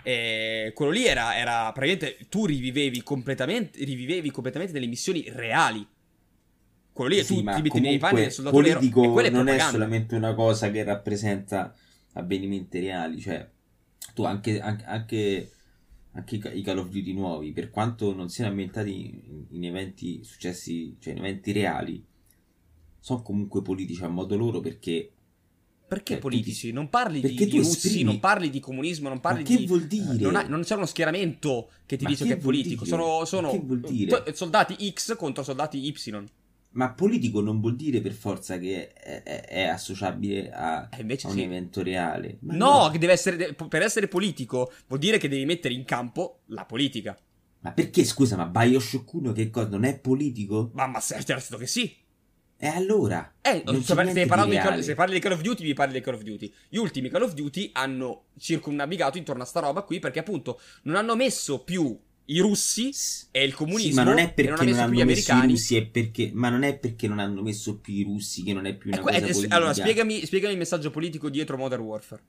E quello lì era, era praticamente tu rivivevi completamente, rivivevi completamente delle missioni reali. Quello lì Sì, tu ma ti mettevi nei panni comunque del soldato nero politico e quella è non è propaganda. solamente una cosa che rappresenta avvenimenti reali, cioè tu anche, anche, anche, anche i ca- i Call of Duty nuovi, per quanto non siano ambientati in, in eventi successi, cioè in eventi reali, sono comunque politici a modo loro perché Perché eh, tu politici? ti- Non parli perché di, tu di russi, esprimi- non parli di comunismo, non parli Ma che di... vuol dire? Non, ha- non c'è uno schieramento che ti Ma dice che che è vuol politico. dire? Sono, Ma sono che vuol dire? to- soldati X contro soldati Y. Ma politico non vuol dire per forza che è, è- è associabile a, E invece a un sì. evento reale. Ma No, che deve essere... de- per essere politico vuol dire che devi mettere in campo la politica. Ma perché, scusa, ma Bioshock uno che cosa? Non è politico? Ma, ma se ti ho detto che sì. E allora? Eh, Non se, c'è par- niente se di parlando di Call- reale. se parli di Call of Duty, mi parli di Call of Duty. Gli ultimi Call of Duty hanno circumnavigato intorno a sta roba qui perché appunto non hanno messo più i russi e il comunismo, Sì, ma non è e perché non non, hanno messo più hanno gli messo i americani. russi, è perché, ma non è perché non hanno messo più i russi, che non è più una Eh, que- cosa eh, politica. allora, spiegami, spiegami il messaggio politico dietro Modern Warfare.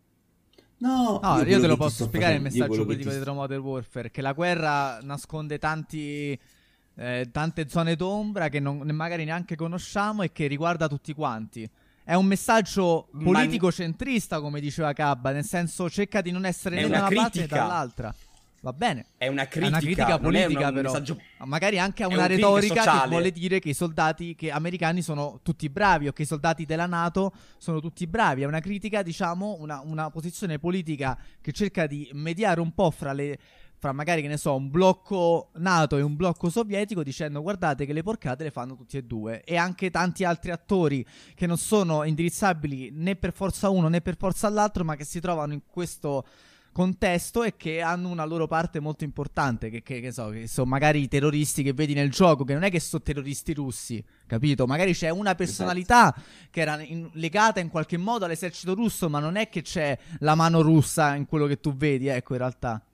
No, No, io, quello te lo che ti posso sto spiegare il facendo- io messaggio quello che politico ti dietro Modern Warfare, che la guerra nasconde tanti, eh, tante zone d'ombra che non, magari neanche conosciamo e che riguarda tutti quanti. È un messaggio Ma- politico centrista, come diceva Cabba, nel senso cerca di non essere È né una da una parte né critica. dall'altra. Va bene. È una È critica, una critica non è politica, un però. messaggio... Magari anche a è una un critica retorica che sociale. vuole dire che i soldati che americani sono tutti bravi o che i soldati della NATO sono tutti bravi. È una critica, diciamo, una, una posizione politica che cerca di mediare un po' fra le... fra magari, che ne so, un blocco NATO e un blocco sovietico, dicendo guardate che le porcate le fanno tutti e due. E anche tanti altri attori che non sono indirizzabili né per forza uno né per forza l'altro, ma che si trovano in questo contesto e che hanno una loro parte molto importante, che, che, che so, che sono magari i terroristi che vedi nel gioco, che non è che sono terroristi russi, capito? Magari c'è una personalità che era in- legata in qualche modo all'esercito russo, ma non è che c'è la mano russa in quello che tu vedi, ecco, in realtà.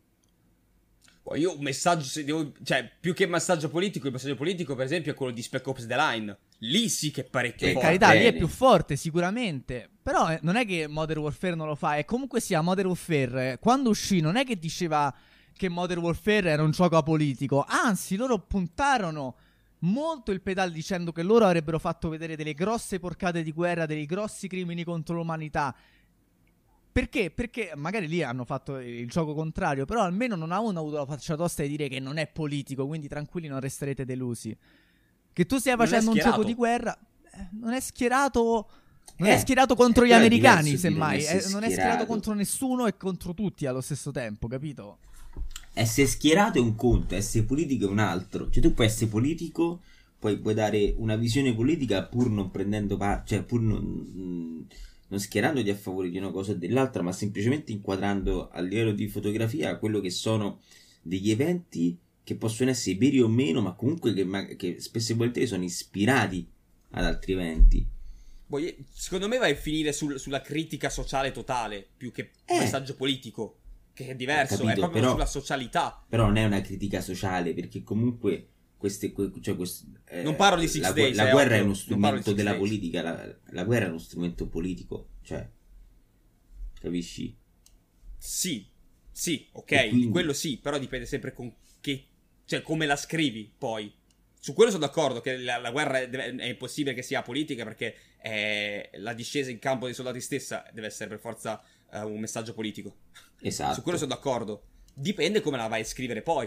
Poi io un messaggio, se devo, cioè, più che messaggio politico, il messaggio politico, per esempio, è quello di Spec Ops The Line. Lì sì che è parecchio Eh, Per forte. carità, lì è bene. più forte sicuramente. Però eh, non è che Modern Warfare non lo fa. E comunque sia Modern Warfare, eh, quando uscì non è che diceva che Modern Warfare era un gioco apolitico. Anzi, loro puntarono molto il pedale dicendo che loro avrebbero fatto vedere delle grosse porcate di guerra, dei grossi crimini contro l'umanità. Perché? Perché magari lì hanno fatto il gioco contrario, però almeno non avevano avuto la faccia tosta di dire che non è politico, quindi tranquilli, non resterete delusi. Che tu stia Non è facendo un schierato. gioco di guerra, eh, non è schierato. Non Eh, è schierato contro eh, gli però è americani, diverso di non semmai. essere Eh, non è schierato schierato. contro nessuno e contro tutti allo stesso tempo, capito? Essere schierato è un conto, essere politico è un altro. Cioè tu puoi essere politico puoi, puoi dare una visione politica pur non prendendo parte, cioè pur non, non schierandoti a favore di una cosa o dell'altra, ma semplicemente inquadrando a livello di fotografia quello che sono degli eventi che possono essere veri o meno, ma comunque che, ma, che spesso e volentieri sono ispirati ad altri eventi. Secondo me vai a finire sul, sulla critica sociale totale più che Eh. messaggio politico, che è diverso, Capito, è proprio però- sulla socialità. Però non è una critica sociale, perché comunque queste, que- cioè quest- eh, Non parlo di Six la, Days, la eh, guerra è occhio, uno non parlo di strumento Six della Days. politica, la, la guerra è uno strumento politico, cioè, capisci? Sì, sì, ok, E quindi- quello sì, però dipende sempre con che, cioè come la scrivi poi. Su quello sono d'accordo che la, la guerra è, deve- è impossibile che sia politica, perché è, la discesa in campo dei soldati stessa deve essere per forza eh, un messaggio politico. Esatto. Su quello sono d'accordo. Dipende come la vai a scrivere poi.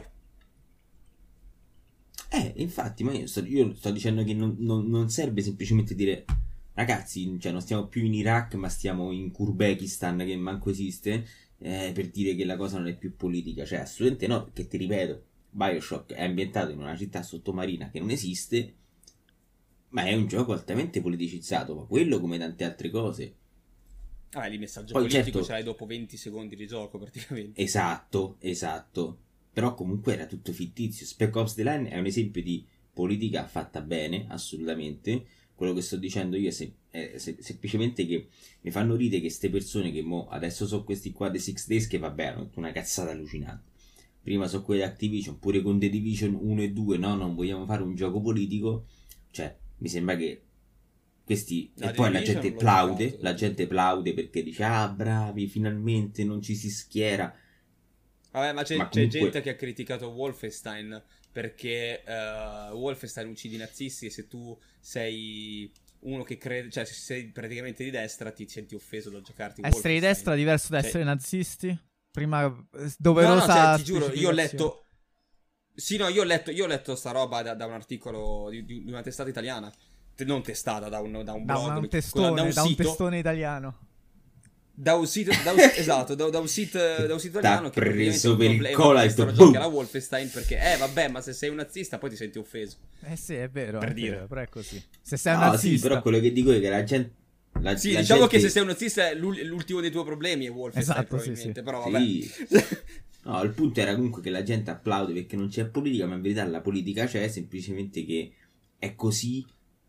Eh, infatti, ma io sto, io sto dicendo che non, non- non serve semplicemente dire ragazzi, cioè non stiamo più in Iraq ma stiamo in Kurdistan che manco esiste, eh, per dire che la cosa non è più politica, cioè assolutamente no, perché ti ripeto, BioShock è ambientato in una città sottomarina che non esiste, ma è un gioco altamente politicizzato, ma quello come tante altre cose. Ah, il messaggio Poi, politico certo- ce l'hai dopo venti secondi di gioco praticamente. Esatto, esatto. Però comunque era tutto fittizio. Spec Ops The Line è un esempio di politica fatta bene, assolutamente. Quello che sto dicendo io è, se- è se- semplicemente che mi fanno ridere che queste persone che mo adesso so questi qua dei Six Days che vabbè hanno una cazzata allucinante. Prima so quelli di Activision, pure con The Division uno e due, no, non vogliamo fare un gioco politico. Cioè, mi sembra che questi No, e The poi la Division gente non l'ho plaude, giocato. la gente plaude perché dice "Ah, bravi, finalmente non ci si schiera". Vabbè, ma c'è, Ma c'è comunque- gente che ha criticato Wolfenstein perché eh, Wolfenstein uccide i nazisti e se tu sei uno che crede, cioè se sei praticamente di destra ti senti offeso da giocarti Essere di Wolfenstein. destra è diverso da Cioè- essere nazisti? Prima eh, No, doverosa no, cioè, ti giuro, io ho specificazione. letto. Sì, no, io ho letto, io ho letto sta roba da, da un articolo di, di una testata italiana. Te- non testata, da un, da un Da blog. un mi- testone, da un da un sito. testone italiano. Da un sito, da un, esatto, da, da un sito, da un sito T'ha italiano che praticamente preso è un per il problema collo e ha questo detto, giochi "Boom!" alla Wolfenstein perché, eh vabbè, ma se sei un nazista poi ti senti offeso. Eh sì, è vero, Per è dire. vero, però è così. Se sei un No, sì, nazista, però quello che dico è che la gente la, Sì, la diciamo gente- che se sei un nazista è l'ul- l'ultimo dei tuoi problemi è Wolfenstein Esatto, sì, probabilmente, sì. però vabbè. Sì. No, il punto era comunque che la gente applaude perché non c'è politica, ma in verità la politica c'è, semplicemente che è così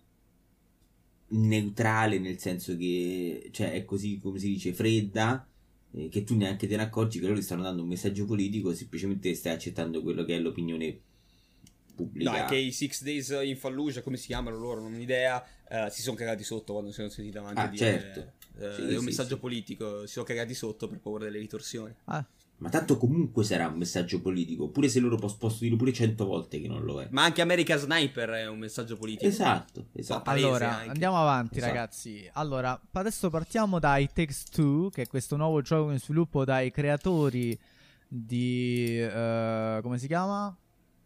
neutrale, nel senso che cioè è così, come si dice, fredda, eh, che tu neanche te ne accorgi che loro ti stanno dando un messaggio politico, semplicemente stai accettando quello che è l'opinione pubblica. No, è che i Six Days in Fallujah, come si chiamano loro, non ho un'idea, eh, si sono cagati sotto quando si sono sentiti davanti Ah, a dire certo. eh, Sì, è un sì, messaggio sì. politico, si sono cagati sotto per paura delle ritorsioni. ah, Ma tanto comunque sarà un messaggio politico, pure se loro pos- posso dire pure cento volte che non lo è. Ma anche American Sniper è un messaggio politico. Esatto, esatto. palese allora, anche. andiamo avanti, Esatto. ragazzi. Allora, adesso partiamo da It Takes Two, che è questo nuovo gioco in sviluppo dai creatori di eh, come si chiama?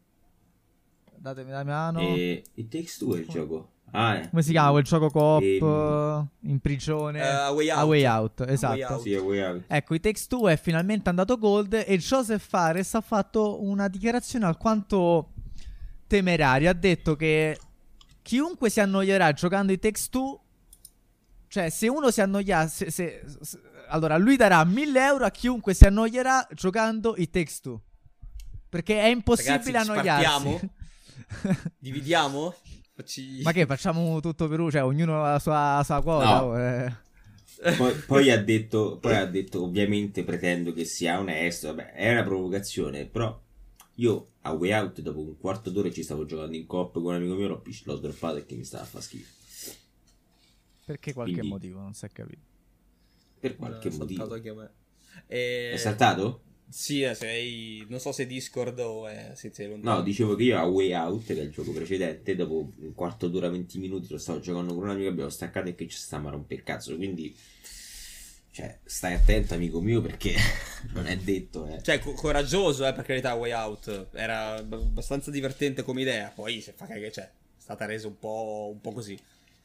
Datemi la mano. E It Takes Two è il gioco. Ah, eh. Come si chiama quel gioco co-op Ehm, eh, in prigione? Eh, A Way A Out. Way Out, A Way esatto. Out. Sì, è Way Out. Ecco, It Takes Two è finalmente andato gold e Joseph Fares ha fatto una dichiarazione alquanto temeraria. Ha detto che chiunque si annoierà giocando It Takes Two, cioè se uno si annoia, se, se- se- allora lui darà mille euro a chiunque si annoierà giocando It Takes Two, perché è impossibile Ragazzi, ci annoiarsi. Dividiamo? Ci- Ma che facciamo tutto per uno, cioè ognuno ha la sua, la sua quota. No. oh, eh. Poi, poi ha detto, poi ha detto, ovviamente pretendo che sia onesto, vabbè, è una provocazione, però io a Way Out dopo un quarto d'ora ci stavo giocando in coop con un amico mio, l'ho, l'ho droppato perché mi stava a far schifo. Perché qualche Quindi- motivo, non si è capito. Per qualche È saltato motivo. anche a me. E... È saltato? Sì, eh, sei... non so se Discord o è... se sei lontano. No, dicevo che io a Way Out, che è il gioco precedente, dopo un quarto d'ora, venti minuti, lo stavo giocando con un amico, abbiamo staccato e che ci stiamo a rompere il cazzo, quindi cioè stai attento amico mio perché non è detto, eh. Cioè, co- coraggioso, eh, per carità, Way Out. Era b- abbastanza divertente come idea. Poi, se fa che c'è, è stata resa un po', un po' così.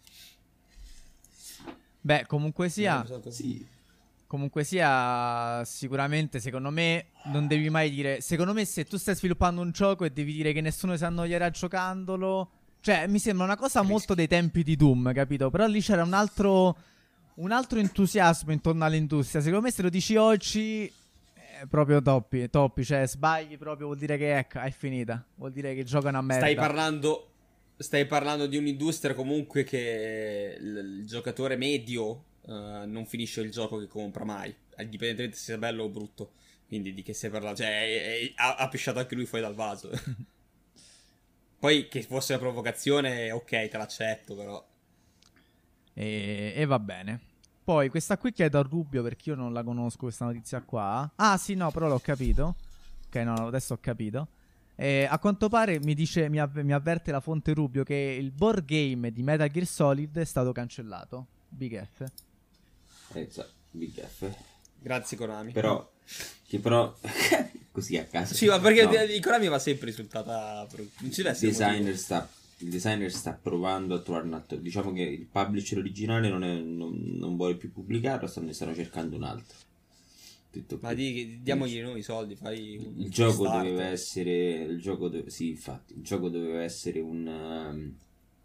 Beh, comunque sia, Sì. comunque sia, sicuramente, secondo me, non devi mai dire. Secondo me, se tu stai sviluppando un gioco e devi dire che nessuno si annoierà giocandolo, Cioè, mi sembra una cosa molto dei tempi di Doom, capito? Però lì c'era un altro un altro entusiasmo intorno all'industria. Secondo me se lo dici oggi è proprio toppi, toppi, cioè sbagli proprio, vuol dire che ecco, è finita. Vuol dire che giocano a merda. Stai parlando Stai parlando di un'industria comunque che il, il giocatore medio uh, non finisce il gioco che compra mai, indipendentemente se sia bello o brutto. Quindi di che stai parlando? Cioè, è, è, ha, ha pisciato anche lui fuori dal vaso. Poi che fosse una provocazione, ok, te l'accetto, però. E, e va bene. Poi questa qui chiedo a Rubio, perché io non la conosco questa notizia qua. Ah sì, no, però l'ho capito. Ok, no, adesso ho capito. E a quanto pare mi dice, mi, av- mi avverte la fonte Rubio che il board game di Metal Gear Solid è stato cancellato. Big F. Esatto, Big F. Grazie Konami. Però, che però, così a caso. Sì, ma perché no. di Konami va sempre risultata. Non ci deve essere il designer sta, il designer sta provando a trovare un altro. Diciamo che il publisher originale non, è, non, non vuole più pubblicarlo, stanno, ne stanno cercando un altro. Tutto ma di, diamogli noi i soldi, fai un il gioco start. doveva essere il gioco dove, sì infatti il gioco doveva essere un um,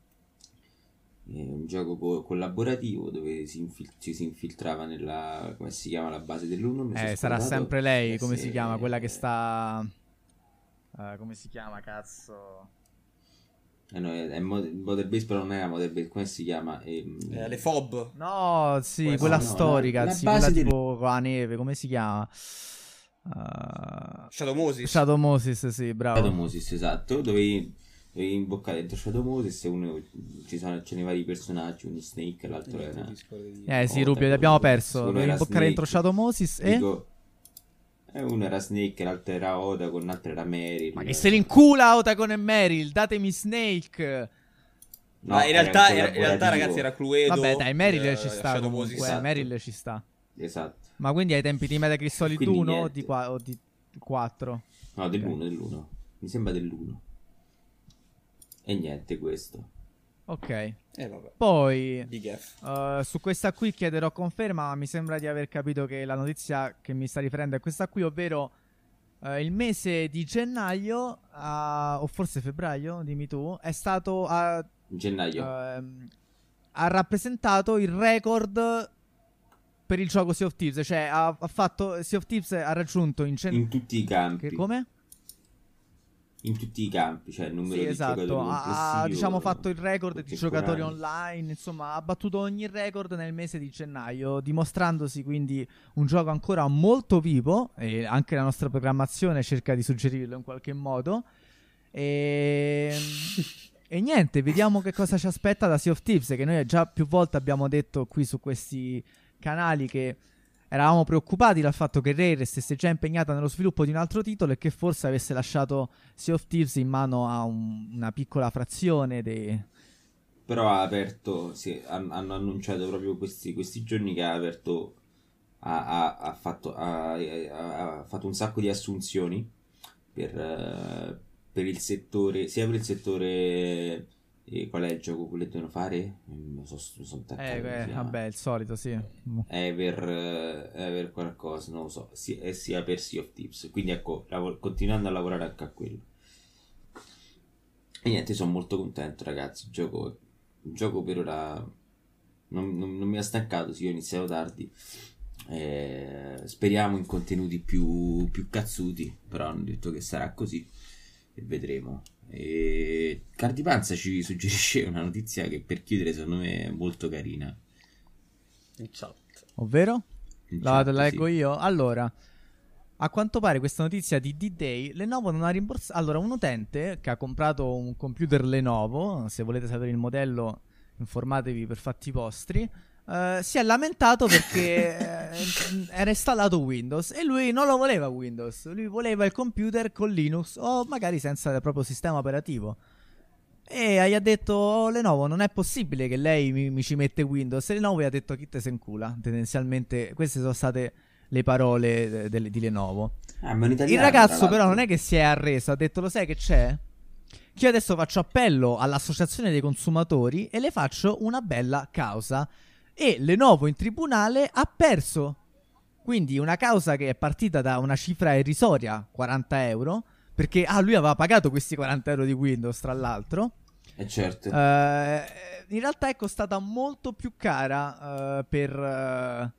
un gioco co- collaborativo dove si, infil- ci si infiltrava nella, come si chiama, la base dell'uno. Eh sarà sempre lei, come si chiama, quella che sta uh, come si chiama, cazzo. Eh no, è, è Modern Base, però non è la Modern Base, come si chiama? Ehm... Eh, le F O B. No, sì, Può quella essere, no, storica, la- la sì, base quella del- tipo con la neve, come si chiama? Uh, Shadow Moses. Shadow Moses, sì, bravo. Shadow Moses, esatto, dovevi, dovevi imboccare dentro Shadow Moses e uno, ci sono, ce ne vari personaggi, uno Snake, l'altro era... Eh sì, Oh, Rubio, te- li abbiamo perso. uno Dovevi era imboccare Snake. dentro Shadow Moses e... Dico, eh, uno era Snake, l'altro era Oda, con l'altro era Meryl. Ma che se l'incula Otacon e Meryl, datemi Snake. No, Ma in era realtà, un era- in realtà collaborativo. ragazzi era Cluedo. Vabbè, dai, Meryl eh, ci sta Shadow comunque, Moses. eh, esatto. Meryl ci sta. Esatto. Ma quindi ai tempi di Metal Gear Solid Quindi uno o niente. di, qua- o di quattro? No, dell'uno, dell'uno. Mi sembra dell'uno. E niente questo. Ok. Eh vabbè. Poi Big F. uh, su questa qui chiederò conferma, ma mi sembra di aver capito che la notizia che mi sta riferendo è questa qui, ovvero uh, il mese di gennaio, uh, o forse febbraio, dimmi tu, è stato... Uh, In gennaio. ehm, ha rappresentato il record per il gioco Sea of Thieves. Cioè ha, ha fatto Sea of Thieves ha raggiunto in, cen- in tutti i campi. che come? In tutti i campi, cioè il numero Sì, di esatto, giocatori ha complessivo, diciamo fatto il record di giocatori contemporanei. online, insomma ha battuto ogni record nel mese di gennaio, dimostrandosi quindi un gioco ancora molto vivo, e anche la nostra programmazione cerca di suggerirlo in qualche modo. E... e niente, vediamo che cosa ci aspetta da Sea of Thieves, che noi già più volte abbiamo detto qui su questi canali che eravamo preoccupati dal fatto che Rare stesse già impegnata nello sviluppo di un altro titolo e che forse avesse lasciato Sea of Thieves in mano a un- una piccola frazione dei... Però ha aperto, sì, han- hanno annunciato proprio questi, questi giorni che ha aperto, ha, ha- ha fatto, ha, ha- ha fatto un sacco di assunzioni per, eh, per il settore, sia per il settore, eh, qual è il gioco che devono fare? Non so, sono Eh, eh, vabbè, il solito, sì. È per, eh, è per qualcosa, non lo so, si- è sia per Sea of Thieves, quindi ecco, lav- continuando a lavorare anche a quello. E niente, sono molto contento ragazzi, il gioco, il gioco per ora non, non- non mi ha stancato, sì, ho iniziato tardi. Eh, speriamo in contenuti più, più cazzuti, però hanno detto che sarà così e vedremo. E Cardipanza ci suggerisce una notizia che per chiudere secondo me è molto carina. In chat. Ovvero? In La, chat, la leggo sì. io? Allora, a quanto pare questa notizia di D-Day, Lenovo non ha rimborsato... Allora, un utente che ha comprato un computer Lenovo, se volete sapere il modello informatevi per fatti vostri, eh, si è lamentato perché eh, era installato Windows e lui non lo voleva Windows, lui voleva il computer con Linux o magari senza il proprio sistema operativo. E gli ha detto: "Oh, Lenovo, non è possibile che lei mi, mi ci mette Windows." E Lenovo gli ha detto: "Chi te se incula?" Tendenzialmente queste sono state le parole de- de- di Lenovo. Ah, ma in Il italiano, ragazzo tra però non l'altro. è che si è arreso, ha detto: "Lo sai che c'è? Che io adesso faccio appello all'associazione dei consumatori e le faccio una bella causa." E Lenovo in tribunale ha perso. Quindi una causa che è partita da una cifra irrisoria, quaranta euro, perché ah, lui aveva pagato questi quaranta euro di Windows tra l'altro, Eh certo. Uh, in realtà è costata molto più cara uh, per, uh,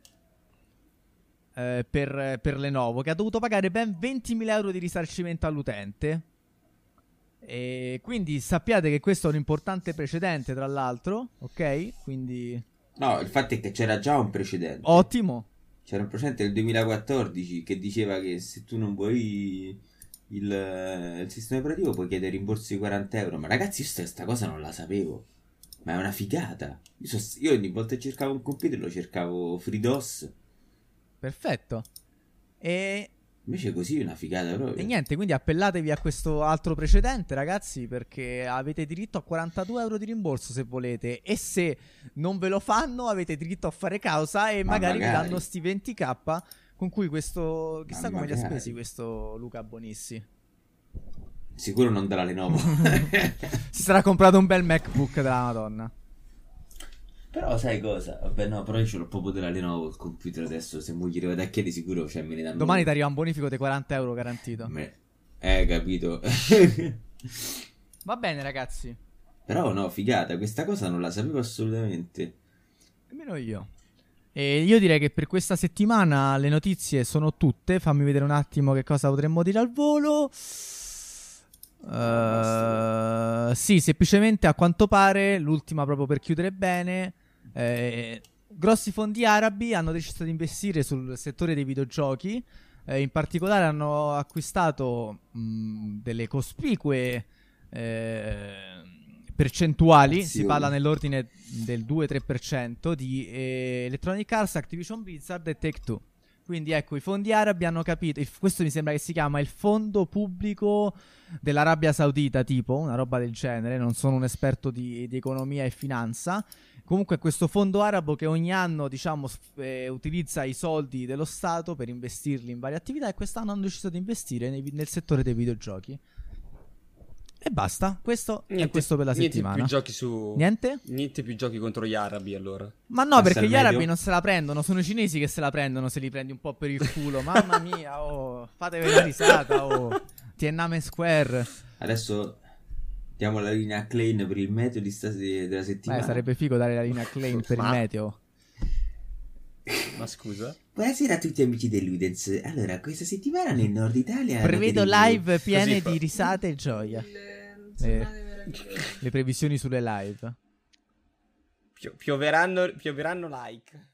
uh, per, per Lenovo, che ha dovuto pagare ben ventimila euro di risarcimento all'utente. E quindi sappiate che questo è un importante precedente, tra l'altro, ok? Quindi... No, il fatto è che c'era già un precedente. Ottimo. C'era un precedente del duemilaquattordici che diceva che se tu non vuoi il, il sistema operativo puoi chiedere rimborsi di quaranta euro. Ma ragazzi, io questa cosa non la sapevo. Ma è una figata. Io, so, io ogni volta che cercavo un computer lo cercavo FreeDOS. Perfetto. E... invece così è una figata proprio. E niente, quindi appellatevi a questo altro precedente, ragazzi, perché avete diritto a quarantadue euro di rimborso se volete. E se non ve lo fanno, avete diritto a fare causa e Ma magari, magari vi danno sti venti k con cui questo... chissà Ma come li ha magari. spesi questo Luca Bonissi. Sicuro non dalla Lenovo. Si sarà comprato un bel MacBook della Madonna. Però sai cosa? Vabbè no, però io ce l'ho proprio della Lenovo il computer adesso. Se moglie vado a chiedere sicuro, cioè me ne danno. Domani ti arriva un bonifico di quaranta euro garantito. Me... Eh, capito. Va bene, ragazzi. Però no, figata, questa cosa non la sapevo assolutamente. Nemmeno io. E io direi che per questa settimana le notizie sono tutte. Fammi vedere un attimo che cosa potremmo dire al volo. Uh, sì, semplicemente a quanto pare, l'ultima proprio per chiudere bene, eh, grossi fondi arabi hanno deciso di investire sul settore dei videogiochi. Eh, in particolare hanno acquistato mh, delle cospicue eh, percentuali, Azioni. si parla nell'ordine del due tre per cento di eh, Electronic Arts, Activision Blizzard e Take-Two. Quindi ecco, i fondi arabi hanno capito, il, questo mi sembra che si chiama il fondo pubblico dell'Arabia Saudita, tipo, una roba del genere, non sono un esperto di, di economia e finanza. Comunque questo fondo arabo che ogni anno, diciamo, eh, utilizza i soldi dello Stato per investirli in varie attività, e quest'anno hanno deciso di investire nei, nel settore dei videogiochi. E basta, questo niente, è questo per la niente settimana. Più giochi su... Niente? Niente più giochi contro gli arabi, allora. Ma no, Passa perché il gli medio. arabi non se la prendono, sono i cinesi che se la prendono se li prendi un po' per il culo. Mamma mia, oh, fatevi una risata, oh. Tiananmen Square. Adesso diamo la linea Klein per il meteo di stas- della settimana. Beh, sarebbe figo dare la linea Klein per il Ma- meteo. Ma scusa? Buonasera a tutti amici di Ludens. Allora, questa settimana nel nord Italia Prevedo noteremo- live piene Così fa. di risate e gioia. Le, Eh. le... Le previsioni sulle live. Pio- pioveranno, pioveranno like.